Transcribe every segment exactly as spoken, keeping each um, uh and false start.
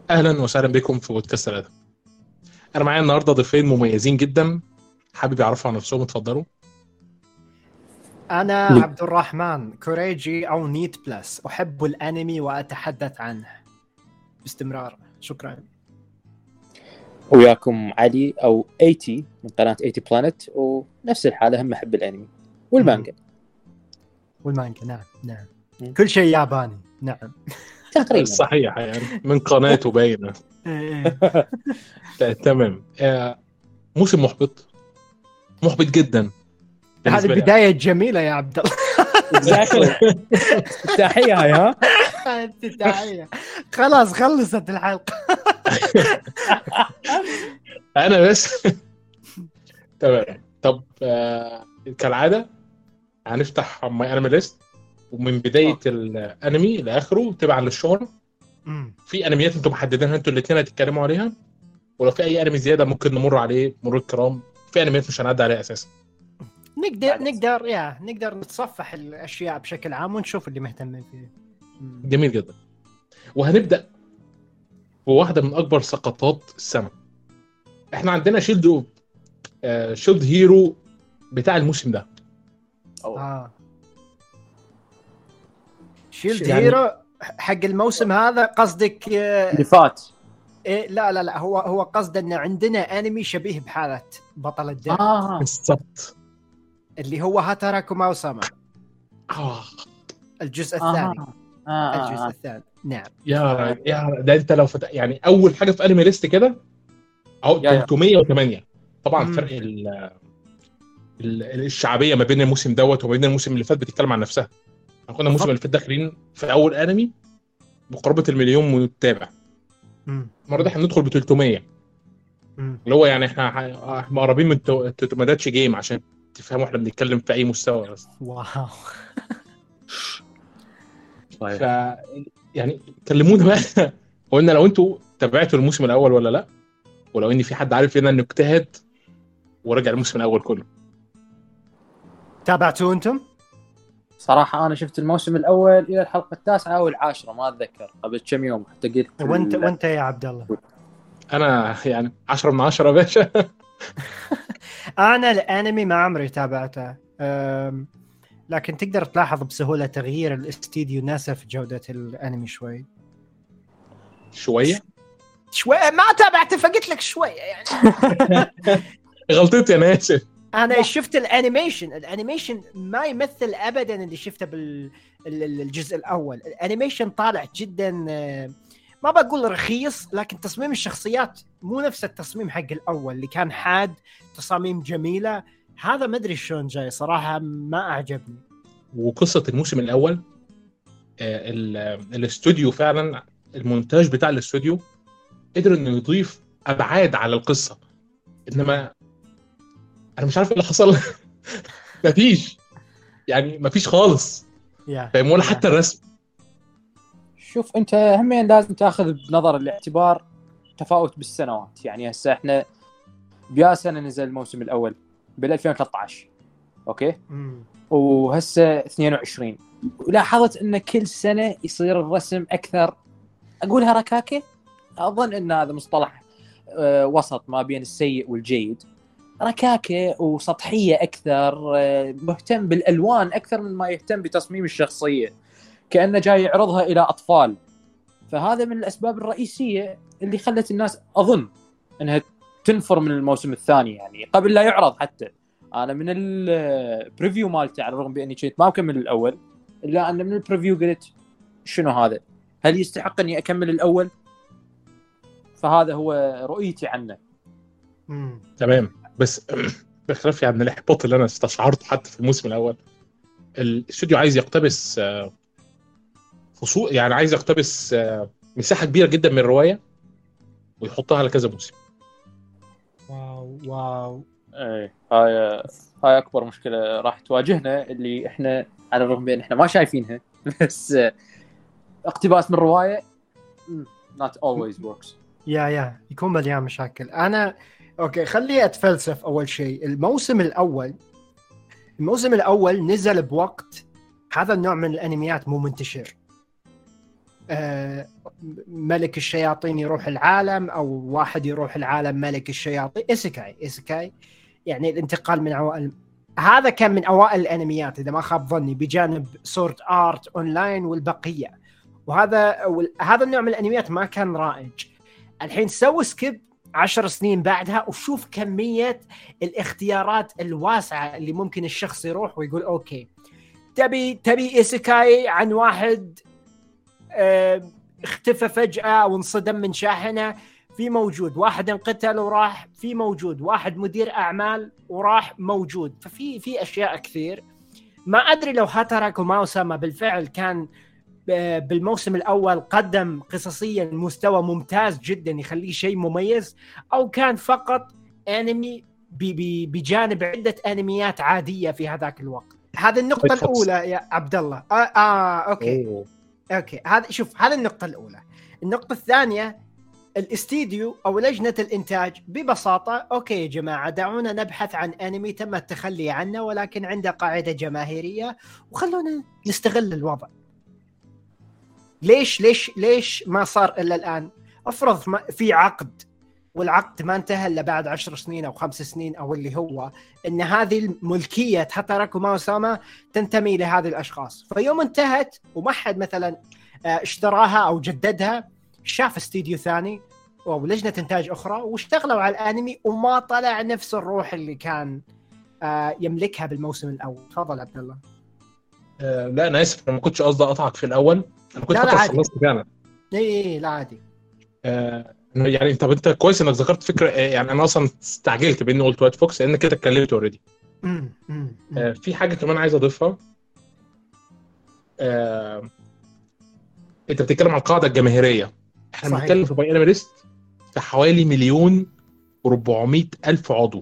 اهلا وسهلا بكم في بودكاست ثلاثة. انا معايا النهارده ضيفين مميزين جدا، حابب يعرفوا عن نفسهم. اتفضلوا. أنا عبد الرحمن كوريجي أو نيت بلس، أحب الأنمي وأتحدث عنه باستمرار. شكرا. وياكم علي أو ثمانين من قناة ثمانين بلانت، ونفس الحالة هم أحب الأنمي والمانجا. والمانجا نعم نعم مم. كل شيء ياباني نعم تقريبا صحيح، يعني من قناته باينه. تمام. آه، موسم محبط محبط جدا هذه بالنسبة لي. بداية جميلة يا عبد الله. تحية هاي ها تحية. خلاص خلصت الحلقة. انا بس تمام. طب آه، كالعاده هنفتح ماي انمي ليست، ومن بدايه أوكي. الانمي لاخره تبعا للشهره. مم. في انميات انتم محددينها انتوا الاثنين هتتكلموا عليها، ولو في اي انمي زياده ممكن نمر عليه مرور الكرام. في انميات مش هنعدي عليها اساسا. نقدر نقدر يا نقدر نتصفح الأشياء بشكل عام ونشوف اللي مهتمين فيه. مم. جميل جدا. وهنبدا بواحده من اكبر سقطات السنه. احنا عندنا شيلد اوف آه شيلد هيرو بتاع الموسم ده. آه. شيلد يعني- هيرو حق الموسم هذا قصدك؟ آه، اللي فات. إيه لا لا لا هو هو قصد ان عندنا انمي شبيه بحالة بطل الدرع آه. بالضبط. اللي هو هاتاراكو ماوساما آه. الجزء الثاني. آه. آه. الجزء آه. الثاني نعم. يا يا ده انت لو فت... يعني اول حاجه في انمي ليست كده اهو يا يا. ثلاثمية وثمانية. طبعا مم. فرق ال... ال- الشعبيه ما بين الموسم دوت وما بين الموسم اللي فات بتتكلم عن نفسها. احنا كنا الموسم اللي فات داخلين في اول انمي بقرابه المليون متابع، مم. المره دي هندخل ب ثلاثمية، مم. اللي هو يعني احنا احنا قريبين من توتوماداتشي جيم عشان تفهموا احنا بنتكلم في اي مستوى. بس واو. ف يعني كلمونا بقى. قلنا لو انتوا تابعتوا الموسم الاول ولا لا، ولو ان في حد عارف هنا انه اجتهد ورجع الموسم الاول كله. تابعتوا انتم؟ صراحة أنا شفت الموسم الأول إلى الحلقة التاسعة أو العاشرة، ما أتذكر، قبل كم يوم حتى قلت. وانت وانت يا عبد الله؟ انا يعني عشرة من عشرة يا باشا. انا الانمي ما عمري تابعته، أم... لكن تقدر تلاحظ بسهولة تغيير الاستديو ناسف جودة الانمي شوي شويه شوي ما تابعته فقلت لك شوية يعني. غلطتي انا اسف. انا شفت الانيميشن الانيميشن ما يمثل ابدا اللي شفته بالجزء الاول. الانيميشن طالع جدا، آه، ما بقول رخيص، لكن تصميم الشخصيات مو نفس التصميم حق الاول اللي كان حاد، تصاميم جميله. هذا ما ادري شلون جاي صراحه، ما اعجبني. وقصه الموسم الاول آه، ال- الاستوديو فعلا، المونتاج بتاع الاستوديو قدر انه يضيف ابعاد على القصه، انما انا مش عارف ايه اللي حصل. مفيش، يعني مفيش خالص، يا فاهم؟ ولا يا. حتى الرسم. شوف أنت همين لازم تأخذ بنظر الاعتبار تفاوت بالسنوات. يعني هسه إحنا بيا سنة نزل الموسم الأول بال ألفين وثلاثة عشر، أوكي، مم. وهسه اثنين وعشرين، ولاحظت ان كل سنه يصير الرسم اكثر، اقولها ركاكه، اظن ان هذا مصطلح أه وسط ما بين السيء والجيد. ركاكه وسطحيه اكثر، أه مهتم بالالوان اكثر من ما يهتم بتصميم الشخصيه، كانه جاي يعرضها الى اطفال. فهذا من الاسباب الرئيسيه اللي خلت الناس اظن انها تنفر من الموسم الثاني، يعني قبل لا يعرض حتى. انا من البريفيو مالته، على الرغم باني كنت ما اكمل الاول، الا ان من البريفيو قلت شنو هذا، هل يستحق اني اكمل الاول؟ فهذا هو رؤيتي عنه. مم. تمام. بس بخلاف يعني الاحباط اللي انا استشعرته حتى في الموسم الاول، الاستوديو عايز يقتبس آه، فصول، يعني عايز يقتبس آه، مساحه كبيره جدا من الروايه ويحطها على كذا موسم. واو واو. اي هاي هاي اكبر مشكله راح تواجهنا، اللي احنا على الرغم بان احنا ما شايفينها، بس اقتباس من روايه not always works. يا يا يكون مليان مشاكل. انا اوكي خلي اتفلسف. اول شيء الموسم الاول الموسم الاول نزل بوقت هذا النوع من الانميات مو منتشر. آه ملك الشياطين يروح العالم، او واحد يروح العالم ملك الشياطين. ايسيكاي ايسيكاي يعني الانتقال من عوائل. هذا كان من اوائل الانميات اذا ما خاب ظني، بجانب سورد ارت اونلاين والبقيه. وهذا هذا النوع من الانميات ما كان رائج. الحين سووا سكيب عشر سنين بعدها وشوف كميه الاختيارات الواسعه اللي ممكن الشخص يروح ويقول اوكي تبي تبي ايسيكاي عن واحد اه اختفى فجاه وانصدم من شاحنه، في موجود واحد انقتل وراح، في موجود واحد مدير اعمال وراح، موجود. ففي في اشياء كثير. ما ادري لو هاتاراكو ماوساما بالفعل كان بالموسم الاول قدم قصصيا مستوى ممتاز جدا يخليه شيء مميز، او كان فقط انمي بجانب عده انميات عاديه في هذاك الوقت. هذه النقطه الاولى يا عبد الله. آه, اه اوكي أوه. اوكي هذا شوف، هذه النقطه الاولى. النقطه الثانيه، الاستديو او لجنه الانتاج ببساطه اوكي يا جماعه دعونا نبحث عن انمي تم التخلي عنه ولكن عنده قاعده جماهيريه وخلونا نستغل الوضع. ليش ليش ليش ما صار الا الان؟ افرض في عقد والعقد ما انتهى الا بعد عشر سنين او خمس سنين، او اللي هو ان هذه الملكيه هاتاراكو ماوساما تنتمي لهذه الاشخاص، فيوم انتهت وما حد مثلا اشتراها او جددها، شاف استديو ثاني او لجنه انتاج اخرى واشتغلوا على الانمي وما طلع نفس الروح اللي كان يملكها بالموسم الاول. تفضل عبد الله. أه لا انا اسف، انا ما كنتش قصدي اقطعك في الاول، انا كنت فاكر خلصت فعلا. اي لا عادي. أه يعني طب انت كويس انك ذكرت فكره. يعني انا اصلا استعجلت باني قلت وايت فوكس لان كده اتكلمت اوريدي. أه في حاجه كمان عايز اضيفها. أه انت بتتكلم عن القاعده الجماهيريه، احنا بنتكلم في باي انميست في حوالي مليون وربعمية الف عضو.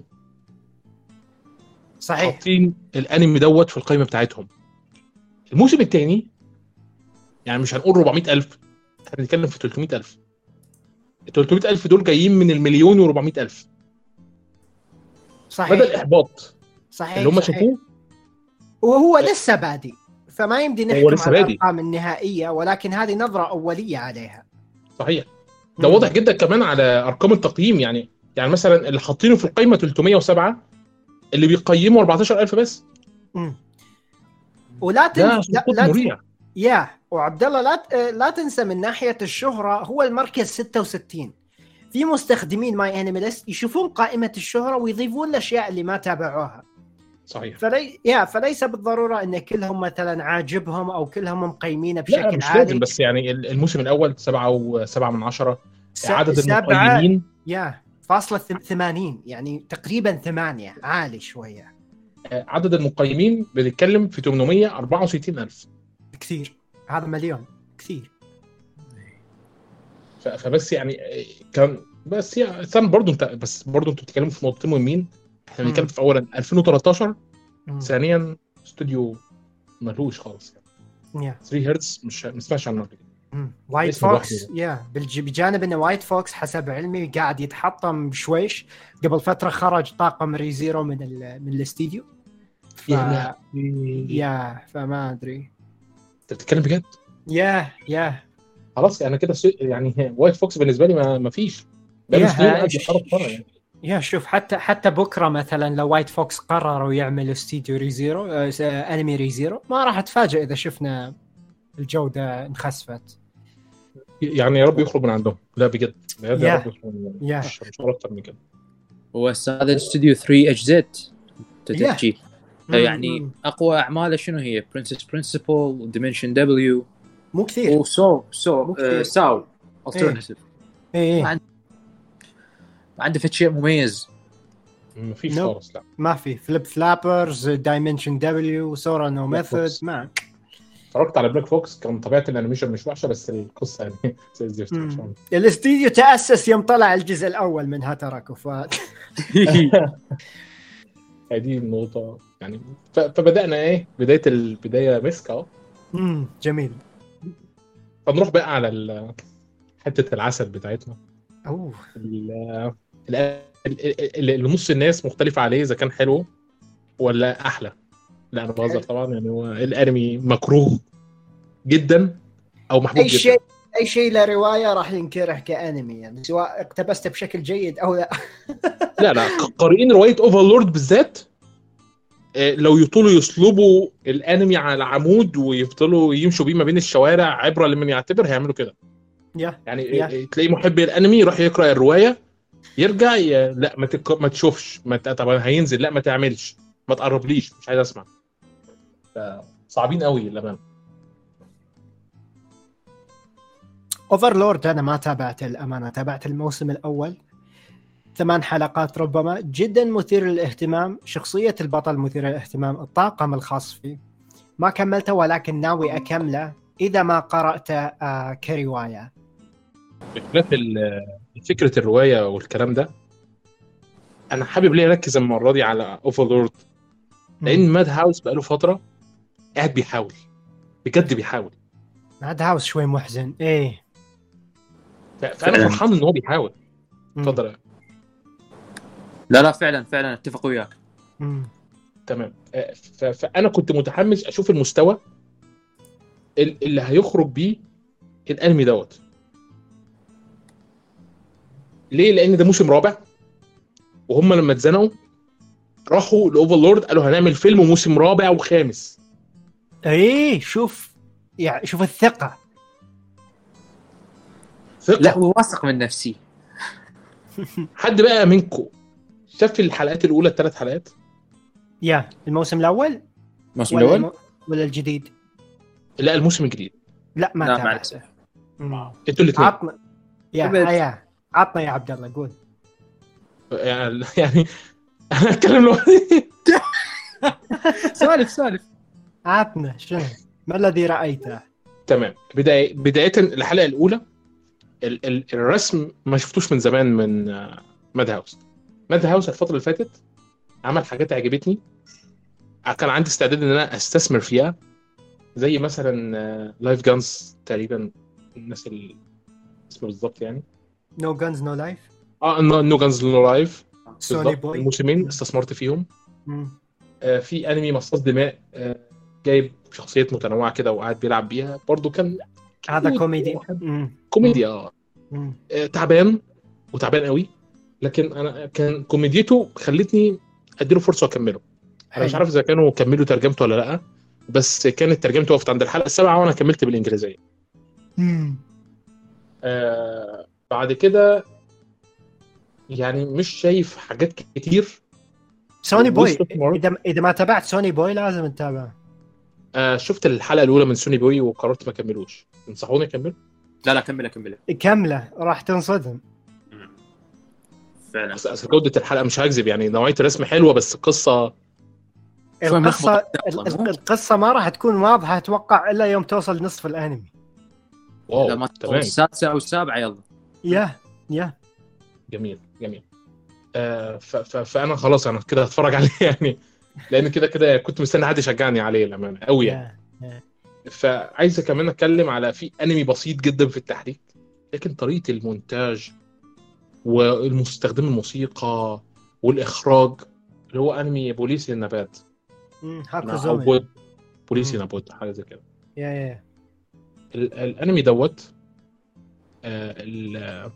صحيح. حاطين الانمي دوت في القائمه بتاعتهم. الموسم الثاني يعني مش هنقول أربعمية الف، احنا بنتكلم في ثلاثمية الف. ال ثلاثمية الف دول جايين من المليون وأربعمية الف. صحيح. بدل الاحباط صحيح اللي هم شافوه، وهو لسه بادي فما يمدي نحكم على بادي. الارقام النهائيه، ولكن هذه نظره اوليه عليها. صحيح. ده واضح جدا كمان على ارقام التقييم. يعني يعني مثلا اللي حاطينه في القائمه ثلاثمية وسبعة، اللي بيقيموا أربعتاشر الف بس. امم ولا تنسى لا, لا تن... يا وعبد الله لا ت... لا تنسى من ناحيه الشهره هو المركز ستة وستين. في مستخدمين ماي انميلست يشوفون قائمه الشهره ويضيفون الاشياء اللي ما تابعوها. صحيح. فلي... يا فليس بالضروره ان كلهم مثلا عاجبهم او كلهم مقيمينه بشكل لا مش عالي. لازم، بس يعني الموسم الاول سبعة وسبعة من عشرة. س... عدد سبعة... المقيمين يا فاصلة ثمانين، يعني تقريبا ثمانية، عالي شويه. عدد المقيمين بنتكلم في ثمانمية وأربعة وستين الف. كثير، هذا مليون كثير. ف... فبس يعني كان بس يعني سام برضو انت بس برضو انتوا بتتكلموا في نقطتين مهمين. احنا بنتكلم في اولا ألفين وثلاثة عشر، مم. ثانيا استوديو ملوش خالص يعني. yeah. ثلاثة هرتز مش ما سمعش عنه قبل. وايت فوكس يا yeah. بجانب انه وايت فوكس حسب علمي قاعد يتحطم بشويش. قبل فتره خرج طاقم ريزيرو من ال... من الاستديو. ف... يا يا فما ادري انت بتتكلم بجد. يا يا خلاص يعني كده يعني وايت فوكس بالنسبه لي ما ما فيش بقى سنين يعني. يا شوف حتى حتى بكره مثلا لو وايت فوكس قرروا يعملوا استديو ريزيرو آه انمي ريزيرو ما راح اتفاجئ اذا شفنا الجوده انخسفت. يعني يا رب يخرج من عندهم. لا بجد بجد يا رب يخرج من يا مش اكتر من كده. هو هذا الاستوديو ثري اتش زد تتجي يعني اقوى اعماله شنو هي؟ برنسس برنسبل، ديمنشن دبليو، مو كثير. وسو سو آه ساو الترناتيف. ايه ما عنده في شيء مميز. ما فيش خالص. لا ما في. فليب فلابرز، دايمنشن دبليو، سورا نو ميثود. ما اتفرجت على بلاك فوكس، كان طبيعه الانيميشن مش وحشه بس القصه يعني زي الاستديو تاسس يوم طلع الجزء الاول من هاتاراكو ف هذه النقطه يعني. فبدانا ايه بدايه البدايه مسك اهو. امم جميل. فنروح بقى على حته العسل بتاعتنا. اوه اللي نص الناس مختلفه عليه اذا كان حلو ولا احلى. لا انا بهزر طبعا. يعني هو الانمي مكروه جدا او محبوب اي شيء جدا. اي شيء له روايه راح ينكره كانمي، يعني سواء اقتبسته بشكل جيد او لا. لا لا قارئين روايه اوفرلورد بالذات آه، لو يطولوا يصلبوا الانمي على عمود ويفضلوا يمشوا بيه ما بين الشوارع عبره لمن يعتبر، هيعملوا كده. يا يعني يا آه، تلاقي محب الانمي يروح يقرا الروايه يرجع ي... لا ما, تك... ما تشوفش ما ت... طبعا هينزل، لا ما تعملش، ما تقربليش، مش عايز اسمع. صعبين قوي للامانه. اوفرلورد انا ما تابعته الامانه، تابعت الموسم الاول ثمان حلقات ربما، جدا مثير للاهتمام، شخصيه البطل مثيره للاهتمام، الطاقم الخاص فيه. ما كملته ولكن ناوي اكمله اذا ما قراته آه كروايه. بخلاف ال- فكره الروايه والكلام ده، انا حابب ليه اركز المره دي على اوفرلورد، لان ماد هاوس بقاله فتره قاعد بيحاول، بجد بيحاول. ماد هاوس شوي محزن ايه. ف- فانا فعلاً. فرحان ان هو بيحاول. مم. اتفضل يا- لا لا فعلا فعلا اتفق وياك. مم. تمام. آه، ف- فانا كنت متحمس اشوف المستوى ال- اللي هيخرج بيه الانمي دوت. ليه؟ لان ده موسم رابع، وهم لما اتزنقوا راحوا لاوفرلورد قالوا هنعمل فيلم موسم رابع وخامس. ايه شوف، يعني شوف الثقه. ثقة. لا وواثق من نفسي. حد بقى منكم شاف الحلقات الاولى الثلاث حلقات؟ يا الموسم الاول الموسم ولا الاول الم... ولا الجديد؟ لا الموسم الجديد. لا ما لا، مع تابعته. مم. انتوا الاثنين عطنا يا تبت. يا عطنا يا عبد الله قول. يعني يعني انا اتكلم لوحدي. سالف سالف. عطنا شنو ما الذي رايته؟ تمام. بدايه بدايه الحلقه الاولى، ال ال الرسم ما شفتوش من زمان من آه، ماد هاوس. ماد هاوس الفتره اللي فاتت عمل حاجات عجبتني، كان عندي استعداد ان انا استثمر فيها، زي مثلا لايف جانز تقريبا، الناس اللي اسمه بالظبط يعني. نو جانز نو لايف. اه نو جانز نو لايف سوني بالظبط. بوي. الموسمين استثمرت فيهم. مم. آه، في انمي مصاص دماء، آه، جايب شخصيات متنوعه كده وقاعد بيلعب بيها برضو، كان هذا كوميدي. مم. كوميديا. اه مم. آه، تعبان وتعبان قوي، لكن انا كان كوميديته خلتني اديله فرصه واكمله. انا مش حلو. عارف اذا كانوا كملوا ترجمته ولا لا، بس كانت ترجمته وقفت عند الحلقه السابعه وانا كملت بالانجليزيه. مم. آه بعد كده يعني مش شايف حاجات كتير. سوني بوي، واستثمار. اذا اذا ما تابعت سوني بوي لازم تتابعه. آه شفت الحلقه الاولى من سوني بوي وقررت ما اكملوش. تنصحوني اكمل؟ لا لا كمله كمله. كمله راح تنصدم. فعلا. بس أصل جوده الحلقه مش هكذب، يعني نوعيه الرسم حلوه بس القصه شوي القصه ملخبطة أصلاً، مو؟ القصه ما راح تكون واضحه اتوقع الا يوم توصل نصف الانمي. واو. لما تطول تمام. السادسه او السابعه يلا. يا يا جميل جميل. آه ف ف فانا خلاص انا كده هتفرج عليه يعني، لان كده كده كنت مستني حد يشجعني عليه الامانه قوي يعني. يا فعايز كمان اتكلم على في انمي بسيط جدا في التحريك، لكن طريقه المونتاج والمستخدم الموسيقى والاخراج، اللي هو انمي بوليسي النبات. مم، أو هاكوزومي. بود بوليسي مم. نبات حاجه زي كده. يا يا ال- الانمي دوت آه، ال-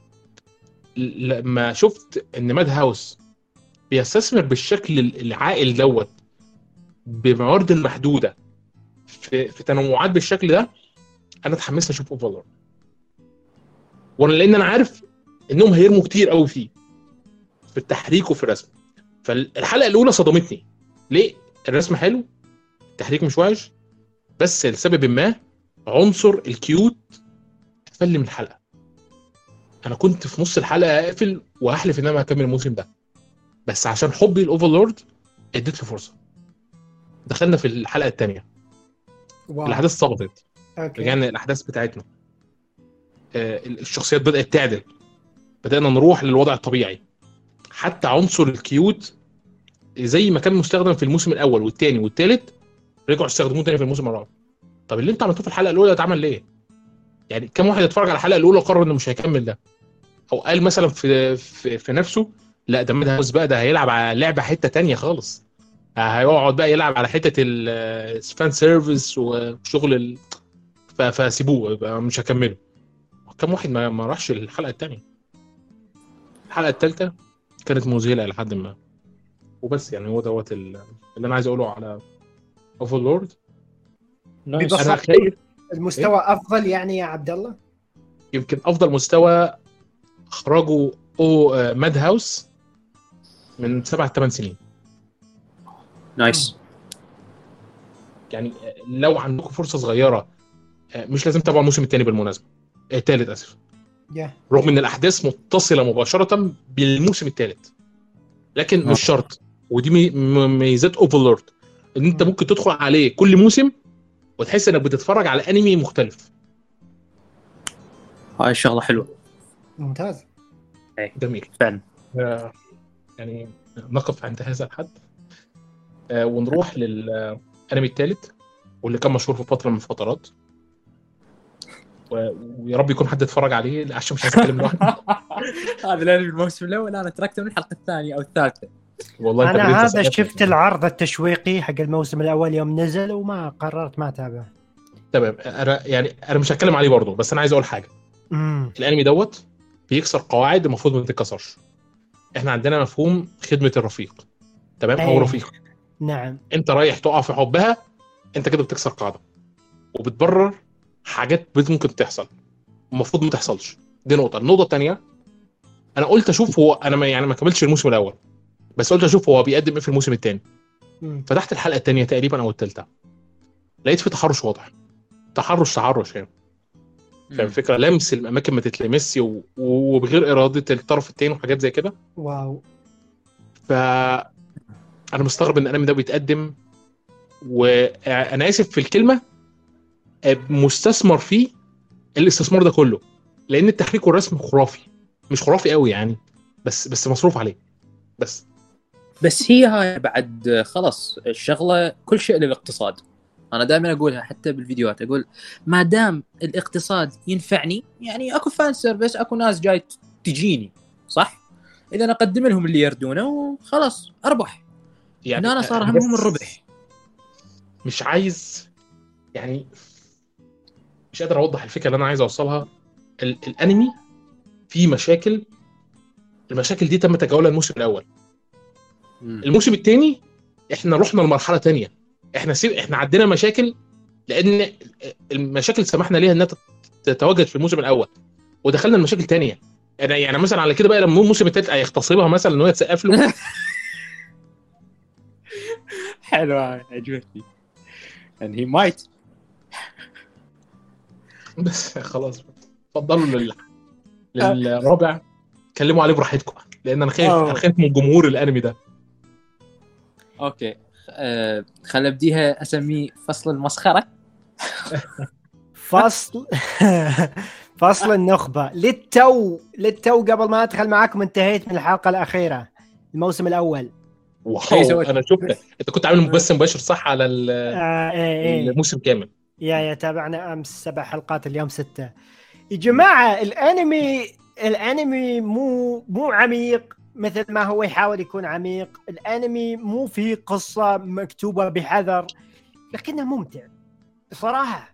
لما شفت ان ماد هاوس بيستثمر بالشكل العاقل دوت بموارد المحدوده في في تنوعات بالشكل ده، انا اتحمست اشوف اوفرلورد. وانا لان انا عارف انهم هيرموا كتير قوي فيه في التحريك وفي الرسم. فالحلقه الاولى صدمتني. ليه؟ الرسم حلو، التحريك مش وحش، بس لسبب ما عنصر الكيوت قفل من الحلقه. انا كنت في نص الحلقه اقفل واحلف ان انا هكمل الموسم ده، بس عشان حبي الاوفرلورد اديت له فرصه. دخلنا في الحلقه الثانيه، واو. الاحداث ثبتت، اوكي. رجعنا الاحداث بتاعتنا. آه، الشخصيات بدات تعدل، بدانا نروح للوضع الطبيعي. حتى عنصر الكيوت زي ما كان مستخدم في الموسم الاول والثاني والثالث رجعوا استخدموه تاني في الموسم الرابع. طب اللي انتوا عملتوه في الحلقه الاولى ده اتعمل ليه؟ يعني كم واحد اتفرج على الحلقه الاولى وقرر انه مش هيكمل ده، او قال مثلا في في, في نفسه لا ده ماد هاوس بقى ده هيلعب على لعبه حته تانية خالص، هيقعد بقى يلعب على حته الفان سيرفيس وشغل ال... ف- فسيبوه يبقى مش هكمله. كم واحد ما ما راحش الحلقه الثانيه. الحلقه الثالثه كانت مذهله الى حد ما. وبس يعني هو دوت اللي انا عايز اقوله على اوفرلورد. نايس. انا ببساطة خايف المستوى افضل يعني يا عبد الله. يمكن افضل مستوى اخرجه او آه، ماد هاوس من سبع ثمان سنين. نايس. يعني آه، لو عندكم فرصه صغيره، آه، مش لازم تتابعوا الموسم الثاني بالمناسبه، الثالث اسف، يا رغم ان الاحداث متصله مباشره بالموسم الثالث، لكن آه. مش شرط. ودي مي- م- ميزات اوفرلورد، ان انت مم. ممكن تدخل عليه كل موسم وتحس انك بتتفرج على انمي مختلف. هاي الشغله حلوه. ممتاز. جميل. فعلا. آه، يعني نقف عند هذا الحد، آه، ونروح للانمي الثالث واللي كان مشهور في فتره من الفترات، و- ويا رب يكون حد اتفرج عليه عشان مش عايز اتكلم لوحدي. هذا الانمي الموسم الاول انا تركته من الحلقه الثانيه او الثالثه. والله انا تغريدة هذا سخيفة. شفت العرض التشويقي حق الموسم الاول يوم نزل وما قررت ما اتابعه. تمام. انا يعني انا مش هتكلم عليه برضه، بس انا عايز اقول حاجه. امم الانمي دوت بيكسر قواعد المفروض ما تتكسرش. احنا عندنا مفهوم خدمه الرفيق، تمام، او أيه. رفيق. نعم. انت رايح تقع في حبها، انت كده بتكسر قاعده وبتبرر حاجات بت- ممكن تحصل المفروض ما تحصلش. دي نقطه. النقطه الثانيه، انا قلت اشوف هو انا ما يعني ما كملتش الموسم الاول، بس قلت اشوف هو بيقدم ايه في الموسم الثاني. مم. فتحت الحلقه الثانيه تقريبا او الثالثه، لقيت في تحرش واضح. تحرش تحرش يعني، فاهم الفكره؟ لمس الاماكن ما تتلمسش و- وبغير اراده الطرف الثاني وحاجات زي كده. واو. ف انا مستغرب ان الانمي ده بيتقدم، وانا اسف في الكلمه، مستثمر فيه الاستثمار ده كله، لان التحريك والرسم خرافي. مش خرافي قوي يعني، بس بس مصروف عليه بس. بس هي هاي بعد خلص الشغله كل شيء للاقتصاد. انا دائما اقولها حتى بالفيديوهات، اقول ما دام الاقتصاد ينفعني، يعني اكو فان سيرفيس، اكو ناس جاي تجيني صح، اذا انا اقدم لهم اللي يردونه وخلاص اربح. يعني انا صار همهم الربح. مش عايز يعني مش قادر اوضح الفكره اللي انا عايز اوصلها. ال- الانمي فيه مشاكل، المشاكل دي تم تجاهلها الموسم الاول. الموسم الثاني احنا رحنا لمرحله تانية. احنا سيب احنا عندنا مشاكل لان المشاكل سمحنا ليها انها تتواجد في الموسم الاول، ودخلنا المشاكل تانية. يعني يعني مثلا على كده بقى لما الموسم الثالث هيغتصبها مثلا ان هو يتسقف له. حلوه عجبتني ان هي مايت. بس خلاص اتفضلوا لل... للرابع، كلموا عليه براحتكم، لان انا خايف انا خايف من جمهور الانمي ده. اوكي أه خل ابديها اسميه فصل المسخره. فصل فصل النخبة. للتو للتو قبل ما ادخل معاكم انتهيت من الحلقة الأخيرة الموسم الأول. واو انا شفتك انت كنت عامل مبث مباشر صح على آه إيه إيه. الموسم كامل. يا يا تابعنا امس سبع حلقات اليوم ستة. يا جماعة الانمي الانمي مو مو عميق مثل ما هو يحاول يكون عميق. الانمي مو في قصة مكتوبة بحذر، لكنه ممتع صراحة.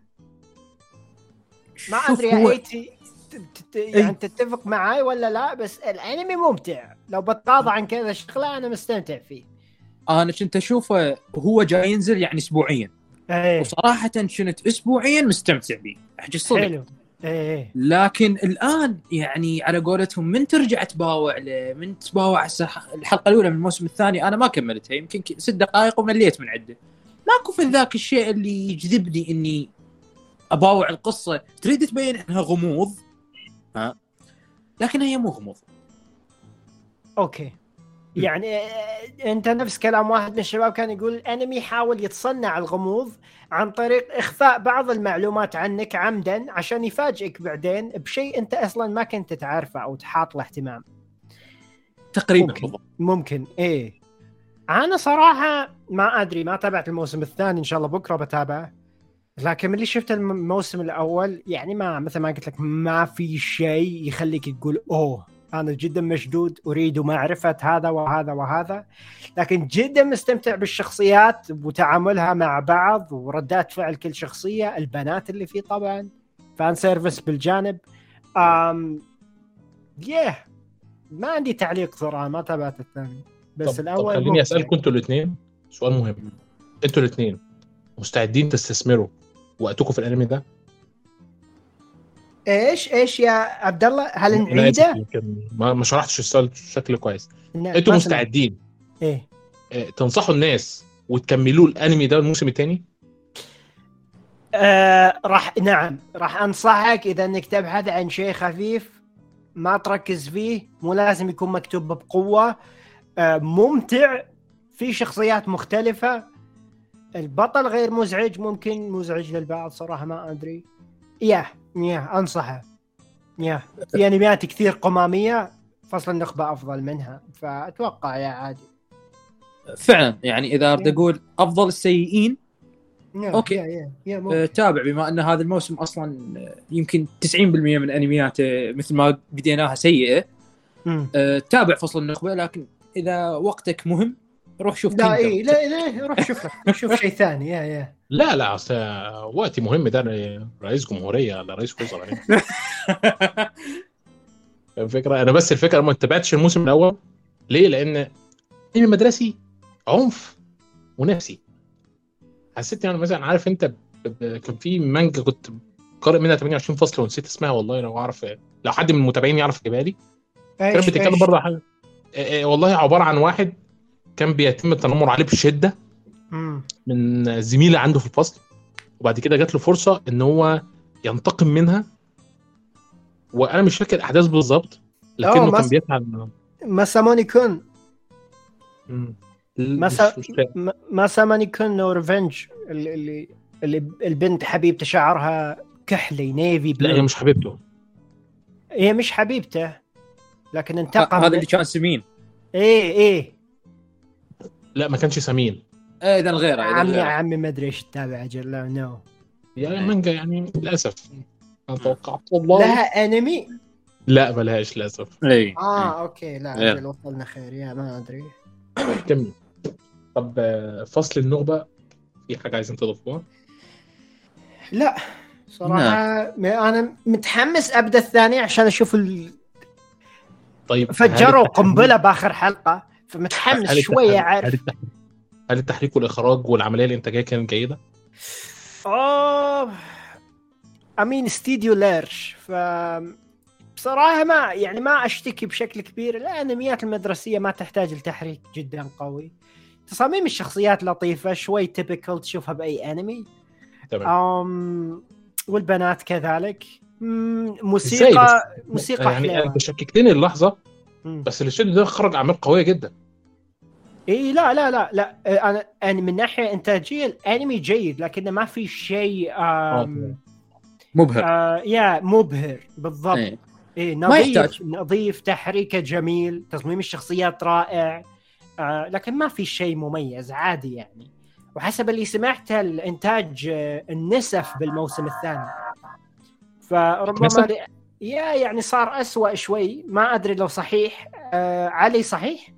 ما ادري يا ايتي يعني تتفق معاي ولا لا، بس الانمي ممتع. لو بتقاضى عن كذا شغلة انا مستمتع فيه. انا كنت اشوفه وهو جاي ينزل يعني اسبوعيا، ايه. وصراحه كنت اسبوعيا مستمتع به احكي الصدق. حلو. ايه. لكن الان يعني على قولتهم من ترجع تباوع له، من تباوع الحلقه الاولى من الموسم الثاني انا ما كملتها، يمكن ست دقائق ومليت من عده. ماكو في ذاك الشيء اللي يجذبني اني اباوع القصه. تريد تبين انها غموض ها، لكن هي مو غموض. اوكي يعني انت نفس كلام واحد من الشباب كان يقول الانمي يحاول يتصنع الغموض عن طريق اخفاء بعض المعلومات عنك عمدا عشان يفاجئك بعدين بشيء انت اصلا ما كنت تعرفه او تحاط له اهتمام. تقريبا ممكن. ممكن ايه. انا صراحه ما ادري، ما تابعت الموسم الثاني، ان شاء الله بكره بتابعه. لكن من اللي شفت الموسم الاول يعني ما مثل ما قلت لك ما في شيء يخليك تقول اوه أنا جدا مشدود أريد معرفة هذا وهذا وهذا. لكن جدا مستمتع بالشخصيات وتعاملها مع بعض وردات فعل كل شخصية. البنات اللي فيه طبعا فان سيرفيس بالجانب. أم ياه ما عندي تعليق صراحة، ما تابعت الثاني بس طب, الأول. طب خليني ممتع. اسالكم انتوا الاثنين سؤال مهم. انتوا الاثنين مستعدين تستثمروا وقتكم في الانمي ده؟ ايش ايش يا عبد الله، هل انا اسف نعيده؟ يمكن ما ما شرحتش السؤال بشكل كويس. لا، انتوا ما سمعت. مستعدين ايه آه، تنصحوا الناس وتكملوا الانمي ده الموسم الثاني؟ آه راح نعم راح انصحك اذا انك تبحث عن شيء خفيف ما تركز فيه، مو لازم يكون مكتوب بقوة، آه ممتع، في شخصيات مختلفة، البطل غير مزعج، ممكن مزعج للبعض صراحة ما ادري. ياه ياه انصحه. ياه في انميات كثير قمامية، فصل النخبة افضل منها، فاتوقع يا عادي. فعلا يعني اذا اريد اقول افضل السيئين يا أوكي. يا يا يا آه، ممكن. تابع، بما ان هذا الموسم اصلا آه، يمكن تسعين بالمئة من انمياته مثل ما بديناها سيئه. مم. آه، تابع فصل النخبه، لكن اذا وقتك مهم روح شوف لا كينجدم. ايه لا لا روح شوف لك شوف شيء ثاني. يا يا لا لا أصل وقتي مهم، ده أنا رئيس جمهوريه ولا رئيس وزراء يعني. الفكره انا بس الفكره ما تابعتش الموسم الاول ليه؟ لان انمي مدرسي عنف ونفسي. حسيت يعني مثلا عارف انت ب... ب... كان في مانجا كنت قارئ منها ثمانية وعشرين فصل ونسيت اسمها والله، لو اعرف لو حد من المتابعين يعرف يجيبها لي. كانت ايش بتتكلم ايش برضه عن حاجه آه، آه، والله عباره عن واحد كان بيتم التنمر عليه بشده مم. من زميله عنده في الفصل، وبعد كده جات له فرصه ان هو ينتقم منها، وانا مش فاكر الاحداث بالظبط لكنه أوه، كان مس... بيسعى إنه- مساموني كون مم. مسا... مش مش فاهم. م- مساموني كون نو ريفنج، اللي اللي اللي البنت حبيبته شعرها كحلي نيفي لا هي بلو. مش حبيبته. هي مش حبيبته لكن ه- انتقم. هذا اللي كان سمين. ايه ايه لا ما كانش سمين. ايه اذا غيره اذا عمي غيره. عمي ما ادري ايش تتابع اجل. لا نو يعني مانجا يعني للاسف انا توقعت والله. لها انمي. لا ملهاش للاسف. اي اه اوكي لا غير. اجل وصلنا خير يا ما ادري. كمل. طب آه، فصل النخبه في حاجه عايزين تضيفوها؟ لا صراحة ما انا متحمس ابدا الثاني عشان اشوف ال... طيب هل فجروا التحريك- قنبلة باخر حلقة فمتحمس هل شوية التحريك- هل عارف. التحريك- هل التحريك والاخراج والعمليه الانتاجيه كانت جيده؟ اوه امين استديو ليرش. ف بصراحة ما يعني ما اشتكي بشكل كبير. الانميات المدرسية ما تحتاج لتحريك جدا قوي، تصاميم الشخصيات لطيفة شوي تيبيكال تشوفها باي انمي. تمام. أم والبنات كذلك. مم، إزاي موسيقى بس؟ موسيقى يعني حلوة. انت شككتني اللحظه، مم. بس الاستوديو ده خرج اعمال قويه جدا. اي لا لا لا لا انا يعني من ناحية انتاجية الانمي جيد لكنه ما في شيء أم... مبهر. آه يا مبهر بالضبط. إيه. إيه ما نظيف يحتاج. نظيف تحريكه جميل، تصميم الشخصيات رائع، آه لكن ما في شيء مميز عادي يعني. وحسب اللي سمعته الانتاج آه النسف بالموسم الثاني، فربما نسف؟ ل... يا يعني صار أسوأ شوي، ما ادري لو صحيح. آه علي صحيح؟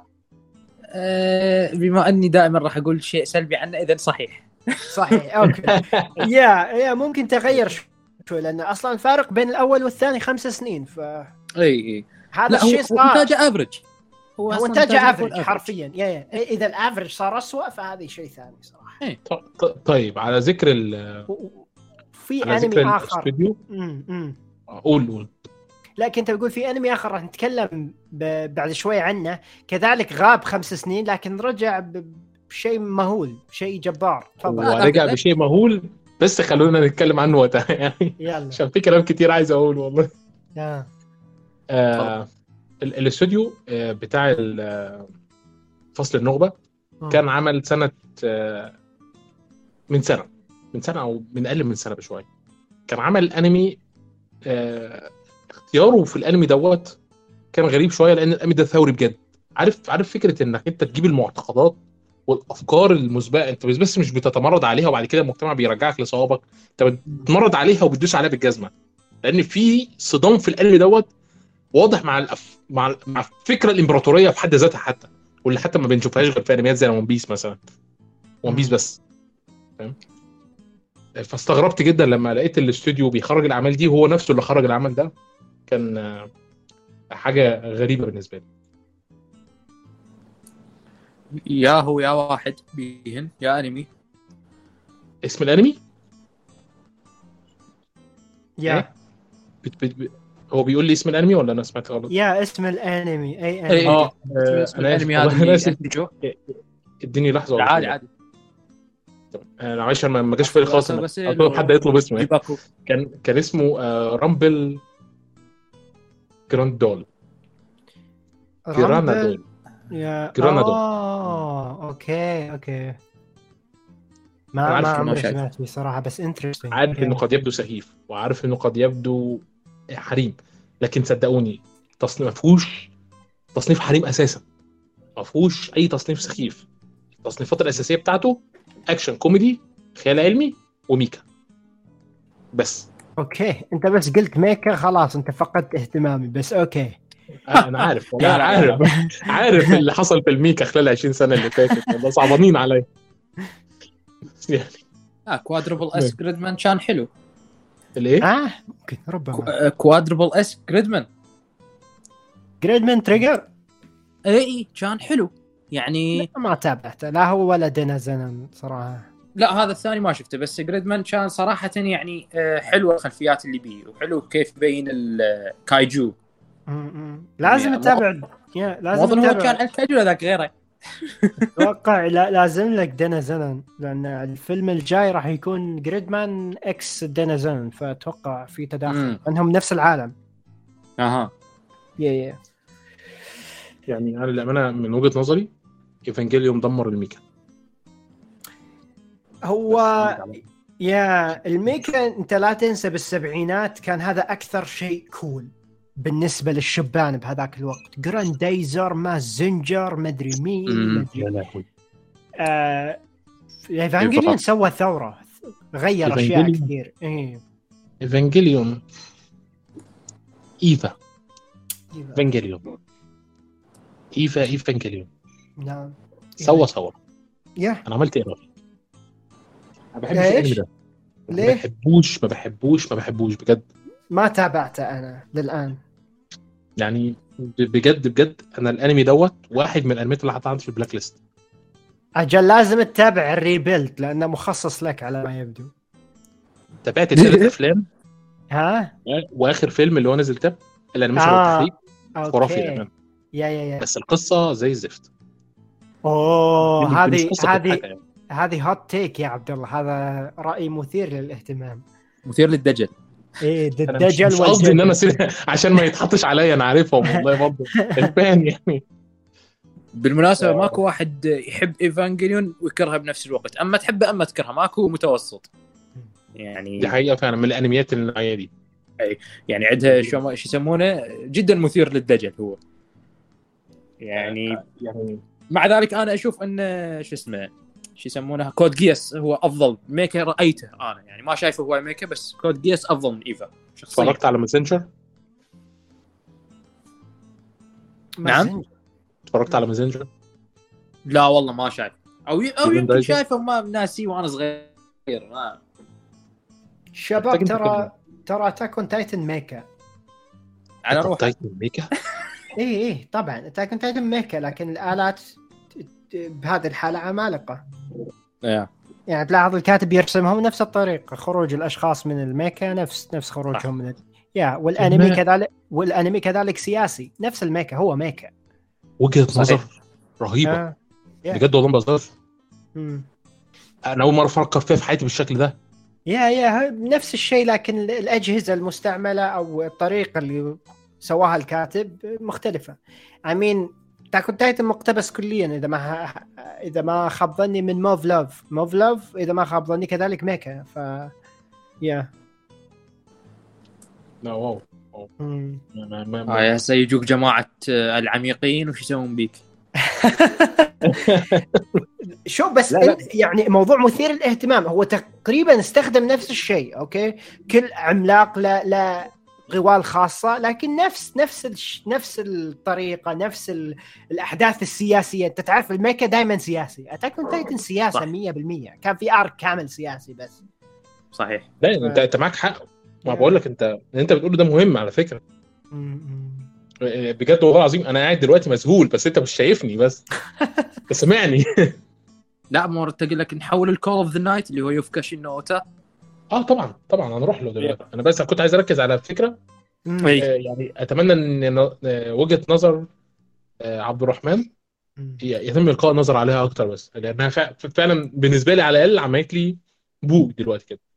آه، بما اني دائما راح اقول شيء سلبي عنه اذا صحيح. صحيح اوكي. يا يا ممكن تغير شوي لان اصلا الفارق بين الاول والثاني خمس سنين، فهذا اي اي لا هو الشيء هو صار. انتاجه افرج. هو أصلاً انتاجه يكون افرج حرفيا. يا يا اذا الافرج صار أسوأ فهذا شيء ثاني صراحه. إيه. ط- ط- طيب على ذكر ال و- و- في على ذكر انمي اخر. الاستوديو امم امم قول قول. لا كنت بقول في انمي اخر راح نتكلم ب... بعد شوي عنه، كذلك غاب خمس سنين لكن رجع ب... بشيء مهول، شيء جبار. تفضل. آه، ورجع أبداً. بشيء مهول، بس خلونا نتكلم عنه وقتها يعني يلا عشان في كلام كتير عايز اقوله والله. آه. آه ال- الاستوديو آه بتاع ال- آه، فصل النخبه كان عمل سنه آه من سنه من سنه او من اقل من سنه بشويه. كان عمل انمي آه اختياره في الانمي دوت كان غريب شويه، لان الانمي ده ثوري بجد. عارف عارف فكره انك انت تجيب المعتقدات والافكار المسبقه، انت بس بس مش بتتمرد عليها وبعد كده المجتمع بيرجعك لصوابك، انت بتتمرد عليها وبتدوس عليها بالجزمه. لان في صدام في الانمي دوت واضح مع الأف... مع ال- مع فكره الامبراطوريه في حد ذاتها، حتى واللي حتى ما بنشوفهاش غير في انميات زي ون بيس مثلا. ون بيس بس فاهم. فاستغربت جدا لما لقيت الاستوديو بيخرج الاعمال دي وهو نفسه اللي خرج العمل ده. كان آه، حاجه غريبه بالنسبه لي. يا هو يا واحد بيهن يا انمي. اسم الانمي يا بت بت بت هو بيقول لي اسم الانمي ولا انا سمعت غلط؟ يا اسم الانمي اي اي انمي. اه آه، اسم انا اسف الانمي والله، هذا انا اللي اسف. انتجوه. اديني لحظه لا ولا عادي عادي. انا عشان ما ما جاش في بالي خالص إن- بس أطلب حد يطلب اسمه يعني. جيباكو. كان كان اسمه آه، رامبل جراند دول جرانا رامبل. دول يا جرانا دول. اه اوكي اوكي. أنا ما عارف ما إنه عمري شايف. سمعت فيه صراحه بس انترستنج. عارف انه قد يبدو سخيف، وعارف انه قد يبدو حريم، لكن صدقوني تصنيف ما فيهوش تصنيف حريم اساسا، ما فيهوش اي تصنيف سخيف. التصنيفات الاساسيه بتاعته اكشن، كوميدي، خيال علمي، وميكا بس. اوكي انت بس قلت ميكا خلاص انت فقدت اهتمامي بس اوكي. انا عارف والله، لا، لا، لا، عارف عارف اللي حصل في الميكا خلال عشرين سنه اللي فاتت، والله صعبانين عليا يعني. اه كوادربل اس جريدمان كان حلو. الايه؟ اه ممكن ربما كوادربل اس جريدمان جريدمان تريجر. اي اي كان حلو يعني. ما تابعته لا هو ولا دينا زنن صراحه. لا هذا الثاني ما شفته، بس جريدمان كان صراحة يعني آه، حلوة الخلفيات اللي بيه، وحلو كيف بين الكايجو. م-م. لازم يعني تتابع يا ما لازم اظن هو كان تتابع. الكايجو ذاك غيره. اتوقع لا لازم لك دينا زنن لان الفيلم الجاي راح يكون جريدمان اكس دينا زنن فاتوقع في تداخل مم. انهم نفس العالم. اها يا يا يعني انا للامانه من وجهه نظري ايفانجيليوم دمر الميكا. هو بس يا الميكا انت لا تنسى بالسبعينات كان هذا اكثر شيء كول بالنسبه للشبان بهذاك الوقت. جراندايزر ما زنجر مدري مين مم. مدري يا لهوي. آه ايفانجيليون سوى ثوره غير اشياء إيفانجيليون. كثير. ايه ايفانجيليوم ايفا ايفانجيليوم ايفا ايفانجيليوم نعم سوا سوا. يا انا عملت ايه رأيك؟ ما بحبش ليش؟ الانمي ده، ما ليه بحبوش ما بحبوش ما بحبوش بجد. ما تابعته انا للان. يعني ب- بجد بجد انا الانمي دوت واحد من الانميات اللي حطها عندي في البلاك ليست. اجل لازم تتابع الريبيلد لانه مخصص لك على ما يبدو. تابعت ثلاث افلام ها واخر فيلم اللي هو نزل تاب الانيميشن آه. والتحريك خرافي اوكي الأمان. يا يا يا بس القصه زي الزفت. اوه دي مش هذه قصة هذه مضحكة يعني. هذه هوت تيك يا عبد الله. هذا راي مثير للاهتمام. مثير للدجل. ايه انا مش, الدجل مش قصدي ان انا والجدل. سير... عشان ما يتحطش عليا، انا عارفهم والله برضه الفان يعني. بالمناسبة ماكو واحد يحب ايفانجيليون ويكرهها بنفس الوقت، اما تحبه اما تكرهه، ماكو متوسط يعني. دي حقيقه فعلا من الانميات النوعيه دي. يعني عندها شو ما- شو يسمونه جدا مثير للدجل هو يعني. يعني مع ذلك انا اشوف ان شو اسمه شو يسمونه كود جياس هو افضل ميكا رايته انا، يعني ما شايفه هو ميكا، بس كود جياس افضل من ايفا شخصيا. اتفرجت على ماسنجر. نعم اتفرجت على ماسنجر. لا والله ما شايف، او ي... او Even يمكن Rising. شايفه ما ناسي وانا صغير. ما شباب محتاج ترى ترى تاكون تايتن ميكا. على روحه. تايتن ميكا. ايه ايه طبعا تاكون تايتن ميكا لكن الالات بهذه الحاله عمالقه. yeah. يعني تلاحظ الكاتب يرسمهم نفس الطريقه، خروج الاشخاص من الميكا نفس نفس خروجهم من ال... يا والانمي ما- كذلك والانمي كذلك سياسي نفس الميكا هو ميكا. وجهه صحيح. نظر رهيبه آه. yeah. بجد والله ما بهزرش. مم. انا اول مره افكر فيها في حياتي بالشكل ده. يا يا نفس الشيء لكن الأجهزة المستعملة أو الطريقة اللي سواها الكاتب مختلفة. أمين تاكون تايتن مقتبس كليا إذا ما إذا ما خاب ظني من موف لوف موف لوف إذا ما خاب ظني كذلك ميكا. ف يا لا واو مم. ما ما اه ما يا هسه يجوك جماعه آه، العميقين وش يسوون بيك؟ شو بس لا، لا. انت يعني موضوع مثير للاهتمام. هو تقريبا استخدم نفس الشيء اوكي كل عملاق لا لا غوال خاصة لكن نفس نفس الش... نفس الطريقة نفس ال... الأحداث السياسية. أنت تعرف الميكا دائما سياسي. أتاك أون تايتن سياسة صح. مية بالمية كان في آرك كامل سياسي بس. صحيح. لا انت انت معاك حق. ما بقول لك انت اللي انت بتقوله ده مهم على فكره. بجد والله العظيم انا قاعد دلوقتي مذهول، بس انت مش شايفني بس بس سمعني. لا مو ارتقي لك نحول الكول اوف ذا نايت اللي هو يوفكاشي نوتا. اه طبعا طبعا هنروح له دلوقتي. انا بس كنت عايز اركز على فكره، آه اي يعني اتمنى ان ن- آه، وجهه نظر آه عبد الرحمن ي- يتم القاء النظر عليها اكتر، بس لانها فع- فعلا بالنسبه لي على الاقل عملت لي بوق دلوقتي كده.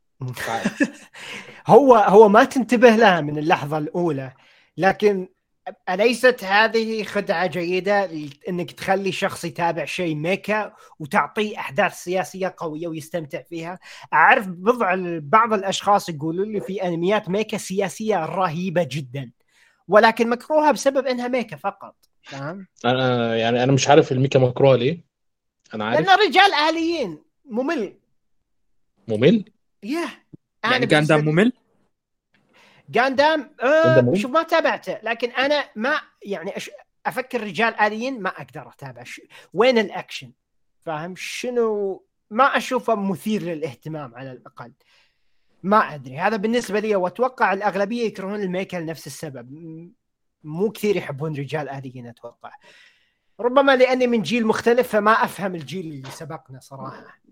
هو هو ما تنتبه لها من اللحظة الأولى، لكن أليست هذه خدعة جيدة إنك تخلي شخص يتابع شيء ميكا وتعطيه أحداث سياسية قوية ويستمتع فيها؟ أعرف بضع بعض الأشخاص يقولوا لي في أنميات ميكا سياسية رهيبة جدا، ولكن مكروهة بسبب إنها ميكا فقط. فاهم؟ انا يعني انا مش عارف الميكا مكروه ليه. انا عارف لأنه رجال آليين ممل. ممل. ياه يعني كان دام ممل. جاندام جاندام أه ممل؟ شوف ما تابعته، لكن أنا ما يعني أش... أفكر رجال آليين ما أقدر أتابع ش... وين الأكشن؟ فاهم شنو؟ ما أشوفه مثير للاهتمام على الأقل. ما أدري، هذا بالنسبة لي، وأتوقع الأغلبية يكرهون الميكا لنفس السبب. م- مو كثير يحبون رجال آليين أتوقع، ربما لأني من جيل مختلف فما أفهم الجيل اللي سبقنا صراحة.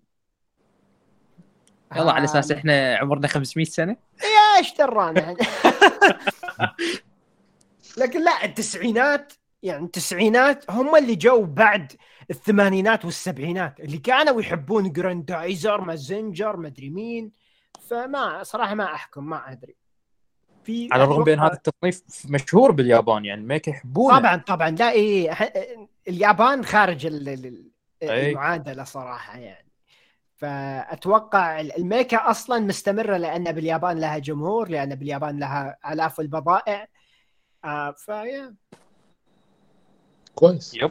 يلا على آه، اساس احنا عمرنا خمسمية سنه. ايش درانا. لكن لا، التسعينات يعني التسعينات هم اللي جو بعد الثمانينات والسبعينات اللي كانوا يحبون جراندايزر مازنجر ما ادري مين. فما صراحه ما احكم، ما ادري. في على الرغم بين أتوقع- هذا التصنيف مشهور باليابان، يعني الميكا يحبونه. طبعا طبعا لا إيه ح- اليابان خارج ال- ال- أي. المعادله صراحه يعني. فأتوقع الميكا أصلا مستمرة لأن باليابان لها جمهور، لأن باليابان لها آلاف البضائع. آه فيا كويس. يب.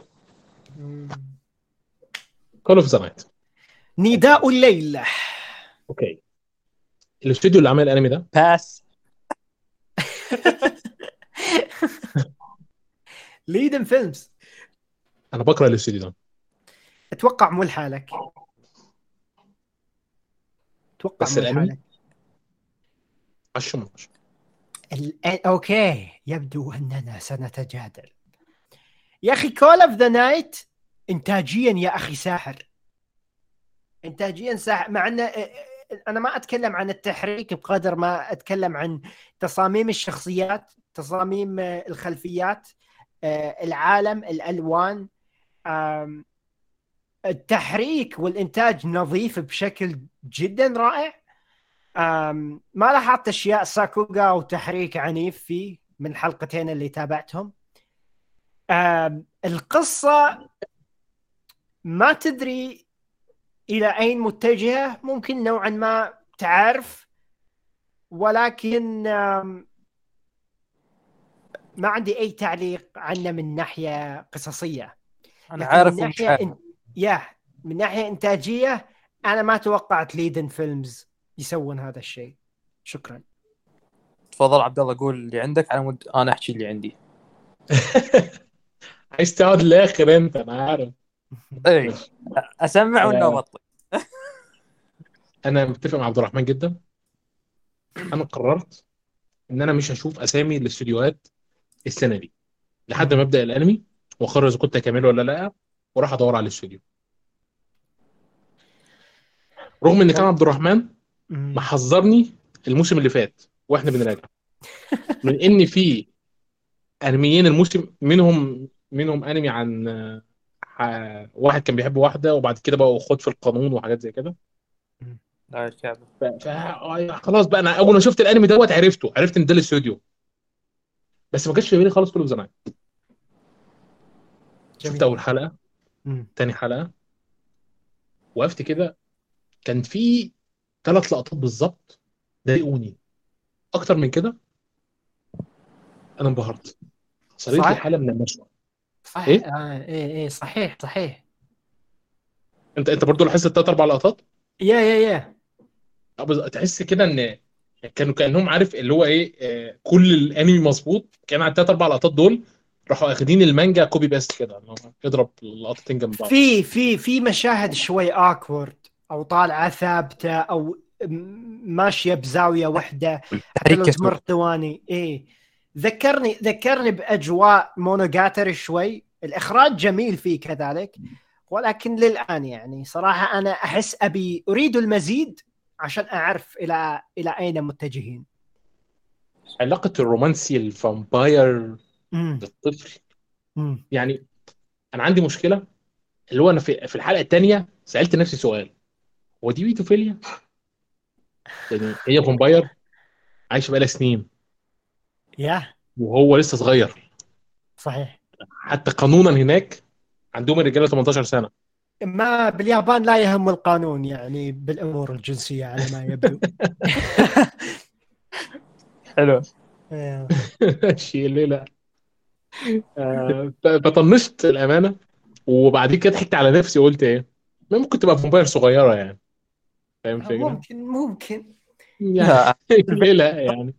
كول اوف ذا نايت. نداء الليل. اوكي، الاستوديو اللي عمل الانمي ده باس. ليدن فيلمز. انا بكره الاستوديو ده، اتوقع مو لحالك، اتوقع بس مو الأنمي؟ لحالك. عشرة من عشرة. ال- اوكي، يبدو اننا سنتجادل. يا اخي كول اوف ذا نايت انتاجيا يا اخي ساحر، انتاجيا ساحر. مع ان انا ما اتكلم عن التحريك بقدر ما اتكلم عن تصاميم الشخصيات، تصاميم الخلفيات، العالم، الالوان، التحريك والإنتاج نظيف بشكل جدا رائع. ما لاحظت أشياء ساكوغا وتحريك عنيف فيه من الحلقتين اللي تابعتهم. القصة ما تدري إلى أين متجهة، ممكن نوعا ما تعرف، ولكن ما عندي أي تعليق عنه من ناحية قصصية. انا عارف من ومش ناحية عارف. إن... يا من ناحية إنتاجية أنا ما توقعت ليدن فيلمز يسوون هذا الشيء. شكرا. تفضل عبد الله، قول اللي عندك على مود انا احكي اللي عندي. عايز تقعد للاخر انت، انا عارف. اي اسمع ولا آه. ابطل؟ انا متفق مع عبد الرحمن جدا. انا قررت ان انا مش هشوف اسامي الاستديوهات السنه دي لحد ما ابدا الانمي واقرر اذا كنت اكمله ولا لا، وراح ادور على الاستوديو. رغم ان كان عبد الرحمن محذرني الموسم اللي فات واحنا بنراجع من ان في انميين الموسم منهم منهم انمي عن ح- واحد كان بيحب واحده وبعد كده بقى خد في القانون وحاجات زي كده. لا الكعبه. ف... ف... خلاص بقى انا اول ما شفت الانمي دوت عرفته عرفت ان ده الاستوديو، بس ما جاش في بالي خالص كله زمان. شفت اول حلقه، مم. تاني حلقه، وقفت كده. كان في ثلاث لقطات بالظبط ضايقوني. اكتر من كده انا انبهرت، صارت لي صح؟ حاله من النشوه. صح. إيه؟ آه إيه إيه صحيح صحيح. انت انت برضو لاحظت الثلاث اربع لقطات؟ يا يا يا آه، بز- تحس كده ان كانوا كانهم عارف اللي هو ايه، آه، كل الانمي مظبوط كان على الثلاث اربع لقطات دول راحوا اخدين المانجا كوبي بيست كده، اللي هو اضرب اللقطتين جنب بعض. في في في مشاهد شوي awkward او طالعه ثابته او م- ماشيه بزاويه واحده حتى لو تحريك تمر ثواني. ايه ذكرني ذكرني باجواء مونوجاتري شوي. الاخراج جميل فيه كذلك، ولكن للان يعني صراحه انا احس ابي اريد المزيد عشان اعرف الى الى اين متجهين. علاقه الرومانسي الفامباير امم بالطفل، امم يعني انا عندي مشكله، اللي هو انا في في الحلقه الثانيه سالت نفسي سؤال: هو دي بيتوفيليا؟ يعني هي فامباير عايشه بقالها سنين يا وهو لسه صغير. صحيح. حتى قانونا هناك عندهم الرجاله ثمانية عشر سنه. ما باليابان لا يهم القانون يعني بالامور الجنسيه على ما يبدو. حلو. آه. ماشي الليله. آه، ف- فطنشت الامانه، وبعد كده ضحكت على نفسي وقلت ايه، ما ممكن تبقى فامباير صغيره يعني، فاهم الفكره؟ ممكن ممكن يعني لا ليه لا يعني.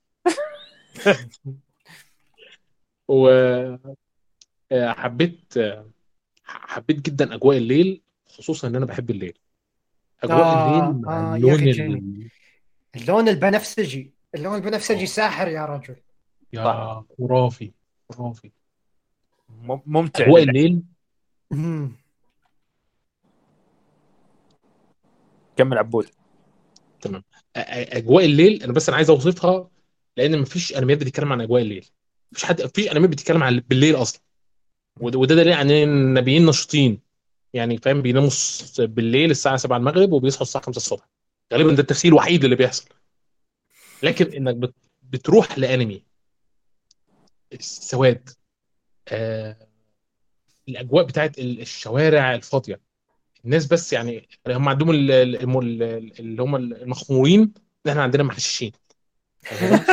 وحبيت حبيت جدا اجواء الليل، خصوصا ان انا بحب الليل. اجواء الليل آه مع آه يا أخي اللون جميل. ال... اللون البنفسجي، اللون البنفسجي آه، ساحر يا رجل. صح. يا خرافي خرافي. مم- ممتع اجواء للعين. الليل. مم. كمل عبود. تمام. أ- أ- اجواء الليل انا بس انا عايز اوصفها، لان مفيش انميات بتتكلم عن اجواء الليل. مفيش حد مفيش انميات بتتكلم عن بالليل اصلا. وده وده دليل عن ان النبيين نشيطين، يعني فاهم، بيناموا الص- بالليل الساعه سبعة المغرب وبيصحوا الساعه خمسة الصبح. غالبا ده التفسير الوحيد اللي بيحصل. لكن انك بت... بتروح لانمي السواد، آه... الاجواء بتاعت ال- الشوارع الفاضيه، الناس بس، يعني هم عندهم ال- ال- الم- ال- اللي هم المخمورين، احنا عندنا محششين. فاهم؟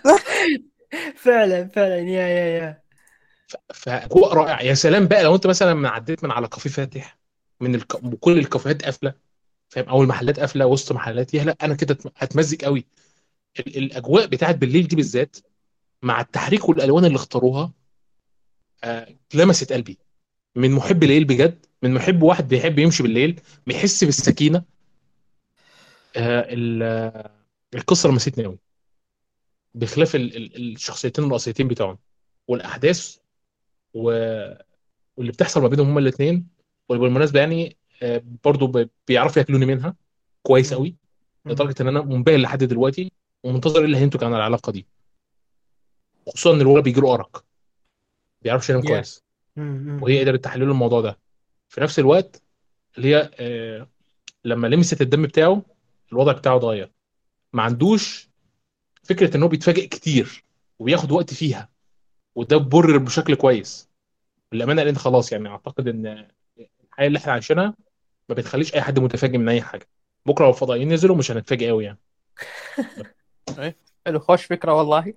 فعلا فعلا يا يا يا ف- فاجواء رائعه. يا سلام بقى لو انت مثلا من عديت من على كافيه فاتح، من الك... وكل الكافيهات قافله، فاهم، او المحلات قافله وسط محلات، يا لا انا كده هتمزج قوي. ال- الاجواء بتاعت بالليل دي بالذات، مع التحريك والالوان اللي اختاروها، آه لمست قلبي. من محب الليل بجد، من محب واحد بيحب يمشي بالليل بيحس بالسكينه. آه ال- آه، القصه لمستني قوي، بخلاف ال- ال- الشخصيتين الرئيسيتين بتوعهم والاحداث و... واللي بتحصل ما بينهم هما الاثنين. وبالمناسبه يعني آه برضو ب- بيعرفوا ياكلوني منها كويس مم. قوي، مم. لدرجه ان انا منبهر لحد دلوقتي ومنتظر ايه اللي هينتج عن العلاقه دي. خصوصا ان الولد بيجي له ارق، ما بيعرفش ينام يا كويس، مم. مم. وهي مم. قدرت تحلل له الموضوع ده. في نفس الوقت اللي هي آه، لما لمست الدم بتاعه، الوضع بتاعه اتغير. ما عندوش فكره ان هو بيتفاجئ كتير وبياخد وقت فيها، وده برر بشكل كويس بالامانه. لان خلاص يعني اعتقد ان الحياه اللي احنا عايشينها ما بتخليش اي حد متفاجئ من اي حاجه. بكره لو الفضائيين نزلوا مش هنتفاجئ قوي يعني. إيه، حلو، خوش فكره والله.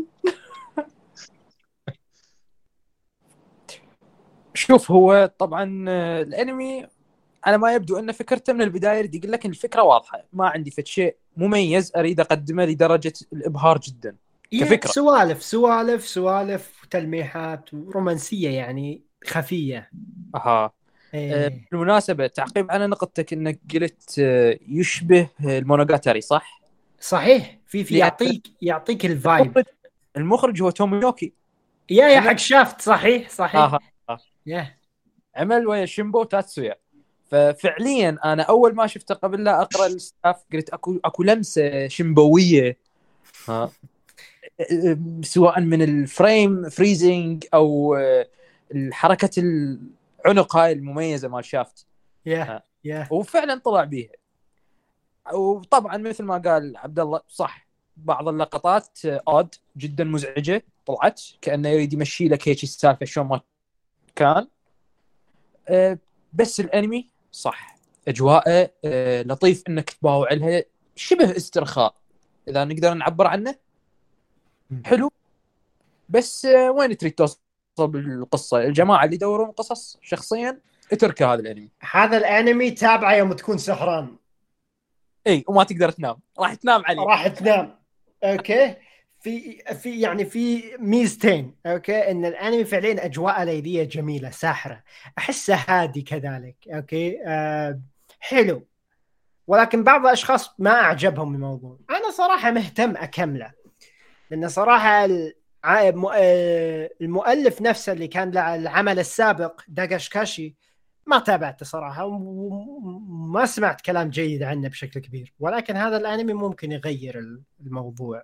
شوف، هو طبعا آه، الانمي على ما يبدو ان فكرته من البدايه يريد يقول لك ان الفكره واضحه، ما عندي فد شيء مميز اريد اقدمه لدرجه الابهار جدا يا كفكره. سوالف سوالف سوالف وتلميحات ورومانسيه يعني خفيه. اها. آه، ايه بالمناسبه، تعقيب على نقطتك انك قلت آه، يشبه المونوجاتاري، صح؟ صحيح. في في لان يعطيك يعطيك الفايب. المخرج المخرج هو توميوكي. يا يا عمل حق شافت. صحيح صحيح. آه. آه. يا عمل ويا شيمبو تاتسويا. ففعليا انا اول ما شفته قبل لا اقرا الستاف قلت اكو اكو لمسه شيمبويه. ها. سواء من الفريم فريزنج او حركه العنق هاي المميزه مال شافت. يا ها. يا وفعلا طلع بيها. وطبعا مثل ما قال عبد الله صح، بعض اللقطات اود جدا مزعجه، طلعت كانه يريد يمشي لك هيك السالفه شلون ما كان. أه، بس الانمي صح، اجواءه أه لطيف انك تباوع لها، شبه استرخاء اذا نقدر نعبر عنه. حلو. بس أه وين تريد توصل بالقصه؟ الجماعه اللي يدورون قصص شخصيا اتركه هذا الانمي. هذا الانمي تابعه يوم تكون سهران اي، وما تقدر تنام، راح تنام عليه. راح تنام. اوكي. في في يعني في ميزتين. اوكي، ان الانمي فعليا اجواء ليليه جميله ساحره، احسه هادي كذلك. اوكي آه حلو. ولكن بعض الاشخاص ما اعجبهم الموضوع. انا صراحه مهتم اكمله، لان صراحه ال... ع- م- آه، المؤلف نفسه اللي كان له العمل السابق داغاش كاشي ما تابعته صراحة، وما سمعت كلام جيد عنه بشكل كبير، ولكن هذا الأنمي ممكن يغير الموضوع.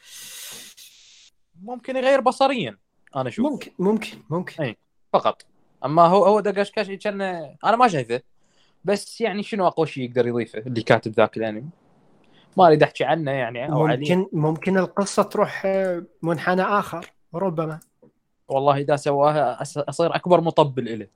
ممكن يغير بصريا انا اشوف. ممكن ممكن ممكن اي فقط. اما هو هو داغاش كاشي كان انا ما شايفه، بس يعني شنو اقوى شيء يقدر يضيفه اللي كاتب ذاك الانمي؟ ما اريد احكي عنه يعني او عليه. ممكن ممكن القصة تروح آه، منحنى آخر ربما. والله اذا سواها أس- اصير اكبر مطبل له.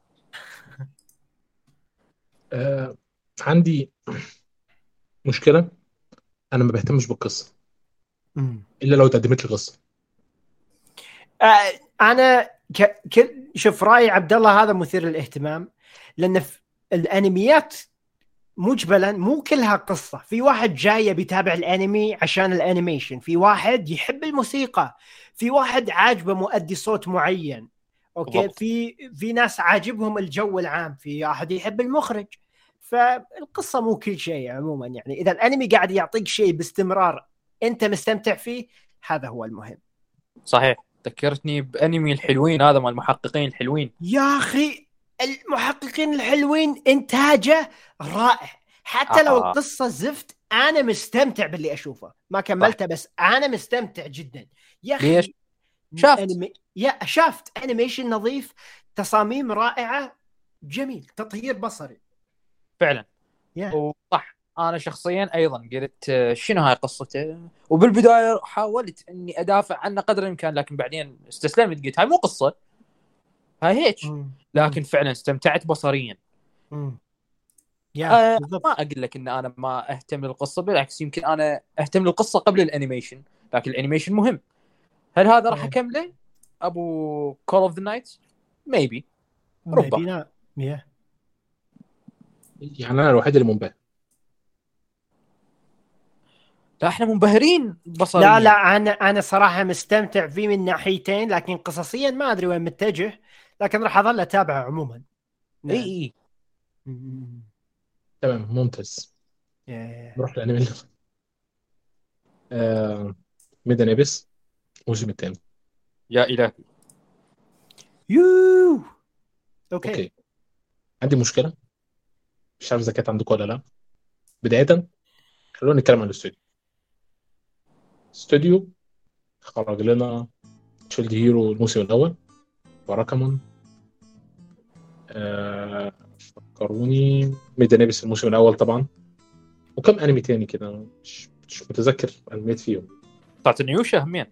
آه عندي مشكله، انا ما بهتمش بالقصه مم. الا لو تقدمت لي قصه. آه، انا ك... ك... شوف راي عبد الله هذا مثير للاهتمام، لان في الانميات مجبلا مو كلها قصه. في واحد جاي بيتابع الانمي عشان الانيميشن، في واحد يحب الموسيقى، في واحد عاجبه مؤدي صوت معين، اوكي بالضبط. في في ناس عاجبهم الجو العام، في واحد يحب المخرج. فالقصه مو كل شيء عموما، يعني اذا الانمي قاعد يعطيك شيء باستمرار انت مستمتع فيه، هذا هو المهم. صحيح، ذكرتني بانمي الحلوين هذا مال المحققين الحلوين. يا اخي المحققين الحلوين انتاجه رائع، حتى لو آه. القصه زفت انا مستمتع باللي اشوفه. ما كملته بس انا مستمتع جدا يا اخي. ليش؟ شافت أنمي... يا شافت انيميشن نظيف، تصاميم رائعه، جميل، تطهير بصري فعلا. يا وصح، انا شخصيا ايضا قلت آه، شنو هاي قصته، وبالبدايه حاولت اني ادافع عنه قدر الامكان، لكن بعدين استسلمت قلت هاي مو قصه، هاي هيك. مم. لكن فعلا استمتعت بصريا. مم. يا آه بالضبط. ما اقول لك ان انا ما اهتم للقصه، بالعكس يمكن انا اهتم للقصه قبل الانيميشن، لكن الانيميشن مهم. هل هذا راح اكمله ابو كول اوف ذا نايت؟ ميبي، ربما. لا يا يعني انا الوحيد اللي منبهر. لا احنا منبهرين بصريا. لا لا انا انا صراحه مستمتع فيه من ناحيتين، لكن قصصيا ما ادري وين متجه، لكن راح اظل اتابعه عموما. اي اي مم. تمام ممتاز. يا- نروح للانمي اللي آه ميدن ابس الموسم الثاني. يا الهي. يو اوكي, اوكي عندي مشكله، مش عارف اذا كانت عندكم ولا لا. بدايه خلونا نتكلم عن الاستوديو. استوديو خرج لنا شيلد هيرو الموسم الاول، وراكامون، آه فكروني، ميدن ابس الموسم الاول طبعا، وكم انمي تاني كده مش مش متذكر انميات فيهم. بتاعت نيوشا همين.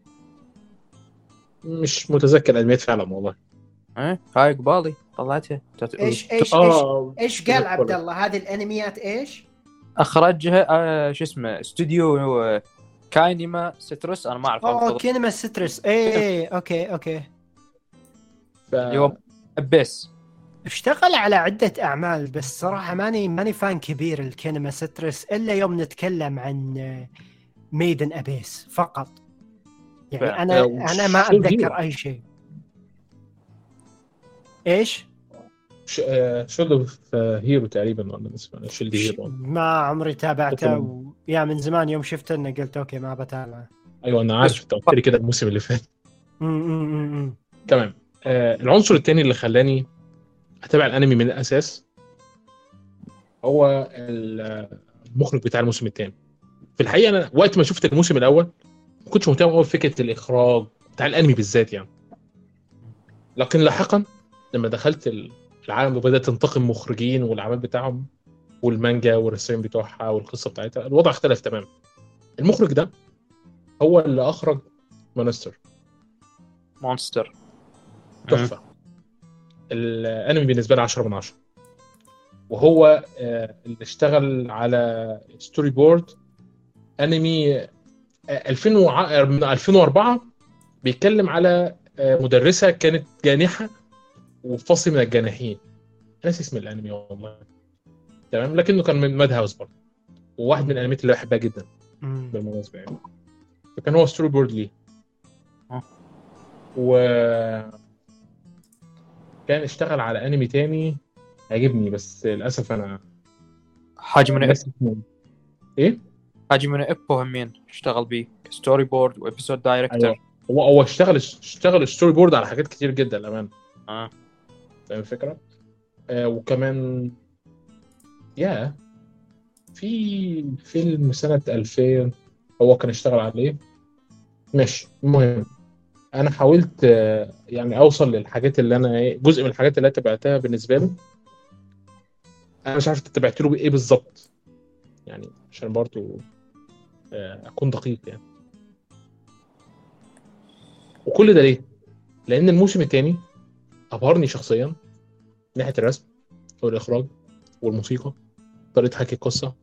مش متذكر انميات فعلا والله. ايه هاي قبالي طلعتها. بتاعت- ايش ايش ايش اه ايش قال عبد الله؟ هذه الانميات ايش؟ اخرجها آه شو اسمه استوديو آه، كاينيما ستروس، انا ما اعرف اوه بالضبط. كينما ستريس، ايه اوكي اوكي. ف... اللي هو بس اشتغل على عدة أعمال، بس صراحة ماني ماني فان كبير الكينما ستريس إلا يوم نتكلم عن ميدن أبيس فقط. يعني فعلا. أنا آه، أنا ما شيلد أتذكر هيرو. أي شيء. إيش؟ ش... آه، شيلد اوف هيرو تقريبا، ولا اسمه شيلد ش- هيرو. ما عمري تابعته تمام. و... يا من زمان يوم شفته إنه قلت أوكي ما بتابعه. ايوه انا عارف، انت قلت لي كده الموسم اللي فات. أمم، أمم، أمم. تمام. آه العنصر الثاني اللي خلاني اتابع الانمي من الاساس هو المخرج بتاع الموسم الثاني. في الحقيقه انا وقت ما شفت الموسم الاول ما كنتش مهتم قوي بفكره الاخراج بتاع الانمي بالذات يعني، لكن لاحقا لما دخلت العالم وبدات تنتقم مخرجين والاعمال بتاعهم والمانجا والرسائل بتوعها والقصه بتاعتها، الوضع اختلف تماما. المخرج ده هو اللي اخرج مونستر. مونستر تحفه. الانمي بالنسبه لي عشرة من عشرة، وهو آه، اللي اشتغل على ستوري بورد انمي آه، ألفين وع- من ألفين وأربعة، بيتكلم على آه، مدرسه كانت جانحه وفصل من الجانحين. ناسي اسم الانمي والله. تمام، لكنه كان من ماد هاوس برضه، وواحد من الانميات اللي بحبها جدا أمم. بالمناسبه يعني. فكان هو ستوري بورد ليه. آه. و كان اشتغل على انمي تاني عجبني، بس للاسف انا حاجه من ناسي اسمه. ايه حاجه من ابو همين اشتغل بيه ستوري بورد وابيسود دايركتور. ايوه هو هو اشتغل اشتغل ستوري بورد على حاجات كتير جدا للامانه. اه فاهم الفكره؟ آه وكمان يا في فيلم سنه ألفين هو كان اشتغل عليه. ماشي، المهم انا حاولت آه، يعني اوصل للحاجات اللي انا ايه، جزء من الحاجات اللي أنا تبعتها بالنسبه له. انا مش عارف انت تبعت له ايه بالظبط يعني، عشان برضو آه، اكون دقيق يعني. وكل ده ليه؟ لان الموسم الثاني ابهرني شخصيا من ناحيه الرسم والاخراج والموسيقى، طريقه حكي القصه.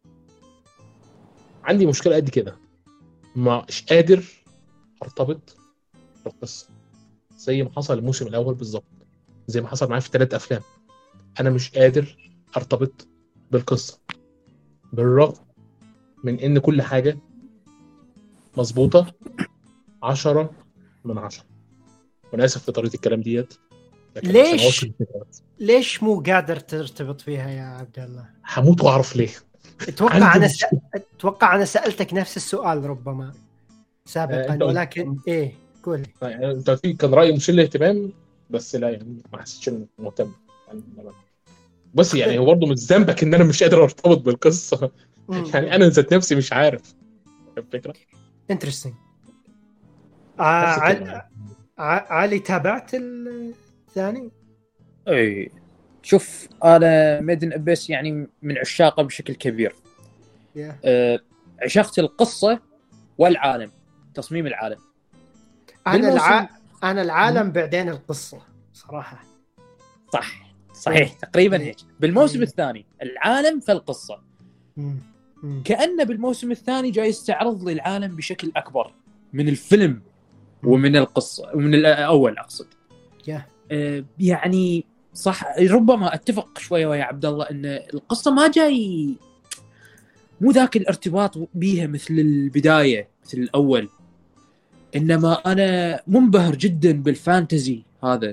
عندي مشكله قد كده، مش قادر ارتبط بالقصه زي ما حصل الموسم الاول بالظبط، زي ما حصل معايا في ثلاث افلام. انا مش قادر ارتبط بالقصه بالرغم من ان كل حاجه مظبوطه عشرة من عشرة. وانا اسف في طريقه الكلام ديت، لكن عشان ليش اوصل الفكرة بس. ليش مو قادر ترتبط فيها يا عبد الله؟ هموت واعرف ليه. اتوقع عندي انا س... مشكلة. اتوقع انا سالتك نفس السؤال ربما آه، سابقا، انت قلت ولكن ايه قول لي. يعني انت في كان رايي مثير للاهتمام، بس لا يعني ما حسيتش انه مهتم يعني. بس يعني هو برضه مش ذنبك ان انا مش قادر ارتبط بالقصه. يعني انا ذات نفسي مش عارف الفكره. انترستنج. نفس الكلام يعني. علي تابعت الثاني؟ اي شوف انا ميدن ابيس يعني من عشاقه بشكل كبير. yeah. أه عشقت القصه والعالم، تصميم العالم. انا الع... انا العالم بعدين القصه صراحه. صح صحيح إيه. تقريبا إيه. هيك. بالموسم إيه. الثاني العالم فالقصه. مم. مم. كأنه بالموسم الثاني جاي يستعرض لي العالم بشكل اكبر من الفيلم ومن القصه ومن الاول اقصد. yeah. أه يعني صح، ربما اتفق شويه ويا عبد الله ان القصه ما جاي مو ذاك الارتباط بيها مثل البدايه مثل الاول، انما انا منبهر جدا بالفانتزي هذا،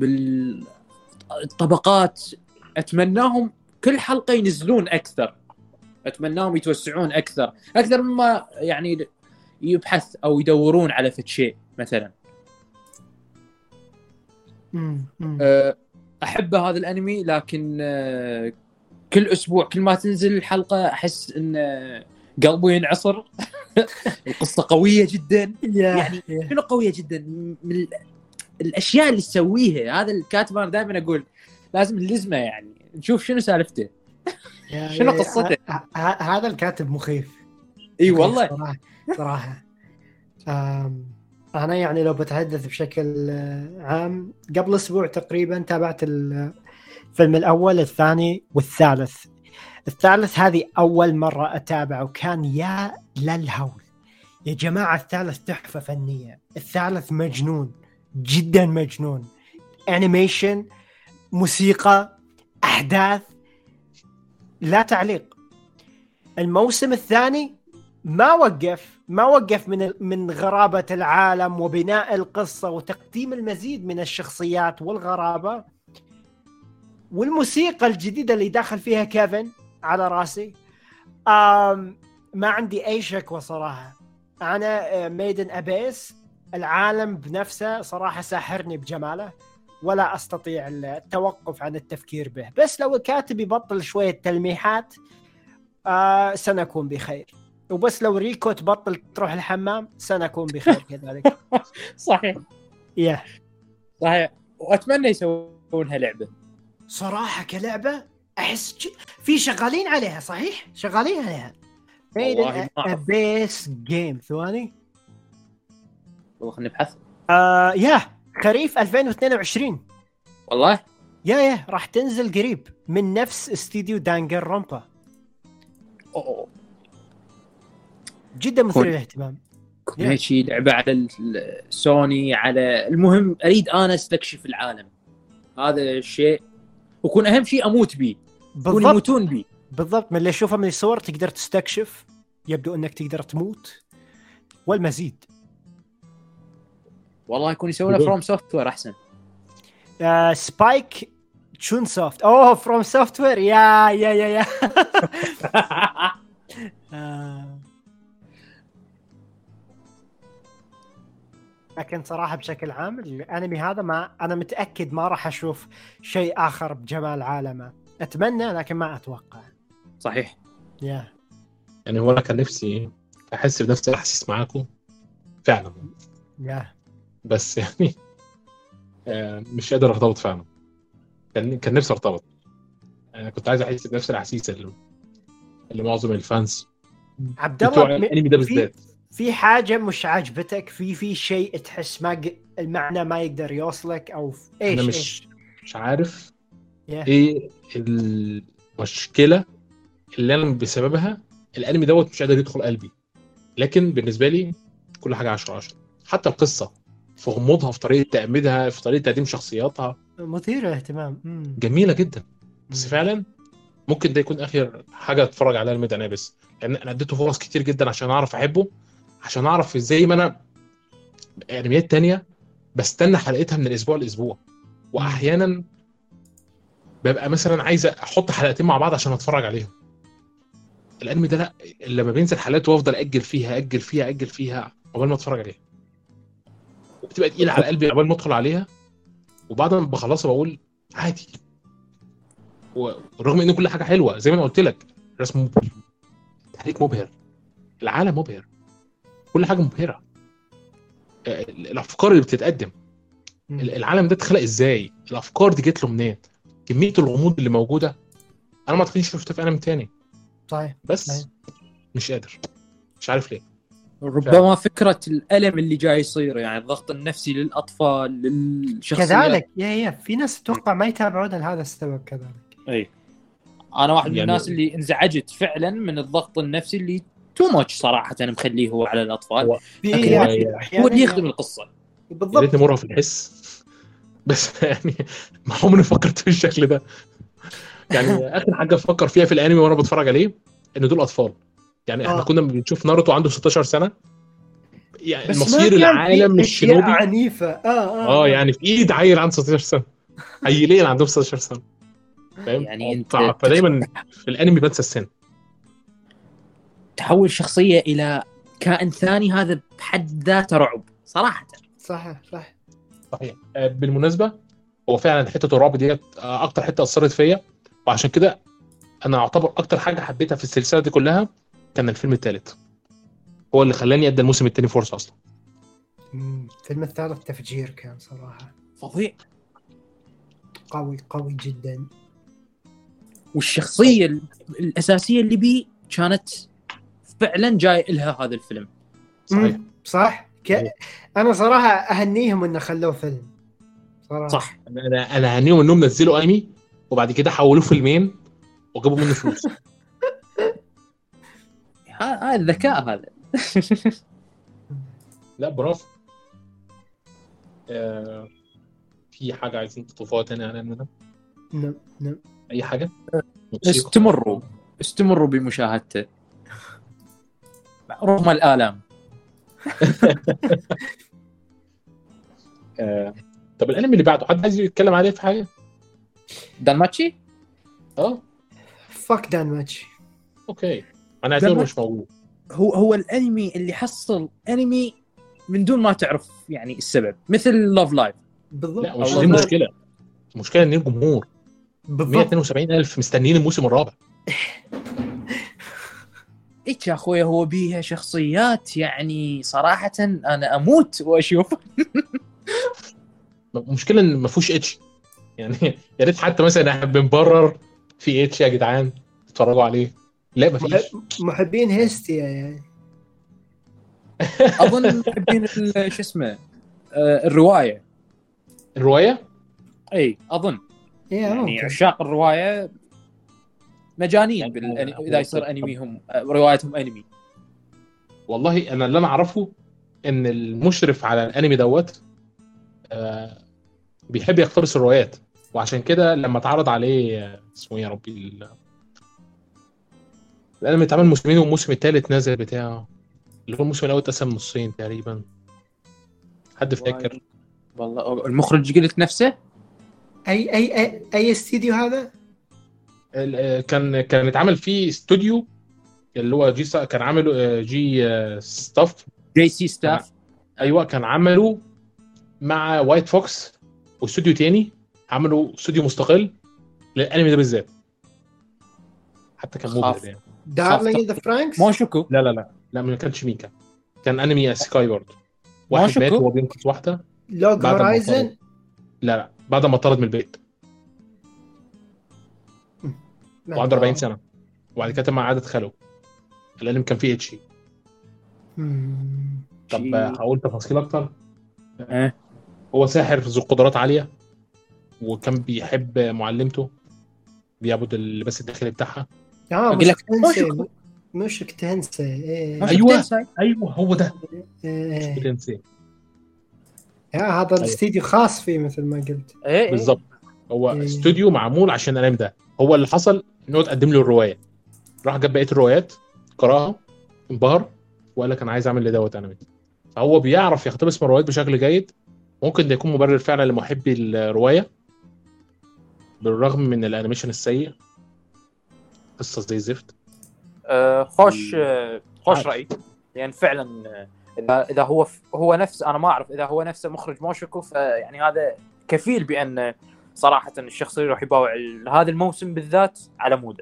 بالطبقات. اتمناهم كل حلقه ينزلون اكثر، اتمناهم يتوسعون اكثر اكثر مما يعني يبحث او يدورون على فد شيء مثلا. مم. مم. احب هذا الانمي، لكن كل اسبوع كل ما تنزل الحلقه احس ان قلبي ينعصر. القصه قويه جدا يعني شنو قويه جدا من الاشياء اللي تسويها. هذا الكاتب انا دائما اقول لازم نلزمه يعني نشوف شنو سالفته. شنو قصته. هذا الكاتب مخيف. اي والله صراحه صراحه. انا يعني لو بتحدث بشكل عام، قبل اسبوع تقريبا تابعت الفيلم الاول الثاني والثالث. الثالث هذه اول مره اتابعه، وكان يا للهول يا جماعه. الثالث تحفه فنيه، الثالث مجنون جدا مجنون. انيميشن، موسيقى، احداث، لا تعليق. الموسم الثاني ما وقف ما وقف من من غرابة العالم وبناء القصة وتقديم المزيد من الشخصيات والغرابة والموسيقى الجديدة اللي داخل فيها كيفن على راسي. آم ما عندي أي شك صراحة. أنا ميدن أبيس العالم بنفسه صراحة ساحرني بجماله، ولا أستطيع التوقف عن التفكير به. بس لو الكاتب يبطل شوية تلميحات آه سنكون بخير، وبس لو ريكو تبطل تروح الحمام سنكون بخير كذلك. صحيح yeah. صحيح. وأتمنى يسوونها لعبة صراحة. كلعبة أحس ج... في شغالين عليها. صحيح شغالين عليها. والله ما بيس جيم ثواني والله خلينا نبحث. آه يا خريف ألفين واثنين وعشرين والله يا يا راح تنزل قريب من نفس استديو دانجر رومبا. أوه. جدا مثير للاهتمام. هيك لعبة على السوني على المهم أريد أنا استكشف العالم. هذا الشيء ويكون أهم شيء أموت بيه، يكون يموتون بيه. بالضبط. من اللي أشوفه من الصور تقدر تستكشف، يبدو أنك تقدر تموت والمزيد. والله يكون يسوونه فروم سوفت وير أحسن. آه سبايك تشون سوفت. أوه فروم سوفت وير. يا يا يا يا آه. لكن صراحه بشكل عام الانمي هذا ما انا متاكد ما راح اشوف شيء اخر بجمال عالمه. اتمنى لكن ما اتوقع. صحيح. يا يعني هو انا كان نفسي احس بنفس الاحاسيس معاكم فعلا، يا بس يعني آه، مش قادر ارتبط فعلا. كان كان نفسي ارتبط. انا كنت عايز احس بنفس الاحاسيس اللي, اللي معظم الفانز عبد بتوع الله، الانمي ده في بالذات. في حاجه مش عاجبتك في في شيء تحس ما ق... المعنى ما يقدر يوصلك او في... ايش انا ايش مش مش عارف يا ايه المشكله اللي انا بسببها الانمي دوت مش قادر يدخل قلبي. لكن بالنسبه لي كل حاجه عشرة عشرة. حتى القصه في غموضها، في طريقه تأميدها، في طريقه تقديم شخصياتها مثير اهتمام. مم. جميله جدا. بس مم. فعلا ممكن ده يكون اخر حاجه اتفرج عليها الميد انابس، لان انا اديته فرص كتير جدا عشان اعرف احبه، عشان اعرف ازاي ما انا انميات تانية بستنى حلقتها من الاسبوع لاسبوع، واحيانا ببقى مثلا عايز احط حلقتين مع بعض عشان اتفرج عليهم. الانمي ده لا، لما بينزل حلقات وافضل اجل فيها اجل فيها اجل فيها قبل ما اتفرج عليها، وبتبقى تقيله على قلبي قبل ما ادخل عليها، وبعد ما بخلصها بقول عادي. ورغم ان كل حاجه حلوه زي ما انا قلت لك، رسم مبهر، تحريك مبهر، العالم مبهر، كل حاجه مبهره، الافكار اللي بتتقدم، مم. العالم ده اتخلق ازاي، الافكار دي جت له منين، كميه الغموض اللي موجوده انا ما اعتقدش شفتها في انمي تاني. صحيح بس صحيح. مش قادر، مش عارف ليه. ربما فكرة الألم اللي جاي يصير، يعني الضغط النفسي للأطفال للشخصيات. كذلك يا يا في ناس اتوقع ما يتابعون لهذا السبب كذلك. اي انا واحد من يعني- الناس اللي انزعجت فعلا من الضغط النفسي اللي تو ماتش صراحه مخليه هو على الاطفال. هو في لكن هو- يعني هو احيانا اللي يخدم القصه. يا بالضبط. ريتني مرة في الحس بس يعني ما عمري فكرت بالشكل ده. يعني اخر حاجه افكر فيها في الانمي وانا بتفرج عليه ان دول اطفال. يعني احنا آه. كنا بنشوف ناروتو عنده ستاشر سنه، يعني بس المصير ما كان العالم في مش اشياء شينوبي. عنيفه. اه اه, اه يعني في ايد عيل عنده ستاشر سنه، عيلين عندهم ستاشر سنه، فاهم؟ يعني انت ف- فدايما في الانمي بنسى السن. تحول شخصيه الى كائن ثاني، هذا بحد ذاته رعب صراحه. صح صح. صحيح. آه، بالمناسبه هو فعلا حته الرعب ديت آه، اكتر حته اثرت فيا، وعشان كده انا اعتبر اكتر حاجه حبيتها في السلسله دي كلها كان الفيلم الثالث، هو اللي خلاني ادي الموسم الثاني فرصه اصلا. مم. الفيلم الثالث تفجير كان صراحه فظيع. قوي قوي جدا. والشخصيه ال- الاساسيه اللي بيه كانت فعلا جاي لها هذا الفيلم. صحيح. مم. صح ك... انا صراحه اهنيهم انه خلوه فيلم صراحه. صح. انا انا هنيهم انهم نزلوا انمي وبعد كده حولوه فيلمين وجابوا منه فلوس. هذا الذكاء هذا. لا برافو. آه، في حاجه عايزين تضيفوها تاني على الانمي ده؟ نعم نعم. اي حاجه؟ موسيقى؟ استمروا استمروا بمشاهدته رغم الآلام. آه، طب الانمي اللي بعده حد عايز يتكلم عليه في حاجه؟ دانماتشي. اه فك دان ماتش. اوكي، انا اعتبره لما- مش موجود. هو هو الانمي اللي حصل انمي من دون ما تعرف يعني السبب، مثل لوف لايف. بالضبط. لا مش الله دي يبارك. المشكله. المشكله ان الجمهور مية بالضبط. واتنين وسبعين الف مستنيين الموسم الرابع. ايش يا اخويا، هو بيها شخصيات يعني صراحه انا اموت واشوف. المشكله ان ما فيهوش اتش، يعني يا ريت حتى مثلا احنا بنبرر في اتش يا جدعان اتفرجوا عليه. لا ما فيش. محب... محبين هيستيا يعني. اظن محبين ال- شو اسمه آه، الروايه. الروايه اي اظن ايه يعني ممكن. عشاق الروايه مجانين يعني بالأني... أنا- اذا يصير انميهم آه، روايتهم انمي. والله انا اللي انا اعرفه ان المشرف على الانمي دوت آه بيحب يقتبس الروايات، وعشان كده لما اتعرض عليه آه، اسمه ايه يا ربي ال- الانمي اتعمل موسمين والموسم الثالث نازل بتاعه، اللي هو الموسم الاول اتقسم نصين تقريبا. حد فاكر؟ والله المخرج قلت نفسه. اي اي اي, أي استديو هذا؟ ال- آه، كان كان اتعمل فيه استوديو اللي هو جي سا- كان عامله آه، جي آه، ستاف. جي سي ستاف. ايوه كان عملوا مع وايت فوكس واستوديو تاني، عملوا استوديو مستقل للانمي ده بالذات، حتى كان مبهر خاف. يعني. دارلينج ذا فرانكس. مونشوكو. لا لا لا لا ما كانش ميكا، كان انمي سكاي برضه، واحد مونشوكو؟ مات وهو بينقذ واحده لوج بعد ما هورايزن. طرد. لا لا بعد ما طرد من البيت وعنده أربعين سنه، وبعد كده مع عاده خلو الانمي كان فيه اتشي. مم. طب شي- هقول تفاصيل اكتر. إيه. هو ساحر ذو قدرات عاليه، وكان بيحب معلمته، بيعبد اللباس الداخلي بتاعها. اه أقول مش لك تنسى مونشوكو. مش تنسى ايه. مونشوكو أيوة. تنساي. ايوه هو ده إيه. مش بتنسي. يا هذا الاستديو خاص فيه مثل ما قلت. ايه إيه. بالظبط، هو إيه. استوديو معمول عشان الانمي ده. هو اللي حصل انه تقدم له الروايه، راح جاب بقيه الروايات قراها انبهر وقال لك انا عايز اعمل لدوت انمي. فهو بيعرف يقتبس من الروايات بشكل جيد. ممكن ده يكون مبرر فعلا لمحبي الروايه بالرغم من الانيميشن السيء، قصه زي الزفت. آه، خوش آه، خوش عارف. رأي يعني فعلا. آه، اذا اذا هو ف- هو نفس انا ما اعرف اذا هو نفسه مخرج مونشوكو، فيعني هذا كفيل بان صراحه الشخص اللي راح يباوع ال- هذا الموسم بالذات على موده.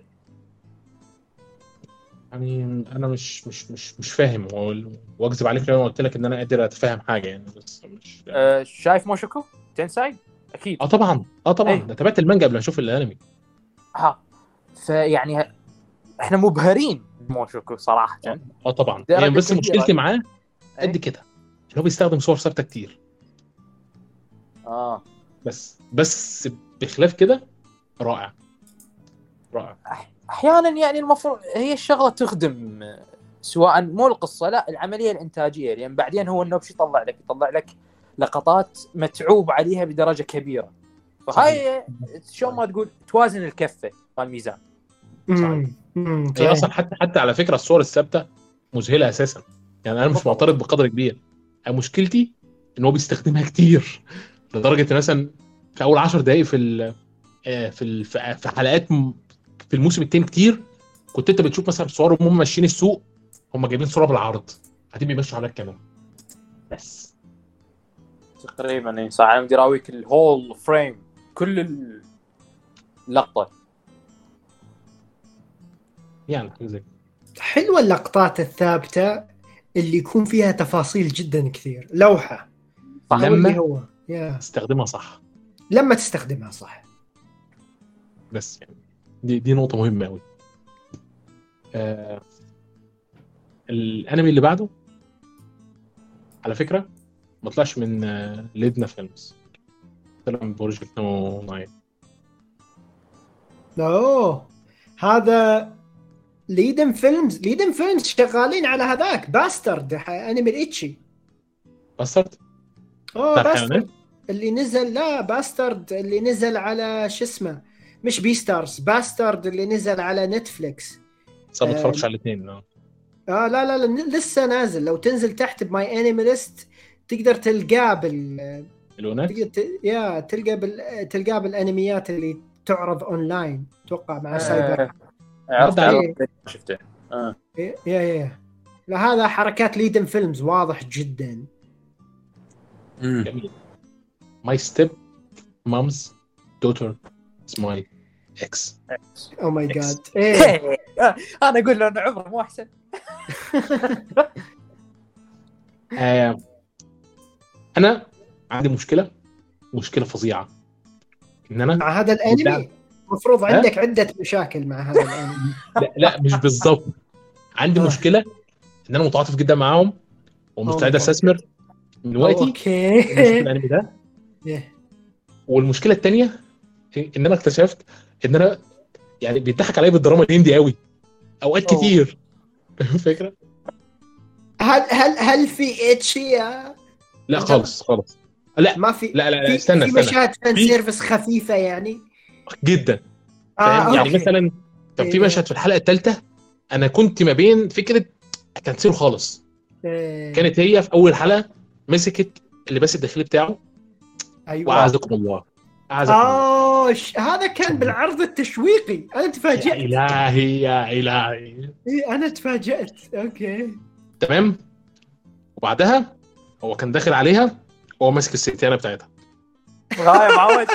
يعني انا مش مش مش مش فاهم، و- واكذب عليك لو انا قلت لك ان انا قادر اتفهم حاجه يعني، بس مش آه، شايف مونشوكو تنساي اكيد. اه طبعا اه طبعا إيه. ده تابعت المانجا قبل ما اشوف الانمي. ها فيعني ه- احنا مبهرين بمونشوكو صراحه. اه طبعا درجة يعني بس كبيرة. مشكلتي معاه إيه؟ قد كده ان هو بيستخدم صور ثابته كتير، اه بس بس بخلاف كده رائع رائع. احيانا يعني المفروض هي الشغله تخدم آه، سواء مو القصه لا العمليه الانتاجيه، لان يعني بعدين هو انه بش يطلع لك يطلع لك لقطات متعوب عليها بدرجه كبيره، فهاي شو ما تقول توازن الكفه مال الميزان. مم. مم. هي اصلا حتى حتى على فكره الصور الثابته مذهله اساسا، يعني انا مش معترض بقدر كبير. أنا مشكلتي ان هو بيستخدمها كتير لدرجه إن مثلا في اول عشر دقائق في ال في ال في حلقات م- في الموسم الثاني كتير كنت انت بتشوف مثلا صورهم هم ماشيين السوق، هم جايبين صوره بالعرض قاعدين بيمشوا على الكاميرا بس. تقريبا اي صح، انا بدي اراويك الهول فريم كل اللقطه. يعني حاجه زي حلوة اللقطات الثابتة اللي يكون فيها تفاصيل جدا كثير، لوحة صح. هو اللي لما هو يا تستخدمها صح، لما تستخدمها صح. بس يعني دي دي نقطه مهمه قوي. آه الانمي اللي بعده على فكره ما طلعش من آه ليدنا فيلمز، طلع من بروجكت تسعة. اوه هذا ليدن فيلمز. ليدن فيلمز شغالين على هذاك باسترد انمي الاتشي. باسترد اوه بتاع باسترد الحيوانات؟ اللي نزل، لا باسترد اللي نزل على شو اسمه، مش بي ستارز، باسترد اللي نزل على نتفليكس. صار ما آه، اتفرجش على الاثنين. اه لا لا لا لسه نازل، لو تنزل تحت بماي انمي ليست تقدر تلقاه بال الونات تقدر ت... يا تلقى بال... تلقاه بالانميات اللي تعرض اونلاين اتوقع مع سايبر. آه، عرفت عدى عرفت شفته. اه يا يا لا هذا حركات ليدن فيلمز واضح جدا. جميل. ماي ستيب مامز دوتر از ماي اكس. او ماي X. جاد ايه. انا اقول له انه عمره مو احسن. آه انا عندي مشكله مشكله فظيعه ان انا مع هذا الانمي المفروض ها؟ عندك عدة مشاكل مع هذا الانمي. لا لا مش بالظبط، عندي آه. مشكله ان انا متعاطف جدا معاهم ومستعد أوه. استثمر من وقتي إن أشوف اوكي. الانمي ده. إيه. والمشكله الثانيه ان انا اكتشفت ان انا يعني بيضحك عليا بالدراما الهندي قوي اوقات أوه. كتير. الفكره هل هل هل في اتشي؟ لا خالص خالص لا ما في. لا لا, لا في, استنى في استنى مشاهد فان في- سيرفيس خفيفة يعني. جدا آه فاهم يعني أوكي. مثلا كان في إيه. مشهد في الحلقه الثالثه انا كنت ما بين فكره اكنسله خالص. إيه. كانت هي في اول حلقه مسكت اللباس الداخلي بتاعه ايوه. واعزكم الله اعزكم الله. اه ش... هذا كان بالعرض التشويقي. انا يا تفاجأت. الهي يا الهي إيه انا تفاجأت. اوكي. تمام. وبعدها هو كان داخل عليها وهو ماسك السيتانه بتاعتها. ها يا معود.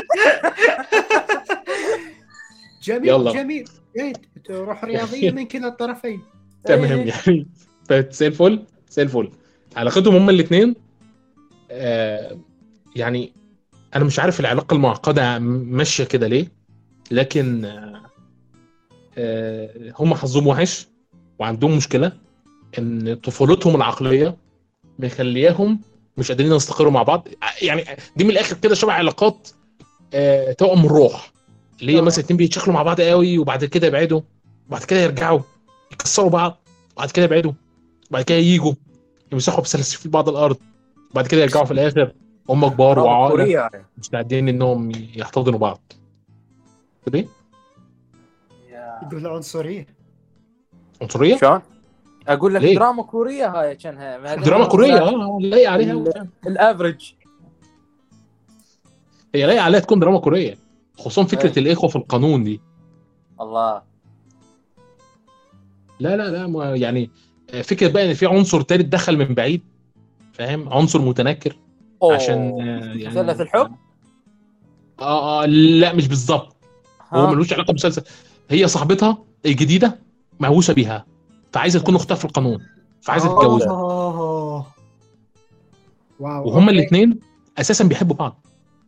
جميل يلا. جميل جيد، روح رياضيه من كلا الطرفين. تمام يعني. زي الفل زي الفل. علاقتهم هما الاثنين آه يعني انا مش عارف العلاقه المعقده ماشيه كده ليه، لكن آه آه هم حظهم وحش وعندهم مشكله ان طفولتهم العقليه مخلياهم مش قادرين يستقروا مع بعض. يعني دي من الاخر كده شبه علاقات آه توأم الروح، اللي هي آه. مثلا اتنين بيتشكلوا مع بعض قوي وبعد كده يبعدوا وبعد كده يرجعوا يكسروا بعض وبعد كده يبعدوا وبعد كده ييجوا يمسحوا بسلاسل بعض الارض وبعد كده يرجعوا في الاخر هم كبار دراما وعاقله كورية. مستعدين انهم يحتضنوا بعض. كده يقول عنصريه. عنصريه شلون؟ اقول لك ليه؟ دراما كورية هاي كانها دراما كوريه اه لاقي عليها ال- الافريج. هي لاقي عليها تكون دراما كوريه، خصوصا فكره أي. الاخوه في القانون دي. الله. لا لا لا ما يعني فكره بقى ان في عنصر تالت دخل من بعيد، فاهم؟ عنصر متنكر أوه. عشان آه، يعني مثلث الحب. اه اه لا مش بالظبط، هو ها. ملوش علاقه بمسلسل. هي صاحبتها الجديده مهووسه بيها فعايزه تكون اختها في القانون فعايزه تتجوزها، أوه. واو. وهما أوكي. الاثنين اساسا بيحبوا بعض.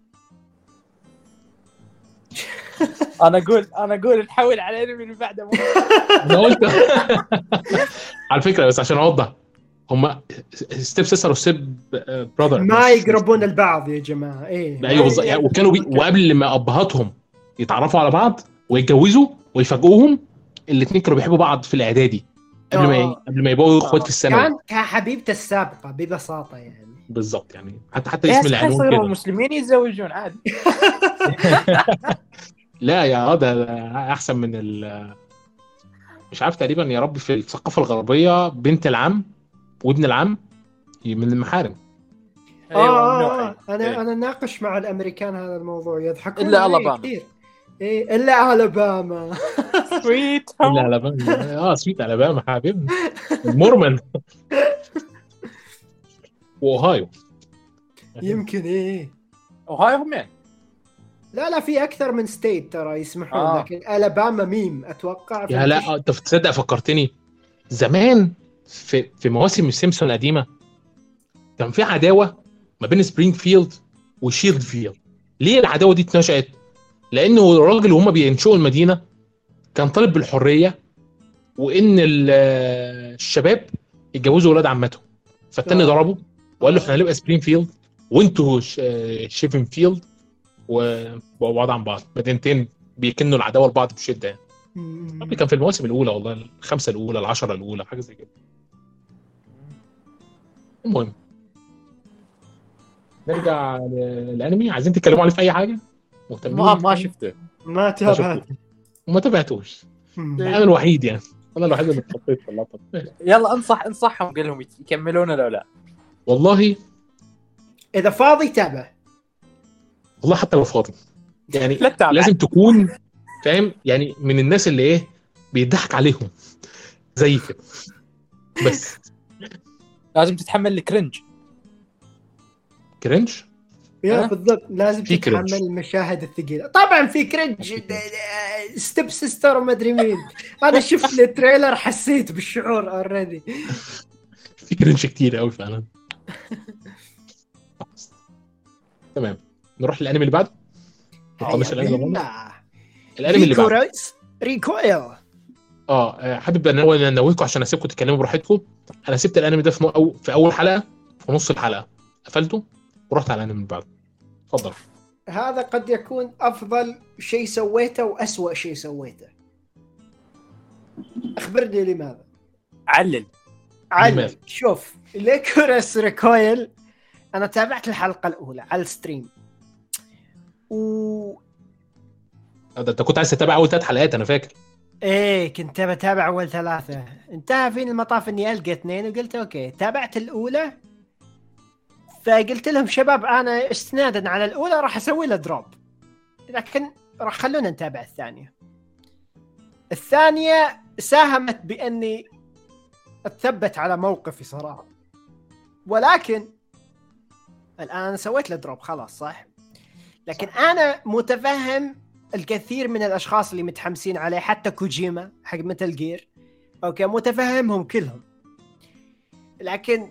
انا اقول انا اقول نحول على انمي اللي بعده. انا قلت على فكره بس عشان اوضح، هما ستيب سيستر وستيب براذر ما يقربون البعض يا جماعه. ايه ايوه بالظبط يعني، وكانوا بي... وقبل ما ابهاتهم يتعرفوا على بعض ويتجوزوا ويفاجئوهم الاثنين كانوا بيحبوا بعض في الاعدادي قبل ما ي... آه. قبل ما يبقوا اخوات في الثانوي. كان كحبيبته السابقه ببساطه يعني. بالظبط يعني حتى حتى ايه اسم العنوان يصيروا كده. المسلمين يتزوجون عادي. لا يا اه ده ده احسن من ال... مش عارف تقريبا يا رب في الثقافه الغربيه بنت العم وابن العم من المحارم. آه, ايوه آه, ممنوع. آه انا إيه. انا ناقش مع الامريكان هذا الموضوع يضحكون إلا عليه ألاباما. كثير. إيه الا الاباما. سويت لا لا اه سويت الاباما حبيبنا المورمن واوهايو. يمكن ايه. وهاي هم يعني. لا لا في اكثر من ستيت ترى يسمحون آه. لكن الاباما ميم اتوقع. يا لا انت تصدق فكرتني زمان في في مواسم السيمسون القديمه كان في عداوه ما بين سبرينغفيلد وشيلد فيلد. ليه العداوه دي اتنشأت؟ لانه الراجل وهم بينشئوا المدينه كان طالب بالحريه وان ال- الشباب يتجوزوا ولاد عمتهم، فالتاني آه. ضربه وقال له آه. احنا هنبقى سبرينغفيلد وانتوا ش- شيفنفيلد وبقوا بعض عن بعض، مدينتين بيكنوا العداوه لبعض بشده يعني. مم. كان في المواسم الاولى والله الخمسه الاولى العشره الاولى حاجه زي كده. المهم نرجع للانمي. عايزين تتكلموا عليه في اي حاجه؟ مهتمين؟ ما ما شفته. ما تابعت. وما تابعتوش. مم. انا الوحيد يعني انا الوحيد اللي اتحطيت في اللقطه. يلا انصح انصحهم قل لهم يكملون ولا لا. والله اذا فاضي تابع. والله حتى لو فاضي يعني لا تتابع. لازم تكون فاهم يعني من الناس اللي ايه بيضحك عليهم زي كده بس. لازم تتحمل الكرنج. كرنج يا أه؟ بالضبط لازم في تتحمل كرنج. المشاهد الثقيله. طبعا في كرنج ستيب سيستر وما ادري مين. انا شفت التريلر حسيت بالشعور اوريدي. في كرنج كتير قوي فعلا. تمام نروح للانمي اللي بعده. نخلص الانمي اللي بعده. الانمي اللي بعده ريكويل. اه حابب ان انا انوهكم عشان اسيبكم تتكلموا براحتكم. انا سبت الانمي ده في أو في اول حلقه في نص الحلقه قفلته ورحت على الانمي اللي بعده. اتفضل. هذا قد يكون افضل شيء سويته واسوأ شيء سويته. اخبرني لماذا. علل. علل. لماذا؟ شوف ليكورس ريكويل انا تابعت الحلقه الاولى على الستريم و ده انت كنت عايز تتابع اول ثلاث حلقات انا فاكر. ايه كنت بتابع اول ثلاثة. انتهى فيني المطاف اني القى اثنين وقلت اوكي تابعت الاولى. فقلت لهم شباب انا استنادا على الاولى راح اسوي له دروب لكن راح خلونا نتابع الثانية. الثانية ساهمت باني اتثبت على موقفي صراحة ولكن الان سويت له دروب خلاص صح، لكن صح. انا متفهم الكثير من الاشخاص اللي متحمسين عليه، حتى كوجيما حق متل جير اوكي متفهمهم كلهم، لكن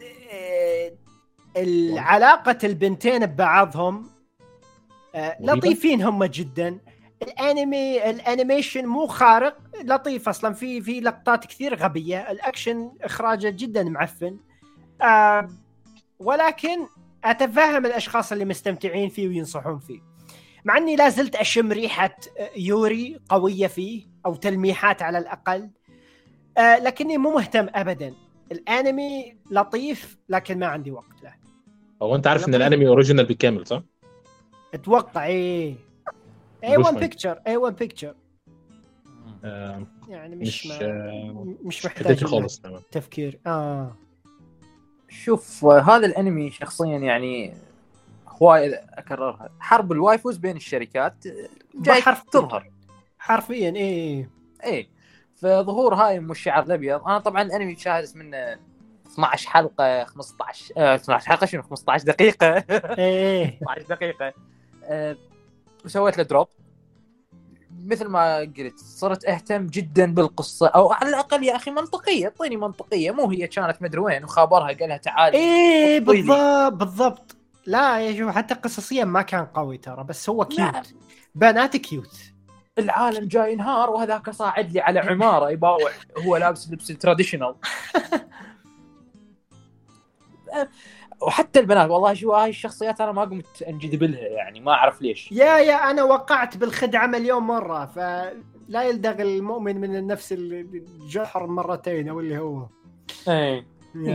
العلاقه البنتين ببعضهم لطيفين هم جدا. الانمي الانيميشن مو خارق، لطيف اصلا، في في لقطات كثير غبيه، الاكشن اخراجه جدا معفن، آه ولكن اتفهم الاشخاص اللي مستمتعين فيه وينصحون فيه، مع اني لا زلت اشم ريحه يوري قويه فيه او تلميحات على الاقل، آه لكني مو مهتم ابدا. الانمي لطيف لكن ما عندي وقت له. هو انت عارف ان الانمي اوريجينال بالكامل صح؟ اتوقع ايه اي وان بيكتشر اي وان بيكتشر يعني مش مش ما مش محتاج خالص تفكير. اه شوف هذا الانمي شخصيا يعني هواي اكررها، حرب الوايفوز بين الشركات جاي تظهر حرفيا. ايه ايه فظهور هاي ام الشعر الابيض. انا طبعا الانمي شاهد منه اثنعش حلقه خمسطعش آه اثنعش حلقه شنو خمسطعش دقيقه ايه خمسطعش دقيقه أه وسويت له دروب. مثل ما قلت صرت اهتم جدا بالقصه، او على الاقل يا اخي منطقيه، اعطيني منطقيه، مو هي كانت مدري وين وخابرها قالها تعال. ايه بالضبط بالضبط. لا يا شوف حتى قصصيا ما كان قوي ترى، بس هو كيوت، بنات كيوت، العالم جاي ينهار وهذاك صاعد لي على عماره يباوع هو لابس لبس التراديشنال. وحتى البنات والله شو هاي الشخصيات انا ما قمت انجذب لها، يعني ما اعرف ليش. يا يا انا وقعت بالخدعه مليون مره، فلا يلدغ المؤمن من النفس الجحر مرتين او اللي هو اي.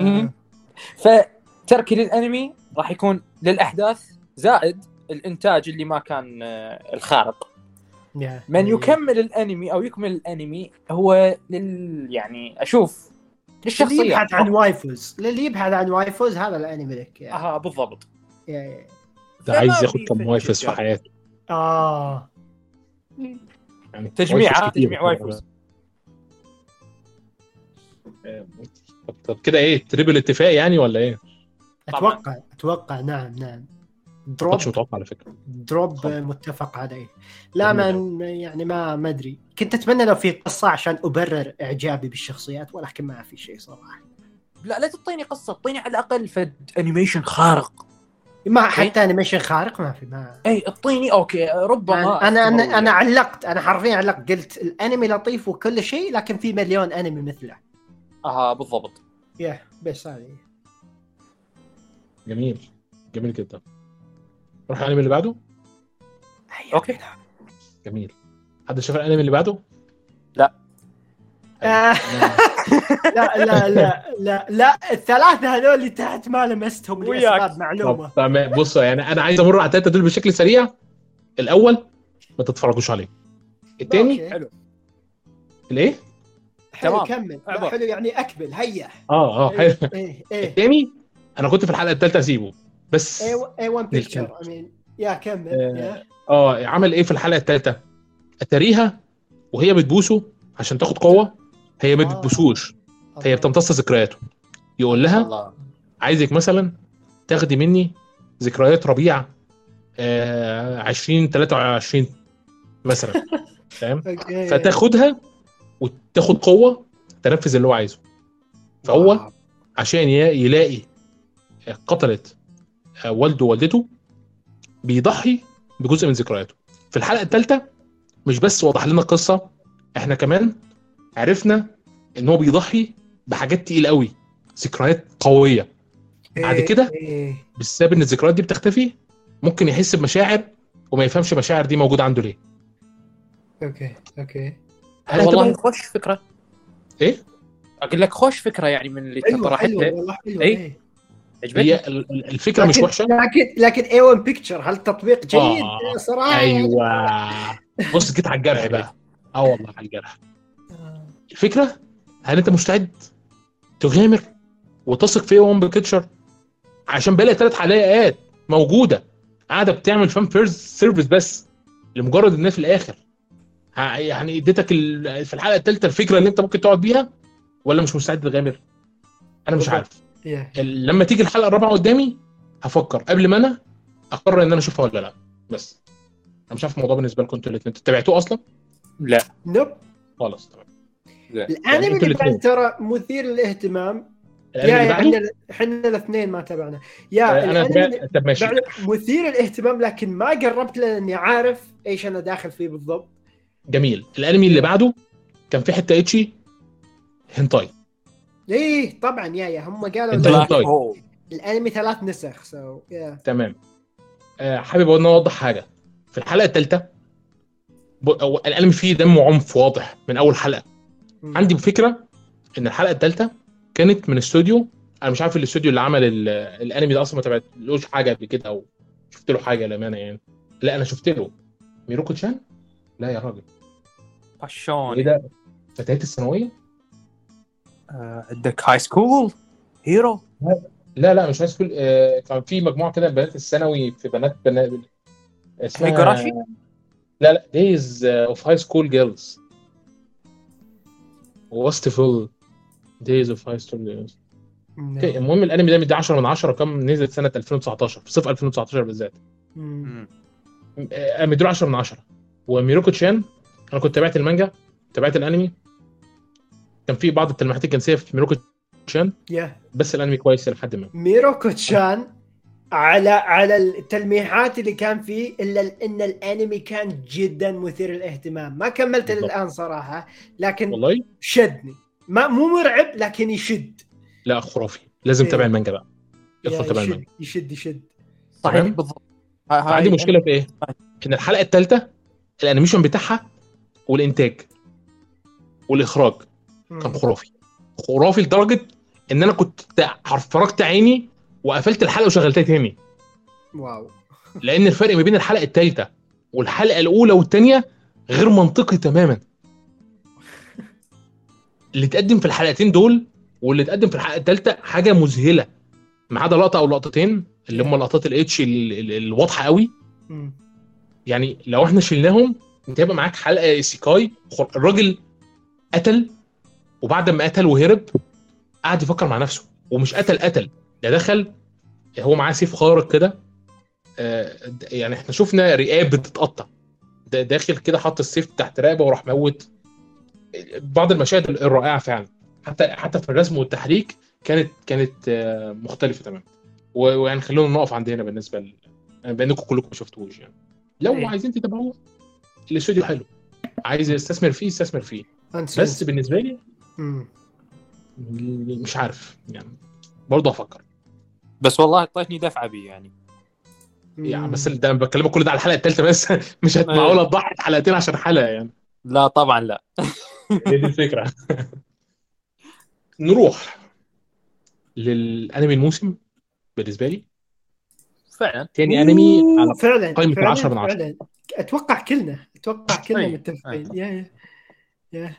فتركي للانمي راح يكون للاحداث زائد الانتاج اللي ما كان الخارق. من يكمل الانمي او يكمل الانمي هو لل يعني اشوف للشخصيات اللي يبحث عن وايفوز، اللي يبحث عن وايفوز هذا الانمي لك يعني. اه بالضبط. يعني ده عايز ياخد كم وايفوز في حياته. اه يعني تجميع تجميع وايفوز. طب كده ايه تريبل اتفاق يعني ولا ايه؟ اتوقع اتوقع نعم نعم دروب مش متوقع على فكره دروب خلص. متفق عليه. لا من يعني ما ما ادري، كنت اتمنى لو في قصه عشان ابرر اعجابي بالشخصيات، ولكن ما في شيء صراحه. لا لا تعطيني قصه، اعطيني على الاقل فد انيميشن خارق. ما حتى انيميشن خارق ما في. ما اي اعطيني اوكي ربما انا انا انا, أنا علقت انا حرفيا علقت قلت الانمي لطيف وكل شيء، لكن في مليون انمي مثله. اه بالضبط. يا بس هذه جميل جميل جدا. نروح الانمي اللي بعده. اوكي جميل. حد شاف الانمي اللي بعده؟ لا لا لا لا لا لا الثلاثه هذول اللي تحت ما لمستهم لاسباب معلومه. طب بصوا يعني انا عايز امر على الثلاثه دول بشكل سريع. الاول ما تتفرجوش عليه. الثاني حلو الايه حلو كمل حلو يعني اكمل هيا اه اه حلو. ايه ايه الثاني انا كنت في الحلقه الثالثه اسيبه بس اي وان بيكتشر امين يا كمل يا اه عمل ايه في الحلقه الثالثه؟ اتريها وهي بتبوسه عشان تاخد قوه، هي ما بتبوسوش، هي بتمتص ذكرياته. يقول لها الله. عايزك مثلا تاخدي مني ذكريات ربيع آه عشرين ثلاثة وعشرين مثلا فاهم؟ فتاخدها وتاخد قوه تنفذ اللي هو عايزه. فهو واو. عشان يلاقي قتلت والده ووالدته بيضحي بجزء من ذكرياته. في الحلقه الثالثه مش بس وضح لنا القصه، احنا كمان عرفنا ان هو بيضحي بحاجات تقيله قوي، ذكريات قويه. بعد كده بسبب ان الذكريات دي بتختفي ممكن يحس بمشاعر وما يفهمش مشاعر دي موجوده عنده ليه. اوكي اوكي والله خوش فكره. ايه اقول لك خوش فكره يعني من اللي طرحتها. ايوه والله حلو. ايه هي الفكره مش وحشه، لكن لكن اي وان بيكتشر هل تطبيق جيد آه. صراحه. ايوه بص جيت على الجرح بقى. اه والله على الجرح. الفكره هل انت مستعد تغامر وتثق في وان بيكتشر عشان بقى ثلاث حلقات موجوده قاعده بتعمل فان فيرست سيرفيس بس لمجرد ان في الاخر يعني اديتك في الحلقه الثالثه الفكره اللي انت ممكن تقعد بيها، ولا مش مستعد تغامر؟ انا مش عارف. لما تيجي الحلقه الرابعه قدامي هفكر قبل ما انا اقرر ان انا اشوفها ولا لا. بس انا مش عارف الموضوع بالنسبه لكم انتوا الاثنين، انتوا تابعتوه اصلا؟ لا نوب. خالص تمام. لا الانمي يعني انتوا اللي بعد الاثنين ترى مثير للاهتمام. الانمي يا اللي يا بعده احنا احنا الاثنين ما تابعنا. يا آه، انا الانمي تابعت. طب ماشي. بعد مثير للاهتمام، لكن ما قربت لاني عارف ايش انا داخل فيه بالضبط. جميل. الانمي اللي بعده كان في حته اتشي هنتاي. ايه طبعا. يا يا هم قالوا انت إن هنتاي. الانمي ثلاث نسخ سو يا تمام. آه، حابب ان أنا اوضح حاجه. في الحلقه الثالثه الانمي فيه دم وعنف واضح من اول حلقه. عندي فكره ان الحلقه الثالثه كانت من استوديو، انا مش عارف الاستوديو اللي عمل ال- الانمي ده اصلا، ما تابعتلوش حاجه قبل كده او شفت له حاجه للامانه يعني. لا انا شفت له ميروكو تشان. لا يا راجل، ايه فشوني. ده؟ فتيات الثانويه؟ عندك هاي سكول هيرو. لا لا مش هاي سكول. آه، كان في مجموعه كده بنات الثانوي، في بنات بنات اسمها هيجوراشي. لا لا دايز اوف هاي سكول جيرلز. وستفول دايز اوف هاي سكول جيرلز. اوكي، المهم الانمي ده مدي عشرة من عشرة. كم نزل سنه ألفين وتسعتاشر، في صيف ألفين وتسعتاشر بالذات. مم. آه، مديله عشرة من عشرة. وميروكو تشان انا كنت تابعت المانجا، تابعت الانمي. كان في بعض التلميحات الجنسيه في ميروكو تشان، يا بس الانمي كويس لحد ما. ميروكو تشان على على التلميحات اللي كان فيه، الا ان الانمي كان جدا مثير للاهتمام. ما كملت بالضبط. الان صراحه، لكن والله شدني. ما مو مرعب لكن يشد. لا خرافي، لازم إيه. تتابع المانجا بقى. يا ادخل تابع يشد المانجا. يشد يشد. صحيح تمام؟ بالضبط. هاي هاي عندي مشكله في ايه؟ ان الحلقه الثالثه الانيميشن بتاعها والانتاج والاخراج كان مم. خرافي. خرافي لدرجه ان انا كنت فرجت عيني وقفلت الحلقه وشغلتها تاني، واو. لان الفرق ما بين الحلقه الثالثه والحلقه الاولى والثانيه غير منطقي تماما. اللي اتقدم في الحلقتين دول واللي اتقدم في الحلقه الثالثه حاجه مذهله، ما عدا لقطه او لقطتين اللي هم لقطات الاتش ال- ال- الواضحه قوي. مم. يعني لو احنا شلناهم انت هيبقى معاك حلقه سيكاي. خر- الراجل قتل، وبعد ما قتل وهرب قعد يفكر مع نفسه، ومش قتل قتل ده دخل هو معاه سيف خارق كده. آه، د- يعني احنا شفنا رقاب بتتقطع، ده داخل كده حط السيف تحت رقبه وراح موت. بعض المشاهد الرائعه فعلا، حتى حتى في الرسم والتحريك كانت كانت آه، مختلفه تماما. و- ويعني خلونا نقف عند هنا بالنسبه ل... بانكم كلكم ما شفتوش يعني. لو إيه. عايزين تتابعوه الاستوديو حلو، عايز يستثمر فيه يستثمر فيه. أنت بس بالنسبه لي مم. مش عارف يعني، برضه افكر بس والله اعطيتني دفعه بي يعني. يعني. بس ده أنا بكلمك كل ده على الحلقه الثالثه بس مش معقول اضحي حلقتين عشان حلقه يعني. لا طبعا لا. هي دي الفكره. نروح للانمي الموسم بالنسبه لي. فعلا تاني انمي على أوه، فعلا قائمه فعلا العشرة من عشرة. فعلا. اتوقع كلنا اتوقع كلنا أي. متفقين. أي. يا يا يا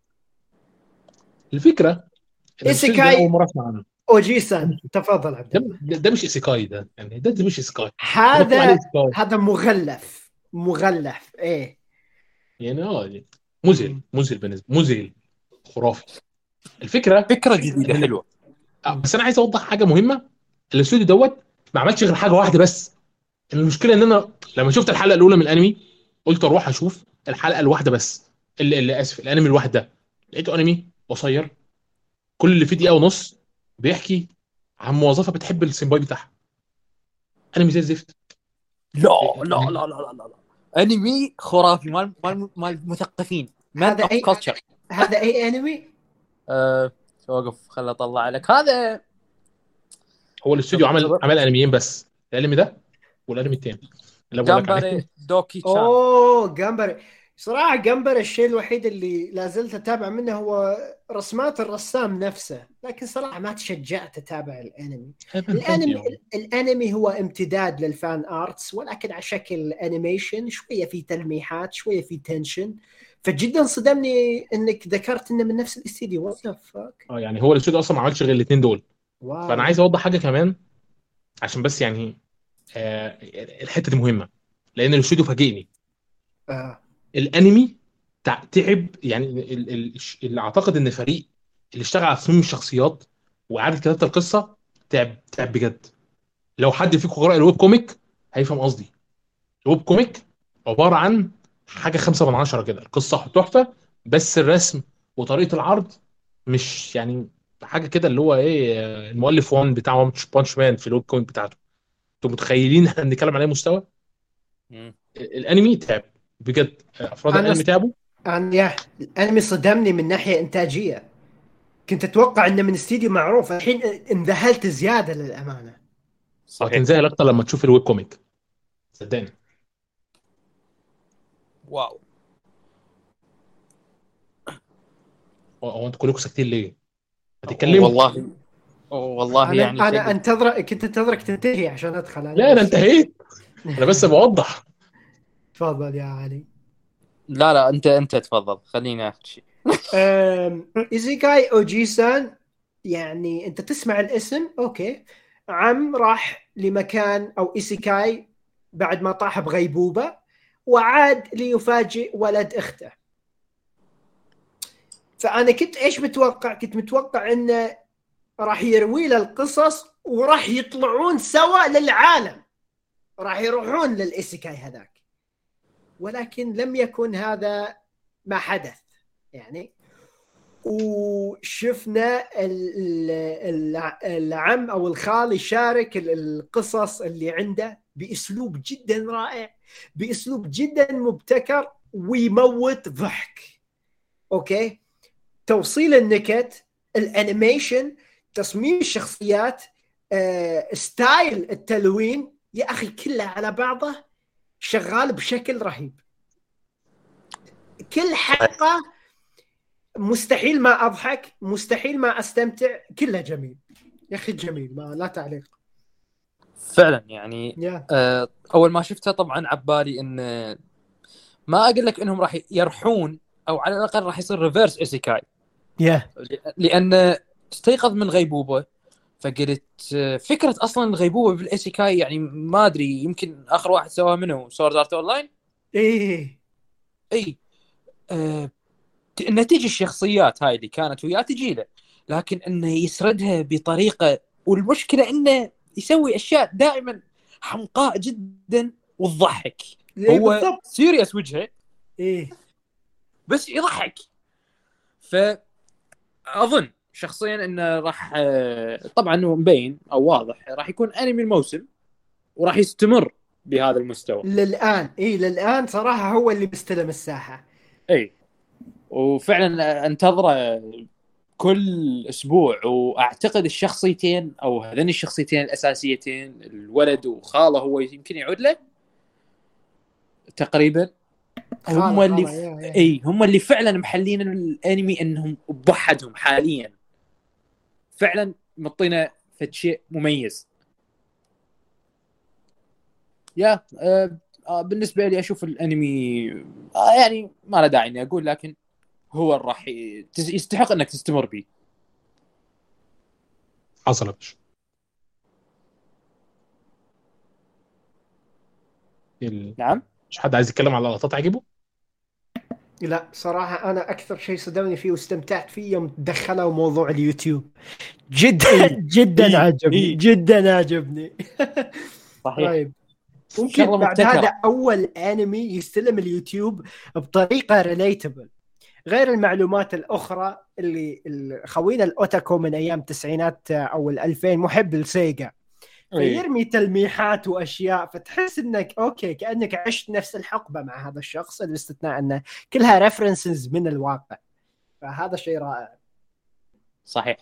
الفكره ان الاستوديو ده أنا اول إيسيكاي مره اسمع عنه. اوجيسان. تفضل عبد ده, الله. ده, ده مش ايسيكاي، ده يعني ده, ده مش ايسيكاي. أنا بقول عليه هذا إيسيكاي. هذا مغلف مغلف ايه. يعني اه يعني مذهل مذهل بالنسبه مذهل خرافي. الفكره فكره جديده ان حلوه. آه، بس انا عايز اوضح حاجه مهمه. الاستوديو دوت ما عملش غير حاجه واحده بس. المشكله ان انا لما شفت الحلقه الاولى من الانمي قلت اروح اشوف الحلقه الواحده بس، اللي, اللي اسف الانمي الواحد ده. لقيته انمي قصير كل اللي فيه دقيقه ونص، بيحكي عن موظفه بتحب السيمباي بتاعها. انمي زي الزفت. لا لا لا لا لا لا انمي خرافي مال مال مال مثقفين مان هذا اوف اي كلتشر. هذا اي انمي. أه وقف خل اطلع لك هذا. هو الاستوديو عمل عمل انميين بس، الانمي ده والانمي التاني اللي بقول لك عليه. جامباري دوكي تشان. اوه جامبر. صراحه جامبر الشيء الوحيد اللي لا زلت اتابع منه هو رسمات الرسام نفسه، لكن صراحه ما تشجعت اتابع الانمي. الانمي الانمي هو امتداد للفان ارتس، ولكن على شكل انيميشن، شويه في تلميحات شويه في تنشن. فجدا صدمني انك ذكرت انه من نفس الاستديو. وات ذا فاك. اه يعني هو الاستوديو اصلا ما عملش غير الاثنين دول. واو. فانا عايز اوضح حاجه كمان عشان بس يعني آه الحته دي مهمه، لان الاستوديو فاجئني. آه. الانمي تع- تعب يعني. ال- ال- اللي اعتقد ان الفريق اللي اشتغل على تصميم الشخصيات واعاده كتابه القصه تعب تعب بجد. لو حد فيكم قرأ الويب كوميك هيفهم قصدي. الويب كوميك عباره عن حاجه خمسة من عشرة كده، القصه تحفه، بس الرسم وطريقه العرض مش يعني حاجه كده اللي هو ايه، آه، المؤلف وان بتاع وان بانش مان في الويب كوميك بتاعته. انتوا متخيلين احنا بنتكلم على ايه مستوى؟ مم. الانمي تعب بجد، افراد انا الانمي تعبوا. انا يا الانمي صدمني من ناحيه انتاجيه. كنت اتوقع انه من استديو معروف، الحين انذهلت زياده للامانه. صحيح. وهتنزل اكتر لما تشوف الويب كوميك، صدقني. واو. هو هو انتوا كلكم ساكتين ليه؟ هتتكلموا؟ والله والله انا يعني انا شيء. انتظر، كنت انتظرك تنتهي عشان ادخل انا لا انا بس. انتهيت، انا بس بوضح. تفضل يا علي. لا لا انت انت تفضل، خليني اخر شيء. أم... إيزيكاي أوجيسان، يعني أنت تسمع الاسم أوكي. عم راح لمكان أو إيسيكاي بعد ما طاح بغيبوبة، وعاد ليفاجئ ولد أخته. فأنا كنت إيش متوقع؟ كنت متوقع إنه راح يروي له القصص وراح يطلعون سوا للعالم، راح يروحون للإيسيكاي هذاك، ولكن لم يكن هذا ما حدث يعني. وشفنا العم او الخال يشارك القصص اللي عنده باسلوب جدا رائع، باسلوب جدا مبتكر، ويموت ضحك. اوكي، توصيل النكت، الانيميشن، تصميم الشخصيات، آه، ستايل التلوين، يا اخي كله على بعضه شغال بشكل رهيب. كل حلقه مستحيل ما اضحك، مستحيل ما استمتع، كله جميل يا اخي، جميل، ما لا تعليق. فعلا يعني يا آه، اول ما شفتها طبعا عبالي ان ما اقول لك انهم راح يرحون، او على الاقل راح يصير ريفيرس ايسيكاي، يا لان استيقظ من غيبوبه. فقلت آه، فكره اصلا الغيبوبه بالايسيكاي يعني ما ادري، يمكن اخر واحد سواها منه سورد ارت اون لاين. ايه اي آه، نتيجة الشخصيات هاي اللي كانت وياه تجي له، لكن انه يسردها بطريقة، والمشكلة انه يسوي اشياء دائما حمقاء جدا وتضحك. إيه هو بالضبط. سيريس وجهه ايه بس يضحك. فاظن شخصيا انه راح آه، طبعا مبين او واضح راح يكون انمي الموسم، وراح يستمر بهذا المستوى. للان، ايه للان صراحه هو اللي مستلم الساحه. اي وفعلا انتظره كل اسبوع. واعتقد الشخصيتين او هذين الشخصيتين الاساسيتين، الولد وخاله، هو يمكن يعود له تقريبا. خالة هم اللي خالة ف... يا يا. اي هم اللي فعلا محلين الانمي انهم بوحدهم حاليا، فعلا مطينا في شيء مميز. يا آه آه بالنسبه لي اشوف الانمي آه يعني ما له داعي اني اقول، لكن هو راح ي- يستحق انك تستمر به. حصل يا باشا. ال- نعم. مش حد عايز يتكلم على لقطات عجبه؟ لا صراحه انا اكثر شيء صدمني فيه واستمتعت فيه يوم دخلوا موضوع اليوتيوب. جدا إيه. جدا إيه. عجبني، إيه. جدا عجبني. صحيح. طيب، ممكن شغله بعد هذا مبتكره. اول انمي يستلم اليوتيوب بطريقه ريليتبل، غير المعلومات الاخرى اللي ال- خوينا الاوتاكو من ايام التسعينات او الألفين محب السيجا، إيه. فيرمي تلميحات واشياء، فتحس انك اوكي كانك عشت نفس الحقبه مع هذا الشخص، باستثناء انه كلها ريفرنسز من الواقع. فهذا شيء رائع. صحيح.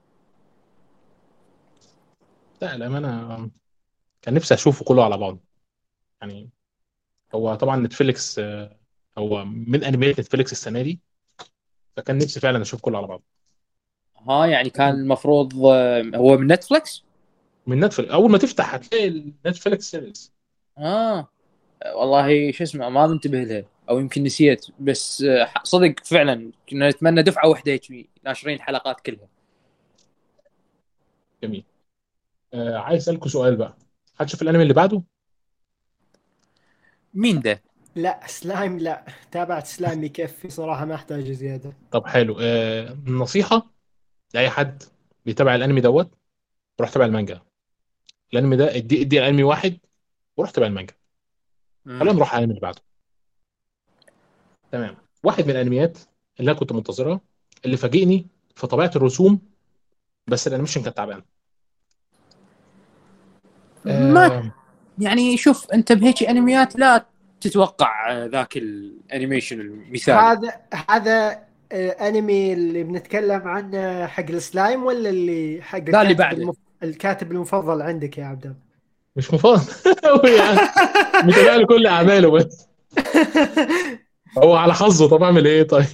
لا الامانه كان نفسي اشوفه كله على بعضه يعني. هو طبعا نتفليكس، آه، هو من انميات نتفليكس السنه دي، فكان نفسي فعلا اشوف كله على بعضه. ها يعني كان المفروض آه، هو من نتفلكس. من نتفليكس اول ما تفتح هتلاقي النتفليكس سيريز. اه والله شو اسمه ما منتبه له، او يمكن نسيت، بس آه، صدق فعلا كنا نتمنى دفعه واحده هيك ناشرين الحلقات كلها. جميل. آه عايز اسالكوا سؤال بقى، هتشوف الانمي اللي بعده؟ مين ده؟ لا سلايم، لا تابعت سلايم يكفي صراحه، ما احتاج زياده. طب حلو. آه نصيحه لاي حد بيتابع الانمي دوت، روح تابع المانجا. الانمي ده ادي ادي الانمي واحد وروح تابع المانجا. خلينا نروح على الانمي اللي بعده. تمام. واحد من الانميات اللي انا كنت منتظرها، اللي فاجئني في طبيعه الرسوم، بس الانيميشن كان تعبان. ما آه يعني شوف انت بهيك انميات لا تتوقع آه، ذاك الانيميشن المثالي. هذا هذا آه، انمي اللي بنتكلم عنه حق السلايم ولا اللي حق لا، اللي الكاتب بعده. المف... الكاتب المفضل عندك يا عبد الله؟ مش مفاض قوي يعني، متابع له كل اعماله بس هو على حظه. طب اعمل ايه طيب؟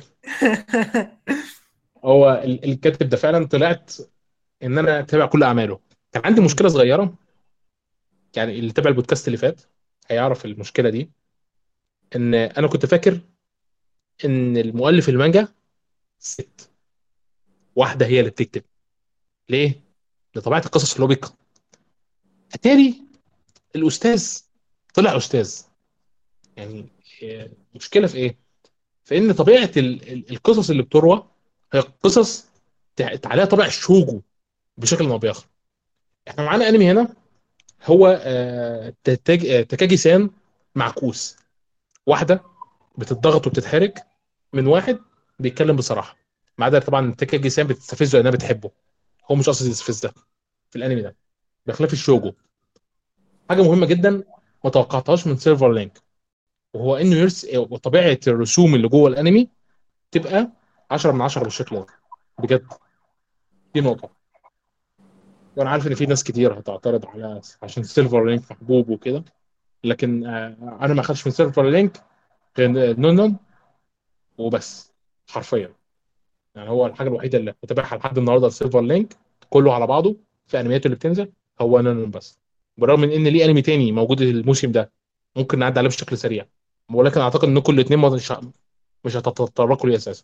هو ال- الكاتب ده فعلا طلعت ان انا اتابع كل اعماله. كان عندي مم. مشكله صغيره، يعني اللي تابع البودكاست اللي فات هيعرف المشكله دي. ان انا كنت فاكر ان المؤلف المانجا ست واحده هي اللي بتكتب. ليه؟ لطبيعه القصص اللي هو بيقرا. اتاري الاستاذ طلع استاذ. يعني آه، المشكله في ايه؟ في ان طبيعه ال- ال- القصص اللي بتروى هي قصص تع- عليها طابع الشوجو بشكل او باخر. احنا معانا انمي هنا، هو آه، تتاج- آه، تكاجي سان معكوس. واحده بتضغط وبتتحرك من واحد بيتكلم بصراحه. ما عدا طبعا تكاجي سان بتستفزه لانها بتحبه، هو مش قصدي يستفزها في الانمي ده، بخلاف الشوجو. حاجه مهمه جدا ما توقعتهاش من سيلفر لينك، وهو انه يرس وطبيعه الرسوم اللي جوه الانمي تبقى عشرة من عشرة بالشكل ده بجد. دي نقطه. وانا عارف ان في ناس كتير هتعترض على عشان سيلفر لينك محبوب وكده، لكن آه، انا ما اخدش من سيلفر لينك غير نونون وبس، حرفيا. يعني هو الحاجه الوحيده اللي بتابعها لحد النهارده سيلفر لينك كله على بعضه في انمياته اللي بتنزل هو نونون بس. بالرغم من ان ليه انمي تاني موجود الموسم ده ممكن نعدي عليه بشكل سريع، ولكن اعتقد ان كل اتنين مش مش هتتطرقوا ليه اساسا.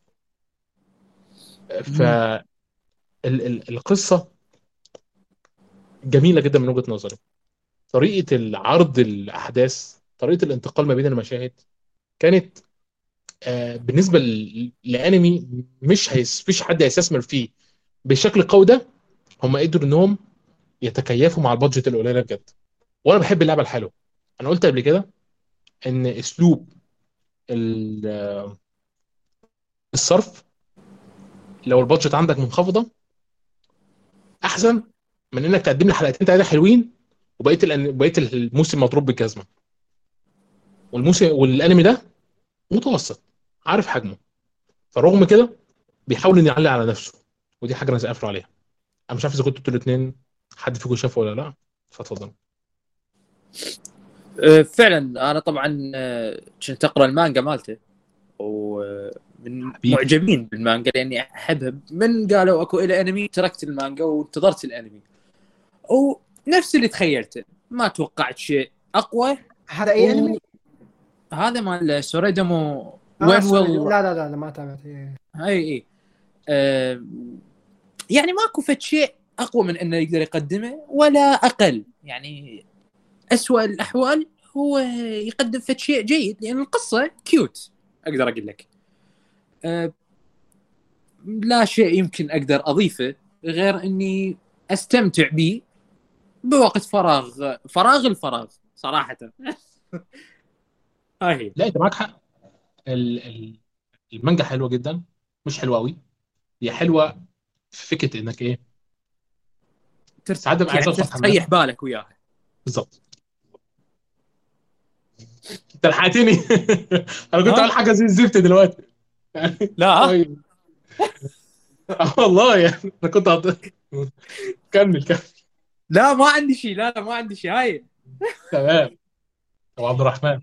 مم. فالقصه جميله جدا من وجهه نظري. طريقه العرض الاحداث، طريقه الانتقال ما بين المشاهد كانت آه، بالنسبه ل- لانمي مش هيس فيش حد هيستثمر فيه بالشكل القوي ده. هم قدروا انهم يتكيفوا مع البادجت القليله بجد. وانا بحب اللعبه الحلوه. انا قلت قبل كده ان اسلوب ال- آه، الصرف لو البادجت عندك منخفضه احسن من انك تقدم لي حلقتين ثلاثه حلوين وبقيه الأن- بقيه الموسم مضروب بالجزمه. والموسم والانمي ده متوسط، عارف حجمه، فرغم كده بيحاول انه يعلي على نفسه. ودي حاجه انا سقف له عليها. انا مش عارف اذا كنتوا انتوا الاثنين حد فيكم شافه ولا لا، فاتفضل. آه، فعلا انا طبعا آه، كنت اقرا المانجا مالته، ومن حبيبي. معجبين بالمانجا لاني احبها. من قالوا اكو الى انمي تركت المانجا وانتظرت الانمي، ونفس اللي تخيلته. ما توقعت شيء اقوى. هذا اي انمي؟ وهذا مال سوريدمو اه وين سوري، ويل. لا لا لا, لا ما تابعت. إيه. اي اي آه، يعني ماكو فد شيء اقوى من انه يقدر يقدمه ولا اقل. يعني أسوأ الاحوال هو يقدم فد شيء جيد، لان القصه كيوت اقدر اقول لك. أه لا شيء يمكن اقدر اضيفه غير اني استمتع به بوقت فراغ فراغ الفراغ صراحه. هاي لا انت معاك حق. ال- ال- المانجا حلوه جدا، مش حلوه قوي. هي حلوه في فكره انك ايه، ترت... ساعات ببقى عايز يعني ادخل حمام. تريح بالك وياها. بالظبط. انت لحقتني انا كنت ها اقول حاجه زي الزفت دلوقتي يعني. لا ها طيب. آه والله يعني انا كنت هت... كمل كمل. لا ما عندي شيء، لا لا ما عندي شيء. هاي تمام. ابو عبد الرحمن.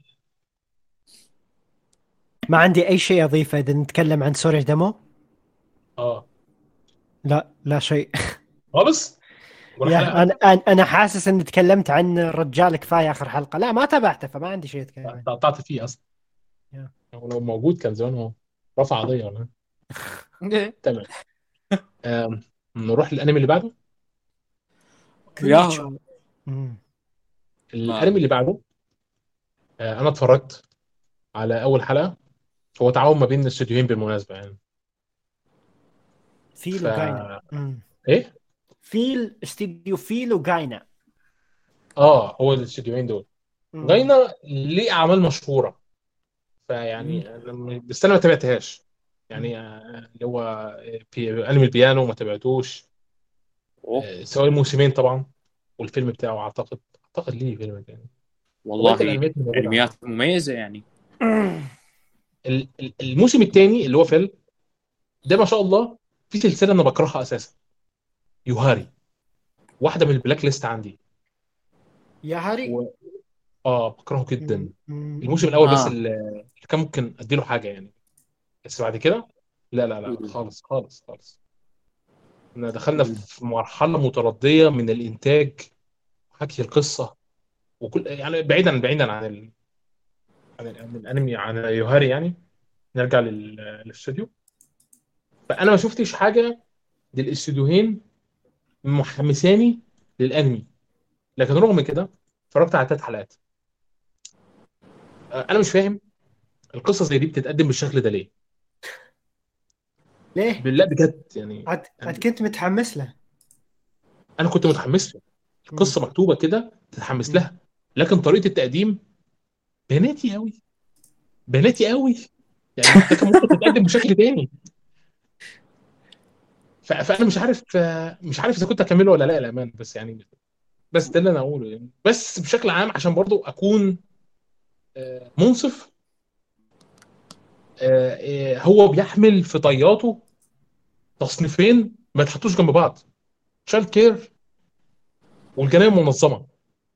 ما عندي اي شيء اضيفه اذا نتكلم عن سوري ديمو. اه لا لا شيء. خالص ولا يا حلقه انا حتى. انا أنا حاسس اني تكلمت عن الرجال كفايه اخر حلقه. لا ما تابعته فما عندي شيء اتكلم عنه. انت قطعت فيه اصلا. يا. هو لو موجود كان زمان هو رفع قضيه ولا. تمام. آم، نروح للانمي اللي بعده. يا كونيتشو. مم. الانمي اللي بعده آه، انا اتفرجت على اول حلقه. هو تعاون ما بين الاستوديوهين بالمناسبه يعني. ف فيل وجاينا. مم. ايه. فيل استديو فيل وجاينا. اه هو الاستديوهين دول. مم. جاينا ليه اعمال مشهوره، فيعني أنا م- بس انا ما تابعتهاش. يعني آه، اللي هو آه، بي... انمي البيانو ما تابعتوش. أوه. آه، سواء الموسمين طبعا، والفيلم بتاعه اعتقد اعتقد ليه فيلم يعني، وبقيه والله الانميات اللي موجوده عنده. انميات مميزه يعني. ال- ال- الموسم الثاني اللي هو فيلم ده ما شاء الله، في سلسله انا بكرهها اساسا، يوهاري، واحده من البلاك ليست عندي. يا هاري. و... اه بكرهه مم. جدا. الموسم مم. الاول بس اه. اللي اللي كان ممكن اديله حاجه يعني، بس بعد كده لا لا لا لا، مم. خالص خالص خالص. إحنا دخلنا مم. في مرحله مترديه من الانتاج، حكي القصه، وكل يعني بعيدا بعيدا عن ال... عن, ال... عن الانمي، عن يوهاري يعني. نرجع لل... للاستوديو. فانا ما شفتش حاجه للاستوديوهين محمساني للانمي، لكن رغم كده اتفرجت على ثلاث حلقات. آه، انا مش فاهم القصه زي دي بتتقدم بالشكل ده ليه. ليه؟ بالله بجد يعني. عاد عاد يعني كنت متحمس له. انا كنت متحمس له، مم. القصه مكتوبه كده تتحمس مم. لها، لكن طريقه التقديم بناتي قوي، بناتي قوي. يعني ده كان ممكن تتقدم بشكل تاني. ف- فانا مش عارف آه، مش عارف اذا كنت اكمله ولا لا الامان، بس يعني بس ده اللي انا اقوله يعني. بس بشكل عام عشان برضو اكون آه، منصف، آه، آه، هو بيحمل في طياته تصنيفين ما يتحطوش جنب بعض، تشايلد كير والجنايه المنظمه.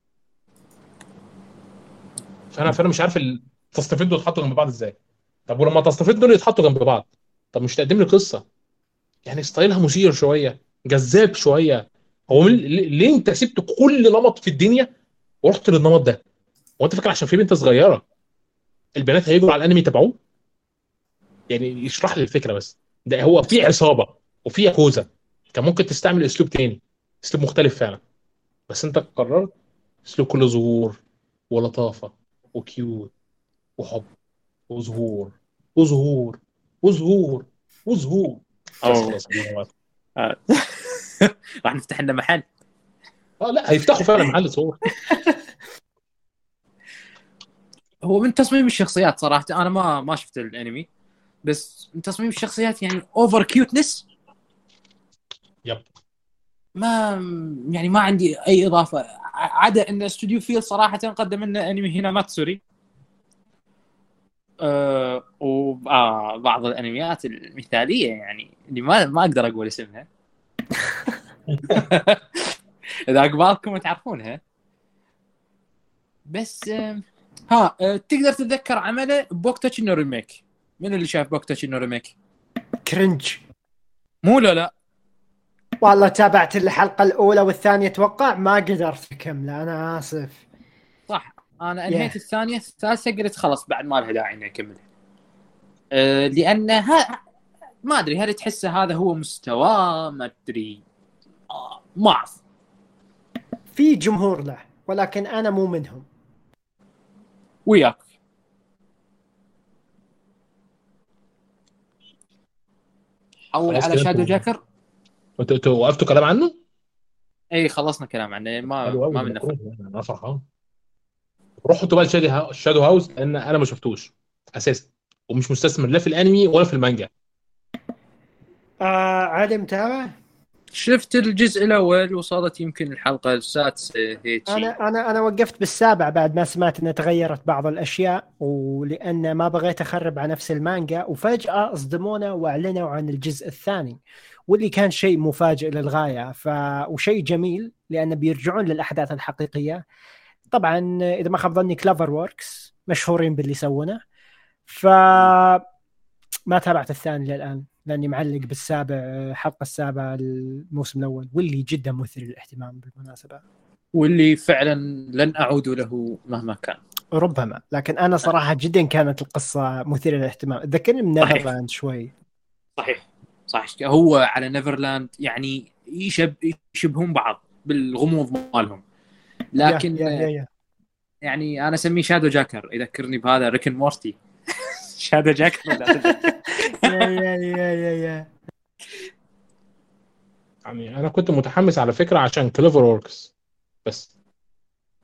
فانا فانا مش عارف التصنيفين دول يتحطوا جنب بعض ازاي. طب ولما التصنيفين دول يتحطوا جنب بعض، طب مش تقدم لي قصه يعني ستايلها مثير شويه، جذاب شويه؟ هو من... مم. ليه ليه انت سبت كل نمط في الدنيا ورحت للنمط ده؟ هو انت فاكر عشان في بنت صغيره البنات هيجوا على الانمي تبعوه؟ يعني يشرح لي الفكره بس. ده هو في عصابه وفي ياكوزا، كان ممكن تستعمل اسلوب تاني، اسلوب مختلف فعلا. بس انت قررت اسلوب كله ظهور ولطافه وكيوت وحب وظهور وظهور وظهور وظهور. بس اوه. خلاص أنا موافق. آه. راح نفتح لنا محل. اه لا هيفتحوا فعلا محل ظهور. هو من تصميم الشخصيات صراحه، انا ما ما شفت الانمي، بس من تصميم الشخصيات يعني اوفر كيوتنس. يب. ما يعني ما عندي اي اضافه عدا ان استوديو فيل صراحه قدم لنا انمي هنا ماتسوري. أه وبعض الانميات المثاليه يعني اللي ما ما اقدر اقول اسمها. اذا اقبالكم تعرفونها. بس آه، ها آه، تقدر تتذكر عمله بوكتاتشي نو ريميك؟ من اللي شاف بوكتاتشي نو ريميك؟ كرنج. مو لا لا والله تابعت الحلقة الأولى والثانية، أتوقع ما قدرت أكمله، أنا آسف. صح. انا يه. انهيت الثانيه الثالثه قلت خلاص بعد ما لها داعي اني اكملها. أه لان ها ما ادري هل تحسه هذا هو مستواه، ما ادري. آه ما اعرف. في جمهور له ولكن أنا مو منهم. وياك. حول خلاص على كده شادو انتوا جاكر. انتوا انتوا وقفتوا كلام عنه. اي خلصنا كلام عنه، ما حلو قوي ما ده، من نفع. مفروض يعني انا فرحان. روحوا انتوا بقى لشادي ها... شادو هاوس، لان انا ما شفتوش اساسا، ومش مستثمر لا في الانمي ولا في المانجا. آه عادي متابع. شفت الجزء الاول، وصلت يمكن الحلقه السادسه هيك شيء. أنا أنا أنا وقفت بالسابع بعد ما سمعت إن تغيرت بعض الأشياء، ولأن ما بغيت أخرب على نفس المانجا، وفجأة أصدمونا وأعلنوا عن الجزء الثاني، واللي كان شيء مفاجئ للغاية. ف وشيء جميل لأن بيرجعون للأحداث الحقيقية. طبعا إذا ما خاب ظني كلافر ووركس مشهورين باللي يسوونه. ف ما تابعت الثاني للآن لأني معلق بالسابع، الحلقة السابعة الموسم الأول، واللي جدا مثير للاهتمام بالمناسبة. واللي فعلا لن اعود له مهما كان. ربما، لكن أنا صراحة جدا كانت القصة مثيرة للاهتمام، ذكرني من صحيح. نيفرلاند شوي. صحيح صحيح. هو على نيفرلاند يعني يشب يشبهون بعض بالغموض مالهم، لكن يا يا يا يعني انا اسميه شادو جاكر، يذكرني بهذا ريكن مورتي. شادو جاكر. يا يا يا يا يا يعني انا كنت متحمس على فكره عشان كليفر ووركس بس.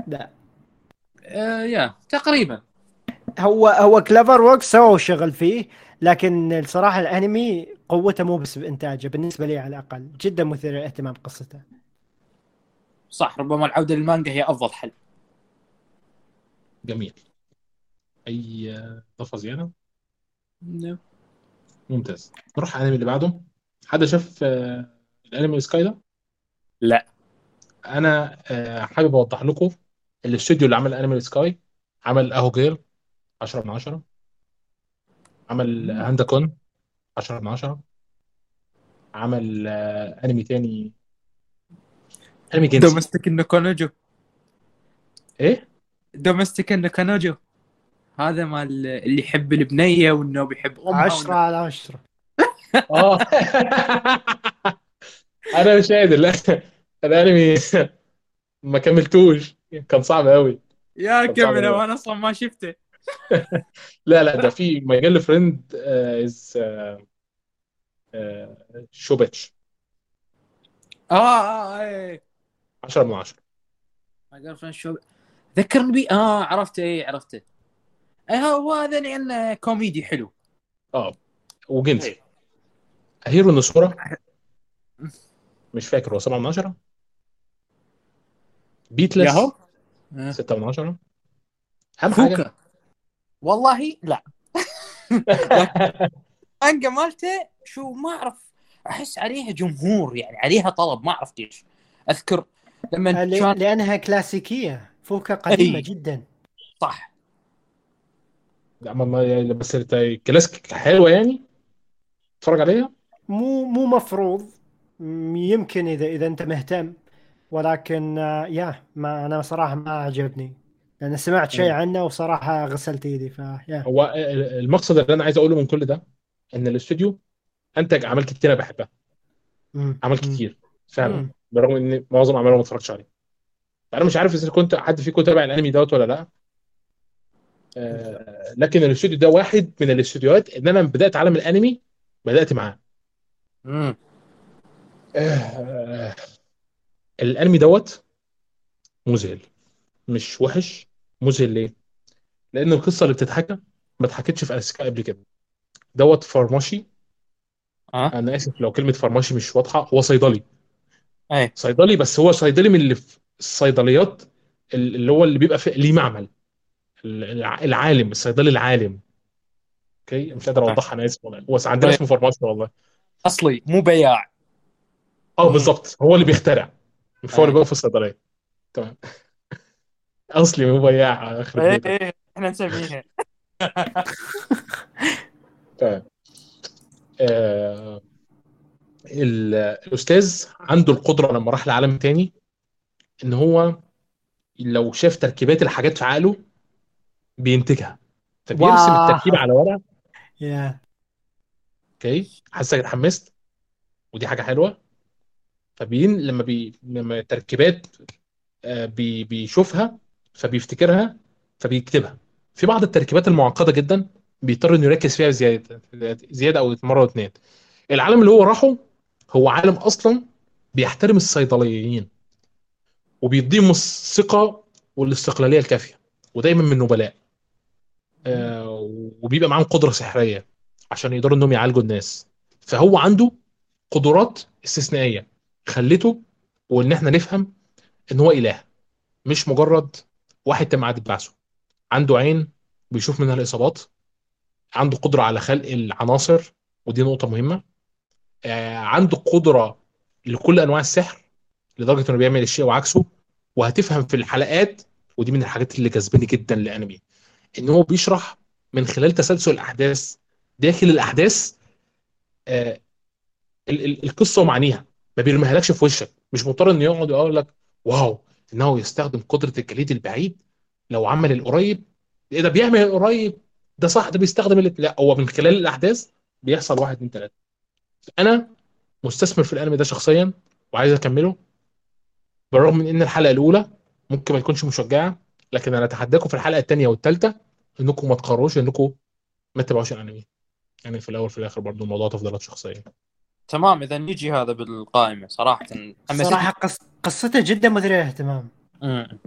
لا آه يا تقريبا. هو هو كليفر وورك سووا شغل فيه، لكن الصراحه الانمي قوته مو بس بانتاجه بالنسبه لي على الاقل، جدا مثير للاهتمام قصته. صح، ربما العودة للمانجا هي أفضل حل. جميل. اي اضافه زياده؟ نعم. ممتاز. نروح على الانمي اللي بعده. حد شاف آه، الانمي سكاي ده؟ لا. انا آه، حابب اوضح لكم. الاستوديو اللي عمل انمي سكاي عمل اهو جير عشرة من عشرة، عمل هاندا كون عشرة من عشرة، عمل آه، انمي تاني، انمي جنسي. دومستيك نوكونوجو. ايه؟ دومستيك نوكونوجو هذا مال اللي يحب البنية وإنه بيحب أمها عشرة وإنه... على عشرة. اه. انا مش قادر، لا. الانمي ما كملتوش، كان صعب قوي. يا كان صعب كمل، قوي. وأنا أصلا ما شفته. لا لا، ده في مجال فريند از شوبيتش آه آه إيه. عشرة من عشرة. قال فلان شو ذكرني بي. آه عرفته، إيه عرفته. إيه هو هذا لأنه كوميدي حلو. اه، وجنسي. إيه. هيرو نسورة، مش فاكر هو سبعة من عشرة. ياهو. بيتلس آه. ستة من عشرة. اهم حاجه. فوكا. والله لا. لكن المانجا مالته شو ما أعرف، أحس عليها جمهور، يعني عليها طلب، ما أعرف ليش. أذكر لما ل- كان... لانها كلاسيكيه، فوكا قديمه أي جدا. صح. لا، ما ما- بس كلاسيك حلوه يعني، اتفرج عليها. مو مو مفروض. م- يمكن اذا اذا انت مهتم، ولكن آه، يا ما انا صراحه ما عجبني، لان سمعت شيء مم. عنه وصراحه غسلت ايدي فيا. هو المقصد اللي انا عايز اقوله من كل ده ان الاستوديو انتج اعمال كتير انا بحبها، امم اعمال امم كتير فعلا، امم بالرغم ان معظم اعمالهم ما اتفرجتش عليها. انا مش عارف اذا كنت حد فيكم تابع الانمي دوت ولا لا. آه، لكن الاستوديو ده واحد من الاستوديوهات ان انا بدات عالم الانمي، بدات معاه. امم آه، الانمي دوت مذهل، مش وحش. مذهل ليه؟ لان القصه اللي بتتحكى ما اتحكتش في اسكا قبل كده. دوت فرماشي. اه انا اسف لو كلمه فرماشي مش واضحه، هو صيدلي. اي صيدلي، بس هو صيدلي من اللي في الصيدليات، اللي هو اللي بيبقى في ليه معمل، الع- العالم، الصيدلي العالم. اوكي، مش قادر اوضحها، انا اسف والله، هو عندنا طيب. اسمه فرماشي والله. اصلي مو بياع. اه امم بالظبط، هو اللي بيخترع، مش هو اللي اي بيقف في الصيدليه. تمام. اصلي مو بياع، يخرب اي بيتك. اي احنا نسميها. تمام. آه ال- الاستاذ عنده القدره لما راح لعالم تاني ان هو لو شاف تركيبات الحاجات في عقله بينتجها، فبيرسم التركيب واه. على ورقه. يا اوكي، حاسسك اتحمست، ودي حاجه حلوه. فبين لما بي لما التركيبات آه، بي بيشوفها فبيفتكرها، فبيكتبها. في بعض التركيبات المعقده جدا بيضطر انه يركز فيها زياده زياده او مره واتنين. العالم اللي هو راحه هو عالم اصلا بيحترم الصيدليين وبيديهم الثقه والاستقلاليه الكافيه، ودايما من نبلاء. آه، وبيبقى معاهم قدره سحريه عشان يقدروا انهم يعالجوا الناس. فهو عنده قدرات استثنائيه خلته، وان احنا نفهم ان هو اله، مش مجرد واحد تم عدد بعثه. عنده عين بيشوف منها الاصابات، عنده قدره على خلق العناصر، ودي نقطه مهمه. آه، عنده قدره لكل انواع السحر، لدرجه انه بيعمل الشيء وعكسه. وهتفهم في الحلقات، ودي من الحاجات اللي جذباني جدا لانمي، ان هو بيشرح من خلال تسلسل الاحداث داخل الاحداث آه، ال- ال- القصه ومعانيها. ما بيرميهالكش في وشك، مش مضطر انه يقعد يقول لك واو انه يستخدم قدره الجليد البعيد لو عمل القريب. ايه ده بيعمل القريب؟ ده صح، ده بيستخدم اللي... لا، هو من خلال الاحداث بيحصل واحد اتنين تلاته. انا مستثمر في الانمي ده شخصيا وعايز اكمله، بالرغم من ان الحلقه الاولى ممكن ما تكونش مشجعه. لكن انا اتحداكم في الحلقه الثانيه والثالثه انكم ما تقرروش انكم ما تتابعوش الانمي. يعني في الاول في الاخر برضو الموضوع تفضيلات شخصيه. تمام، اذا نيجي هذا بالقائمه صراحه حمستني. الصراحه قص... قصته جدا مثيره للاهتمام. امم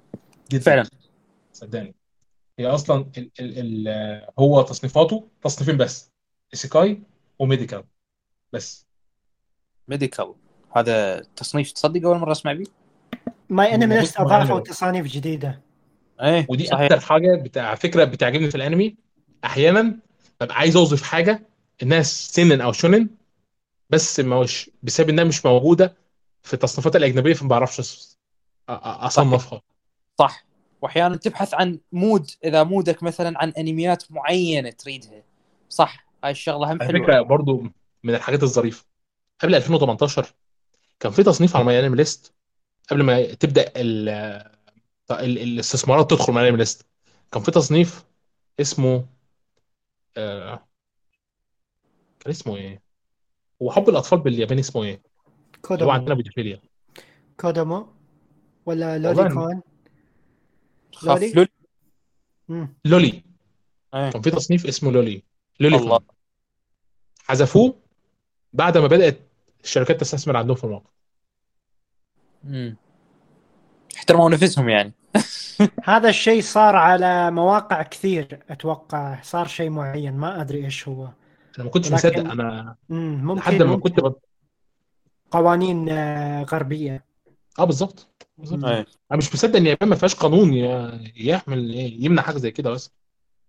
جدا. فعلا. صدقني هي اصلا ال ال ال هو تصنيفاته تصنيفين بس، ايسيكاي وميديكال بس. ميديكال هذا تصنيف تصدق اول مره اسمع بيه. ماي انمي موجود ليست في ماي اضافوا انمي. تصانيف جديده. ايه ودي صحيح. اكتر حاجه بتاع فكره بتعجبني في الانمي. احيانا ببقى عايز اوظف حاجه الناس سنن او شونن، بس مش بسبب انها مش موجوده في التصنيفات الاجنبيه، فما بعرفش أص- أ- أ- صحيح اصنفها. صح. واحيانا تبحث عن مود، اذا مودك مثلا عن انميات معينه تريدها. صح، هاي الشغله هم على حلوه. فكره برضو من الحاجات الظريفه، قبل ألفين وتمنتاشر كان في تصنيف على ماي انمي ليست، قبل ما تبدا ال ال الاستثمارات تدخل ماي انمي ليست. كان في تصنيف اسمه آه كان اسمه ايه؟ هو حب الاطفال بالياباني اسمه ايه؟ اللي هو كودومو. عندنا بيدوفيليا. كودومو ولا لولي والله كون. خاف لولي. لول. مم. لولي. ايه. كان في تصنيف اسمه لولي، لولي الله. كون. حذفوه بعد ما بدات الشركات تستثمر عندهم في الموقع. امم احترموا نفسهم يعني. هذا الشيء صار على مواقع كثير، اتوقع صار شيء معين ما ادري ايش هو، انا ما كنتش مصدق ولكن انا مم. لحد ممكن ما كنت ممكن ب... قوانين آه، غربيه. اه بالظبط بالظبط. مم. ايه. انا مش مصدق ان اليابان ما فيهاش قانون ي... يحمل يمنع حاجه زي كده بس.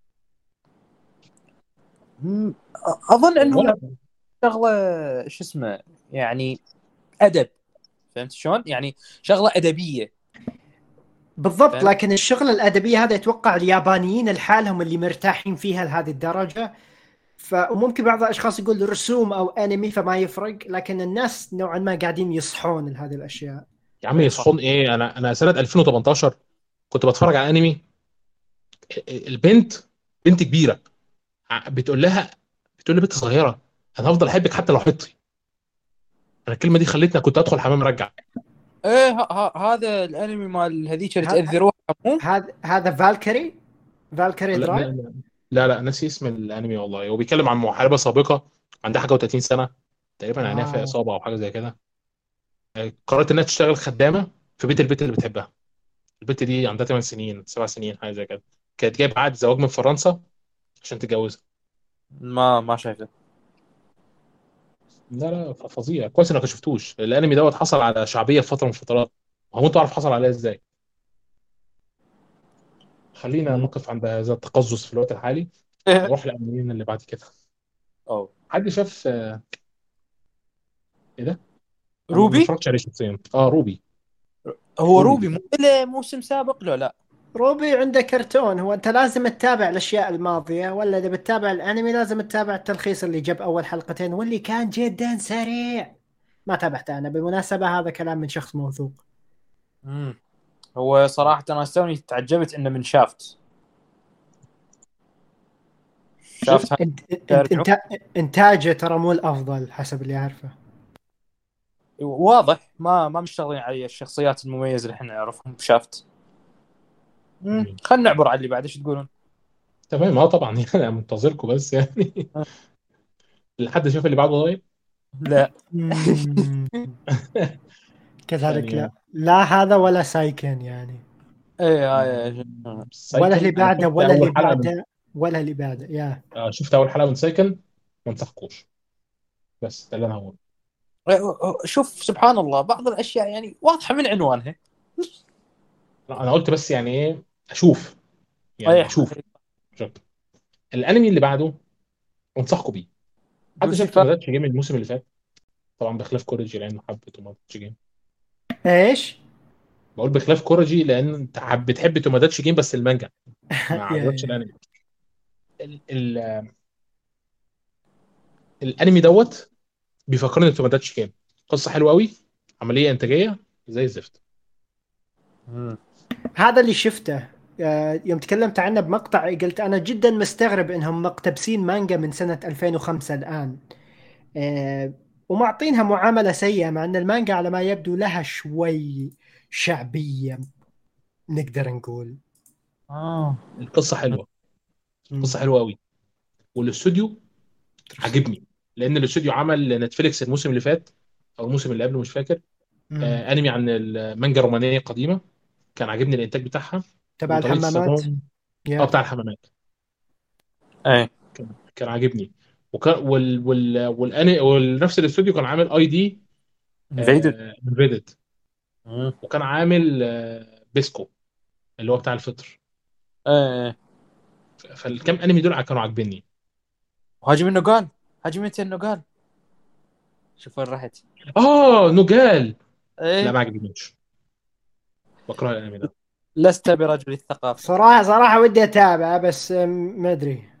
مم. اظن انهم ولا شغله، شو اسمه يعني، ادب. فهمت شلون يعني؟ شغله ادبيه. بالضبط، فهمت. لكن الشغله الادبيه هذا يتوقع اليابانيين لحالهم اللي مرتاحين فيها لهذه الدرجه. فممكن بعض الاشخاص يقول رسوم او انمي فما يفرق، لكن الناس نوعا ما قاعدين يصحون لهذه الاشياء. يا عم ايه صح. يصحون ايه؟ انا انا سنه ألفين وتمنتاشر كنت بتفرج على انمي. البنت بنت كبيره ع- بتقول لها، بتقول لي بنت صغيره انا هفضل احبك حتى لو حطي. انا الكلمه دي خلتني كنت ادخل حمام رجع. ايه ه- ه- هذا الانمي مال هذيك اللي ه- تاذي روحها مو؟ هذا هذا فالكري. فالكري لا درايف. لا لا, لا ناسي اسم الانمي والله. هو بيتكلم عن محاربه سابقه عندها حاجه و30 سنه تقريبا، عينيها في واو. اصابه او حاجه زي كده. قررت انها تشتغل خدامه في بيت البنت اللي بتحبها. البنت دي عندها ثمان سنين سبع سنين حاجه زي كده. كانت جايبه عقد زواج من فرنسا عشان تتجوزها. ما ما شايفه. لا لا ف- فظيع. كويس انك ما شفتوش الانمي دوت. حصل على شعبيه في فتره من الفترات. هو انت عارف حصل عليها ازاي؟ خلينا مم. نقف عند هذا التقزز في الوقت الحالي إيه. ونروح للانميين اللي بعد كده. أوه. حد شاف آه، ايه ده؟ انا ما روبي. اتفرجتش عليه شخصيا. اه روبي. هو روبي روبي دي مو له موسم سابق له؟ لا. روبي عنده كرتون. هو انت لازم تتابع الاشياء الماضيه، ولا اذا بتتابع الانمي لازم تتابع التلخيص اللي جاب اول حلقتين واللي كان جدا سريع. ما تابعته انا بالمناسبه، هذا كلام من شخص موثوق. مم. هو صراحه انا استوني تعجبت انه من شافت. شافت شفت. هذا انت انت تابعه؟ انت انتاجه ترى مو الافضل حسب اللي اعرفه. واضح ما ما مشتغلين على الشخصيات المميزه اللي احنا نعرفهم بشافت. مم. مم. خلينا نعبر على اللي بعد. ايش تقولون؟ تمام اه طبعا يعني انا منتظركم بس يعني. لحد شاف اللي بعده طيب. لا. مم. كذلك لا يعني لا هذا ولا سايكن يعني. ايه هاي. ولا سايكن اللي انا بعده شفت ولا اللي اول حلقه من بعده ولا اللي بعده يا. آه، شفت اول حلقه من سايكن. ما انصحكوش. بس ده اللي انا هقوله. شوف سبحان الله، بعض الاشياء يعني واضحه من عنوانها. لا، انا قلت بس يعني ايه، اشوف يعني ايه. اشوف. مش أكتر. الانمي اللي بعده انصحكم بيه. حد شاف لوسيفر. توماداتشي جيم الموسم اللي فات؟ طبعا بخلاف كوريجي لانه حب توماداتشي جيم. ايش؟ بقول بخلاف كوريجي لان انت حب- بتحب توماداتشي جيم بس المانجا ما يا عجبكش يا. الانمي. ال ال الانمي دوت بيفكرني بتوماداتشي جيم. قصه حلوه قوي، عمليه انتاجيه زي الزفت. مم. هذا اللي شفته. آه، يوم تكلمت عنه بمقطع قلت انا جدا مستغرب انهم مقتبسين مانجا من سنة ألفين وخمسة الان. آه، ومعطينها معاملة سيئة، مع ان المانجا على ما يبدو لها شوي شعبية نقدر نقول. اه. القصه حلوه. مم. قصه حلوه قوي. والاستوديو عجبني لان الاستوديو عمل نتفليكس الموسم اللي فات او الموسم اللي قبله مش فاكر. مم. آه انمي عن المانجا الرومانيه القديمه. كان عاجبني الانتاج بتاعها تبع وطريقه الحمامات. استخدامهم. اه يا بتاع الحمامات ايه كان كان عاجبني. وكان وال وال والاني ونفس الاستوديو كان عامل اي دي انفيدد. انفيدد، وكان عامل آه بيسكو اللي هو بتاع الفطر. ايه فالكام انمي دول كانوا عاجبني. وهاجم النقال، هاجمت النقال، شوف وين رحت. اه نوجال، لا ايه ما عجبنيش، بكره الانمي ده. لست برجل الثقافة. صراحه صراحه ودي اتابعه بس أم، ما ادري.